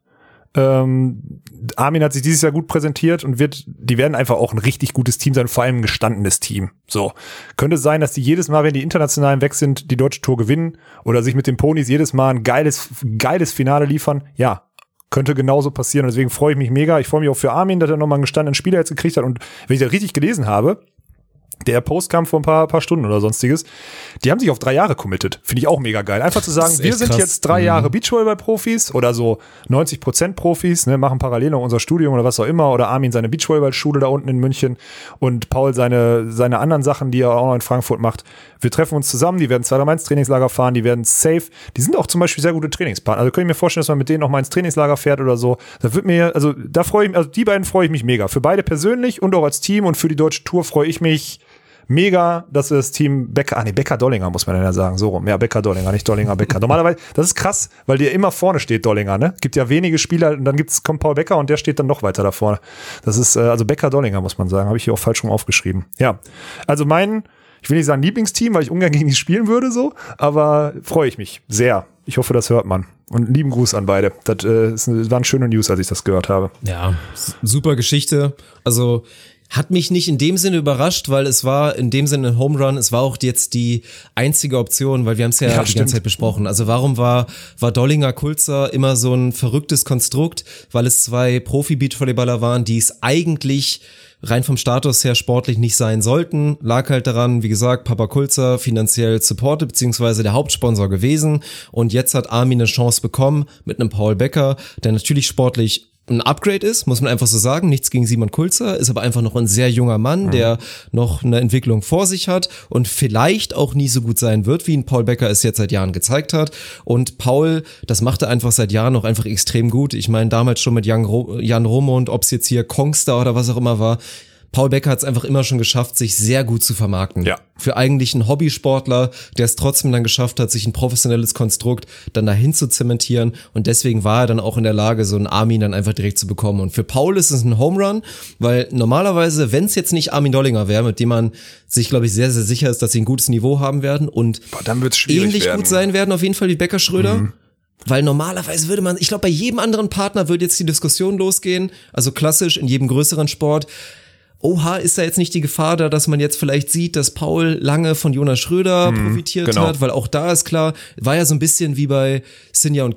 Speaker 2: Ähm, Armin hat sich dieses Jahr gut präsentiert und wird, die werden einfach auch ein richtig gutes Team sein, vor allem ein gestandenes Team. So. Könnte sein, dass die jedes Mal, wenn die Internationalen weg sind, die Deutsche Tour gewinnen oder sich mit den Ponys jedes Mal ein geiles, geiles Finale liefern. Ja. Könnte genauso passieren und deswegen freue ich mich mega. Ich freue mich auch für Armin, dass er nochmal einen gestandenen Spieler jetzt gekriegt hat und wenn ich das richtig gelesen habe, der Post kam vor ein paar, paar Stunden oder sonstiges, die haben sich auf drei Jahre committed. Finde ich auch mega geil. Einfach zu sagen, wir sind krass. Jetzt drei Jahre mhm. Beachvolleyball-Profis oder so neunzig Prozent Profis, ne, machen parallel noch unser Studium oder was auch immer oder Armin seine Beachvolleyball-Schule da unten in München und Paul seine, seine anderen Sachen, die er auch noch in Frankfurt macht. Wir treffen uns zusammen, die werden zweimal ins Trainingslager fahren, die werden safe, die sind auch zum Beispiel sehr gute Trainingspartner. Also kann ich mir vorstellen, dass man mit denen auch mal ins Trainingslager fährt oder so. Da wird mir, also da freue ich mich, also die beiden freue ich mich mega. Für beide persönlich und auch als Team und für die Deutsche Tour freue ich mich mega, dass das Team Becker, ah nee, Becker-Dollinger muss man ja sagen, so rum. Ja, Becker-Dollinger, nicht Dollinger-Becker. Normalerweise, das ist krass, weil der immer vorne steht, Dollinger, ne? Gibt ja wenige Spieler und dann gibt's, kommt Paul Becker und der steht dann noch weiter da vorne. Das ist, äh, also Becker-Dollinger muss man sagen, habe ich hier auch falsch rum aufgeschrieben. Ja, also mein, ich will nicht sagen Lieblingsteam, weil ich ungern gegen die spielen würde so, aber freue ich mich sehr. Ich hoffe, das hört man. Und lieben Gruß an beide. Das, äh, das waren schöne News, als ich das gehört habe.
Speaker 1: Ja, super Geschichte. Also hat mich nicht in dem Sinne überrascht, weil es war in dem Sinne ein Home Run, es war auch jetzt die einzige Option, weil wir haben es ja, ja die stimmt. ganze Zeit besprochen. Also warum war war Dollinger Kulzer immer so ein verrücktes Konstrukt, weil es zwei Profi-Beachvolleyballer waren, die es eigentlich rein vom Status her sportlich nicht sein sollten. Lag halt daran, wie gesagt, Papa Kulzer finanziell supported, beziehungsweise der Hauptsponsor gewesen. Und jetzt hat Armin eine Chance bekommen mit einem Paul Becker, der natürlich sportlich ein Upgrade ist, muss man einfach so sagen. Nichts gegen Simon Kulzer, ist aber einfach noch ein sehr junger Mann, mhm. der noch eine Entwicklung vor sich hat und vielleicht auch nie so gut sein wird, wie ihn Paul Becker es jetzt seit Jahren gezeigt hat. Und Paul, das macht er einfach seit Jahren noch einfach extrem gut. Ich meine, damals schon mit Jan, Ro- Jan Romund, ob es jetzt hier Kongstar oder was auch immer war, Paul Becker hat es einfach immer schon geschafft, sich sehr gut zu vermarkten.
Speaker 2: Ja.
Speaker 1: Für eigentlich einen Hobbysportler, der es trotzdem dann geschafft hat, sich ein professionelles Konstrukt dann dahin zu zementieren. Und deswegen war er dann auch in der Lage, so einen Armin dann einfach direkt zu bekommen. Und für Paul ist es ein Home Run, weil normalerweise, wenn es jetzt nicht Armin Dollinger wäre, mit dem man sich, glaube ich, sehr, sehr sicher ist, dass sie ein gutes Niveau haben werden und
Speaker 2: Boah, dann wird's schwierig
Speaker 1: ähnlich
Speaker 2: werden.
Speaker 1: gut sein werden, auf jeden Fall wie Becker Schröder. Mhm. Weil normalerweise würde man, ich glaube, bei jedem anderen Partner würde jetzt die Diskussion losgehen, also klassisch in jedem größeren Sport. Oha, ist da jetzt nicht die Gefahr da, dass man jetzt vielleicht sieht, dass Paul lange von Jonas Schröder mhm, profitiert genau. hat, weil auch da ist klar, war ja so ein bisschen wie bei Sinja und Kim,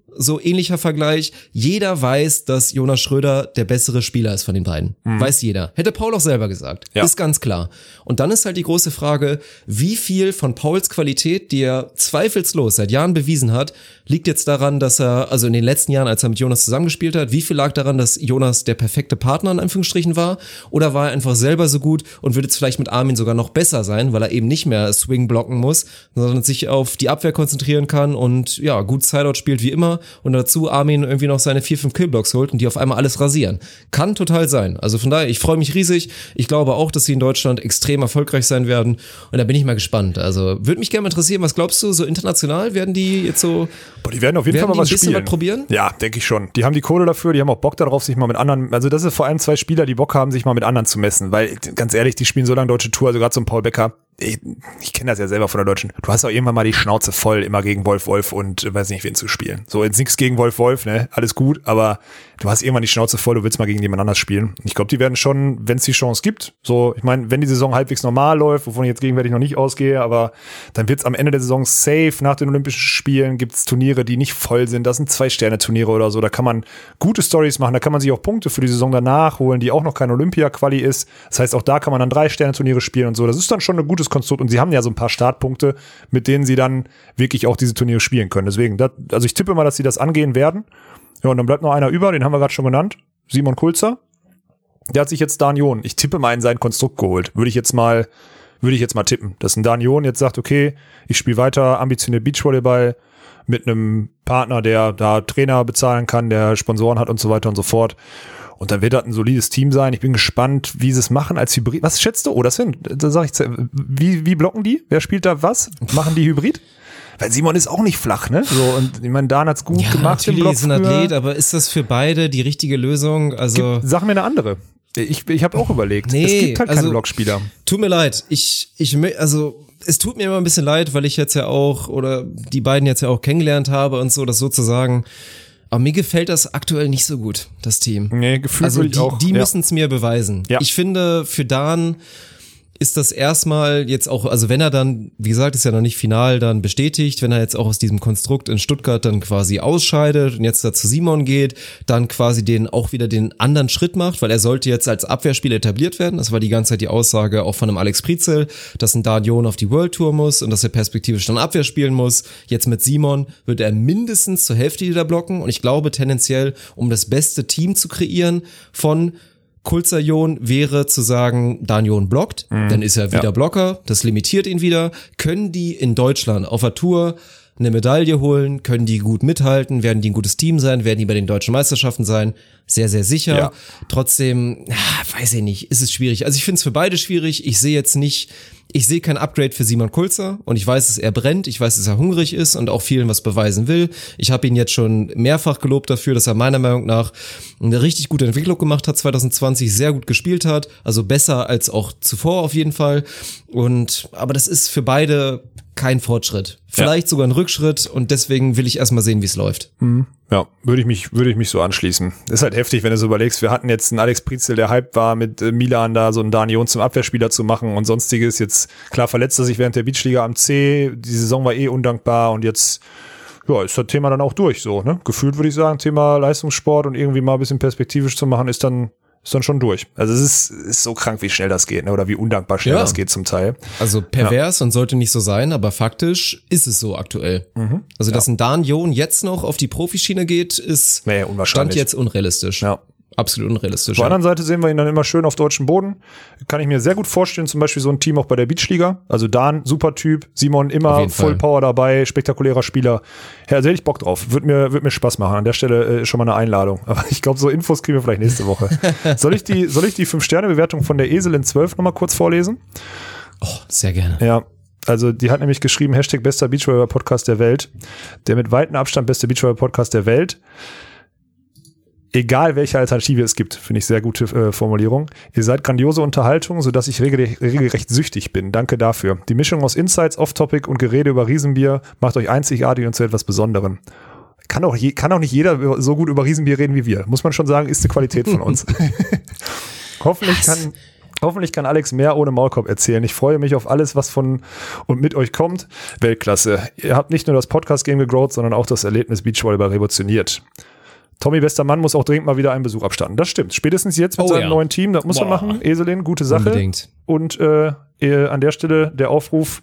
Speaker 1: so ähnlicher Vergleich. Jeder weiß, dass Jonas Schröder der bessere Spieler ist von den beiden. Mhm. Weiß jeder. Hätte Paul auch selber gesagt. Ja. Ist ganz klar. Und dann ist halt die große Frage, wie viel von Pauls Qualität, die er zweifellos seit Jahren bewiesen hat, liegt jetzt daran, dass er, also in den letzten Jahren, als er mit Jonas zusammengespielt hat, wie viel lag daran, dass Jonas der perfekte Partner in Anführungsstrichen war? Oder war er einfach selber so gut und würde jetzt vielleicht mit Armin sogar noch besser sein, weil er eben nicht mehr Swing blocken muss, sondern sich auf die Abwehr konzentrieren kann und ja, gut Sideout spielt wie immer und dazu Armin irgendwie noch seine vier, fünf Killblocks holt und die auf einmal alles rasieren. Kann total sein. Also von daher, ich freue mich riesig. Ich glaube auch, dass sie in Deutschland extrem erfolgreich sein werden und da bin ich mal gespannt. Also würde mich gerne interessieren, was glaubst du, so international werden die jetzt so
Speaker 2: Boah, die werden auf jeden Fall mal was spielen.
Speaker 1: Was probieren?
Speaker 2: Ja, denke ich schon. Die haben die Kohle dafür, die haben auch Bock darauf, sich mal mit anderen, also das ist vor allem zwei Spieler, die Bock haben, sich mal mit anderen zu messen, weil ganz ehrlich, die spielen so lange deutsche Tour, also gerade so ein Paul Becker, ich, ich kenne das ja selber von der Deutschen, du hast auch irgendwann mal die Schnauze voll, immer gegen Wolf Wolf und äh, weiß nicht, wen zu spielen. So, jetzt nichts gegen Wolf Wolf, ne, alles gut, aber du hast irgendwann die Schnauze voll, du willst mal gegen jemand anders spielen. Ich glaube, die werden schon, wenn es die Chance gibt, so, ich meine, wenn die Saison halbwegs normal läuft, wovon ich jetzt gegenwärtig noch nicht ausgehe, aber dann wird es am Ende der Saison safe, nach den Olympischen Spielen gibt es Turniere, die nicht voll sind, das sind Zwei-Sterne-Turniere oder so, da kann man gute Storys machen, da kann man sich auch Punkte für die Saison danach holen, die auch noch keine Olympia-Quali ist, das heißt, auch da kann man dann Drei-Sterne-Turniere spielen und so, das ist dann schon ein gutes Konstrukt und sie haben ja so ein paar Startpunkte, mit denen sie dann wirklich auch diese Turniere spielen können, deswegen, das, also ich tippe mal, dass sie das angehen werden. Ja, und dann bleibt noch einer über, den haben wir gerade schon genannt, Simon Kulzer. Der hat sich jetzt Dan John, ich tippe mal in sein Konstrukt geholt, würde ich jetzt mal, würde ich jetzt mal tippen, dass ein Dan John jetzt sagt, okay, ich spiele weiter ambitioniert Beachvolleyball mit einem Partner, der da Trainer bezahlen kann, der Sponsoren hat und so weiter und so fort. Und dann wird das ein solides Team sein. Ich bin gespannt, wie sie es machen als Hybrid. Was schätzt du? Oh, das hin. Da sag ich, wie, wie blocken die? Wer spielt da was? Machen die Hybrid? Weil Simon ist auch nicht flach, ne? So, und ich meine, Dan hat's gut
Speaker 1: ja,
Speaker 2: gemacht im
Speaker 1: Block.
Speaker 2: Block
Speaker 1: Ist ein Athlet, aber ist das für beide die richtige Lösung? Also
Speaker 2: Gib, sag mir eine andere. Ich, ich habe auch überlegt.
Speaker 1: Nee,
Speaker 2: es gibt halt keine
Speaker 1: also,
Speaker 2: Blockspieler.
Speaker 1: Tut mir leid. Ich, ich, also es tut mir immer ein bisschen leid, weil ich jetzt ja auch oder die beiden jetzt ja auch kennengelernt habe und so, das sozusagen. Aber mir gefällt das aktuell nicht so gut, das Team.
Speaker 2: Nee, gefühlt
Speaker 1: also die,
Speaker 2: auch.
Speaker 1: die
Speaker 2: ja.
Speaker 1: müssen es mir beweisen.
Speaker 2: Ja.
Speaker 1: Ich finde, für Dan ist das erstmal jetzt auch, also wenn er dann, wie gesagt, ist ja noch nicht final dann bestätigt, wenn er jetzt auch aus diesem Konstrukt in Stuttgart dann quasi ausscheidet und jetzt da zu Simon geht, dann quasi den auch wieder den anderen Schritt macht, weil er sollte jetzt als Abwehrspieler etabliert werden. Das war die ganze Zeit die Aussage auch von einem Alex Prizel, dass ein Dan John auf die World Tour muss und dass er perspektivisch dann Abwehr spielen muss. Jetzt mit Simon wird er mindestens zur Hälfte wieder blocken und ich glaube tendenziell, um das beste Team zu kreieren von Kulzer John wäre zu sagen, Dan John blockt, mhm. dann ist er wieder ja. Blocker, das limitiert ihn wieder. Können die in Deutschland auf der Tour eine Medaille holen, können die gut mithalten, werden die ein gutes Team sein, werden die bei den deutschen Meisterschaften sein, sehr, sehr sicher. Ja. Trotzdem, weiß ich nicht, ist es schwierig. Also ich finde es für beide schwierig, ich sehe jetzt nicht, ich sehe kein Upgrade für Simon Kulzer und ich weiß, dass er brennt, ich weiß, dass er hungrig ist und auch vielen was beweisen will. Ich habe ihn jetzt schon mehrfach gelobt dafür, dass er meiner Meinung nach eine richtig gute Entwicklung gemacht hat, zwanzig zwanzig sehr gut gespielt hat, also besser als auch zuvor auf jeden Fall. Und aber das ist für beide kein Fortschritt. Vielleicht ja. sogar ein Rückschritt und deswegen will ich erstmal sehen, wie es läuft.
Speaker 2: Mhm. Ja, würde ich mich, würde ich mich so anschließen. Ist halt heftig, wenn du so überlegst, wir hatten jetzt einen Alex Prizel, der hyped war, mit äh, Milan da so einen Dan John zum Abwehrspieler zu machen und sonstiges. Jetzt, klar, verletzt er sich während der Beachliga am C. Die Saison war eh undankbar und jetzt, ja, ist das Thema dann auch durch, so, ne? Gefühlt würde ich sagen, Thema Leistungssport und irgendwie mal ein bisschen perspektivisch zu machen, ist dann, ist dann schon durch. Also es ist, ist so krank, wie schnell das geht, ne? Oder wie undankbar schnell ja. das geht zum Teil.
Speaker 1: Also pervers ja. und sollte nicht so sein, aber faktisch ist es so aktuell. Mhm. Also, dass ja. ein Dan John jetzt noch auf die Profischiene geht, ist
Speaker 2: nee, unwahrscheinlich.
Speaker 1: Stand jetzt unrealistisch. Ja. Absolut unrealistisch.
Speaker 2: Auf der anderen Seite sehen wir ihn dann immer schön auf deutschem Boden. Kann ich mir sehr gut vorstellen, zum Beispiel so ein Team auch bei der Beachliga. Also Dan, super Typ, Simon immer voll Power dabei, spektakulärer Spieler. Ja, also hätte ich Bock drauf. Wird mir, wird mir Spaß machen. An der Stelle äh, schon mal eine Einladung. Aber ich glaube, so Infos kriegen wir vielleicht nächste Woche. soll ich die, soll ich die fünf-Sterne-Bewertung von der Esel in zwölf nochmal kurz vorlesen?
Speaker 1: Oh, sehr gerne.
Speaker 2: Ja. Also die hat nämlich geschrieben, Hashtag bester Beachvolleyball-Podcast der Welt. Der mit weitem Abstand beste Beachvolleyball-Podcast der Welt. Egal welche Alternative es gibt, finde ich sehr gute äh, Formulierung. Ihr seid grandiose Unterhaltung, sodass ich regelrecht, regelrecht süchtig bin. Danke dafür. Die Mischung aus Insights, Off-Topic und Gerede über Riesenbier macht euch einzigartig und zu etwas Besonderem. Kann auch, je, kann auch nicht jeder so gut über Riesenbier reden wie wir. Muss man schon sagen, ist eine Qualität von uns. Hoffentlich kann... Hoffentlich kann Alex mehr ohne Maulkorb erzählen. Ich freue mich auf alles, was von und mit euch kommt. Weltklasse. Ihr habt nicht nur das Podcast-Game gegrowt, sondern auch das Erlebnis Beachvolleyball revolutioniert. Tommy, bester Mann, muss auch dringend mal wieder einen Besuch abstatten. Das stimmt. Spätestens jetzt mit
Speaker 1: oh,
Speaker 2: seinem
Speaker 1: ja.
Speaker 2: neuen Team. Das muss Boah. er machen. Eselin, gute Sache.
Speaker 1: Unbedingt.
Speaker 2: Und äh, an der Stelle der Aufruf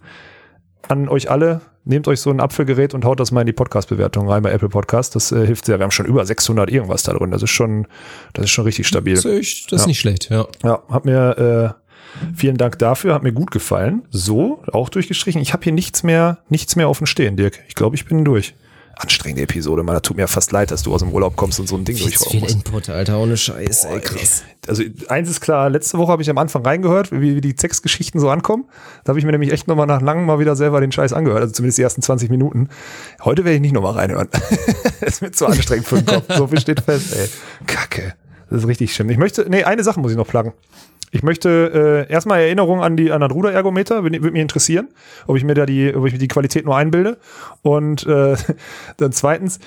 Speaker 2: an euch alle. Nehmt euch so ein Apfelgerät und haut das mal in die Podcast-Bewertung rein bei Apple Podcast. Das äh, hilft sehr. Wir haben schon über sechshundert irgendwas da drin. Das ist schon, das ist schon richtig stabil.
Speaker 1: Das ist, echt, das ist
Speaker 2: ja.
Speaker 1: nicht schlecht, ja.
Speaker 2: Ja, hat mir, äh, vielen Dank dafür, hat mir gut gefallen. So, auch durchgestrichen. Ich habe hier nichts mehr, nichts mehr offen stehen, Dirk. Ich glaube, ich bin durch. Anstrengende Episode, man. Da tut mir fast leid, dass du aus dem Urlaub kommst und so ein Ding durchrauben
Speaker 1: viel
Speaker 2: musst.
Speaker 1: Input, Alter, ohne Scheiß, ey, krass.
Speaker 2: Also eins ist klar, letzte Woche habe ich am Anfang reingehört, wie, wie die Textgeschichten so ankommen. Da habe ich mir nämlich echt nochmal nach langem mal wieder selber den Scheiß angehört, also zumindest die ersten zwanzig Minuten. Heute werde ich nicht nochmal reinhören. Das ist mir zu anstrengend für den Kopf. So viel steht fest, ey. Kacke. Das ist richtig schlimm. Ich möchte, nee, eine Sache muss ich noch pluggen. Ich möchte äh, erstmal Erinnerungen an die an das Ruderergometer, würde mich interessieren, ob ich mir da die, ob ich mir die Qualität nur einbilde. Und äh, dann zweitens,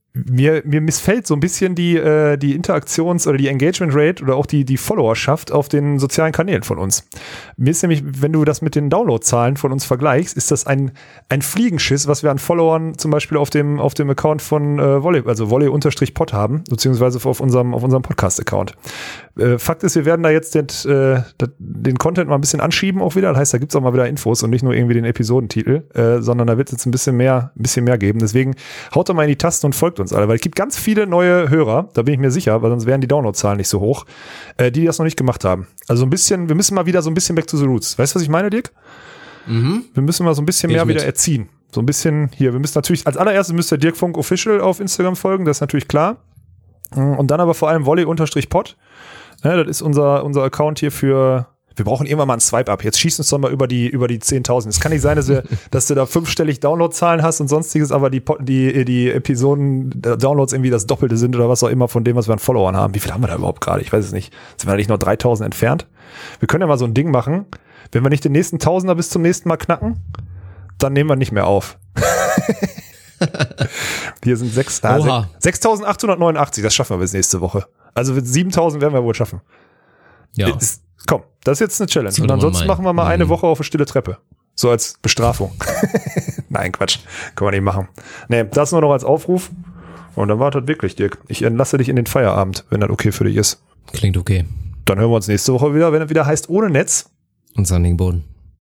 Speaker 2: mir mir missfällt so ein bisschen die äh, die Interaktions- oder die Engagement Rate oder auch die die Followerschaft auf den sozialen Kanälen von uns. Mir ist nämlich, wenn du das mit den Downloadzahlen von uns vergleichst, ist das ein ein Fliegenschiss, was wir an Followern zum Beispiel auf dem auf dem Account von äh, Volley, also Volley-Pod haben, beziehungsweise auf unserem auf unserem Podcast-Account. Äh, Fakt ist, wir werden da jetzt den, äh, den Content mal ein bisschen anschieben auch wieder. Das heißt, da gibt's auch mal wieder Infos und nicht nur irgendwie den Episodentitel, äh, sondern da wird es jetzt ein bisschen mehr, ein bisschen mehr geben. Deswegen haut doch mal in die Tasten und folgt uns alle, weil es gibt ganz viele neue Hörer, da bin ich mir sicher, weil sonst wären die Downloadzahlen nicht so hoch, äh, die das noch nicht gemacht haben. Also ein bisschen, wir müssen mal wieder so ein bisschen back to the roots. Weißt du, was ich meine, Dirk?
Speaker 1: Mhm.
Speaker 2: Wir müssen mal so ein bisschen mehr wieder erziehen. So ein bisschen hier, wir müssen natürlich, als allererstes müsst ihr Dirk Funk Official auf Instagram folgen, das ist natürlich klar. Und dann aber vor allem Volley-Pod. Ja, das ist unser, unser Account hier für, wir brauchen irgendwann mal einen Swipe-Up. Jetzt schießt uns doch mal über die, über die zehntausend. Es kann nicht sein, dass, wir, dass du da fünfstellig Downloadzahlen hast und sonstiges, aber die, die, die Episoden-Downloads irgendwie das Doppelte sind oder was auch immer von dem, was wir an Followern haben. Wie viel haben wir da überhaupt gerade? Ich weiß es nicht. Sind wir da nicht noch dreitausend entfernt? Wir können ja mal so ein Ding machen. Wenn wir nicht den nächsten Tausender bis zum nächsten Mal knacken, dann nehmen wir nicht mehr auf. Hier sind sechs, ah, sechstausendachthundertneunundachtzig, das schaffen wir bis nächste Woche. Also siebentausend werden wir wohl schaffen.
Speaker 1: Ja.
Speaker 2: Ist, komm, das ist jetzt eine Challenge. Und ansonsten machen wir mal eine Woche auf eine stille Treppe. So als Bestrafung. Nein, Quatsch. Können wir nicht machen. Nee, das nur noch als Aufruf. Und dann wartet wirklich, Dirk. Ich entlasse dich in den Feierabend, wenn das okay für dich ist.
Speaker 1: Klingt okay.
Speaker 2: Dann hören wir uns nächste Woche wieder, wenn es wieder heißt ohne Netz.
Speaker 1: Und sandigen Boden.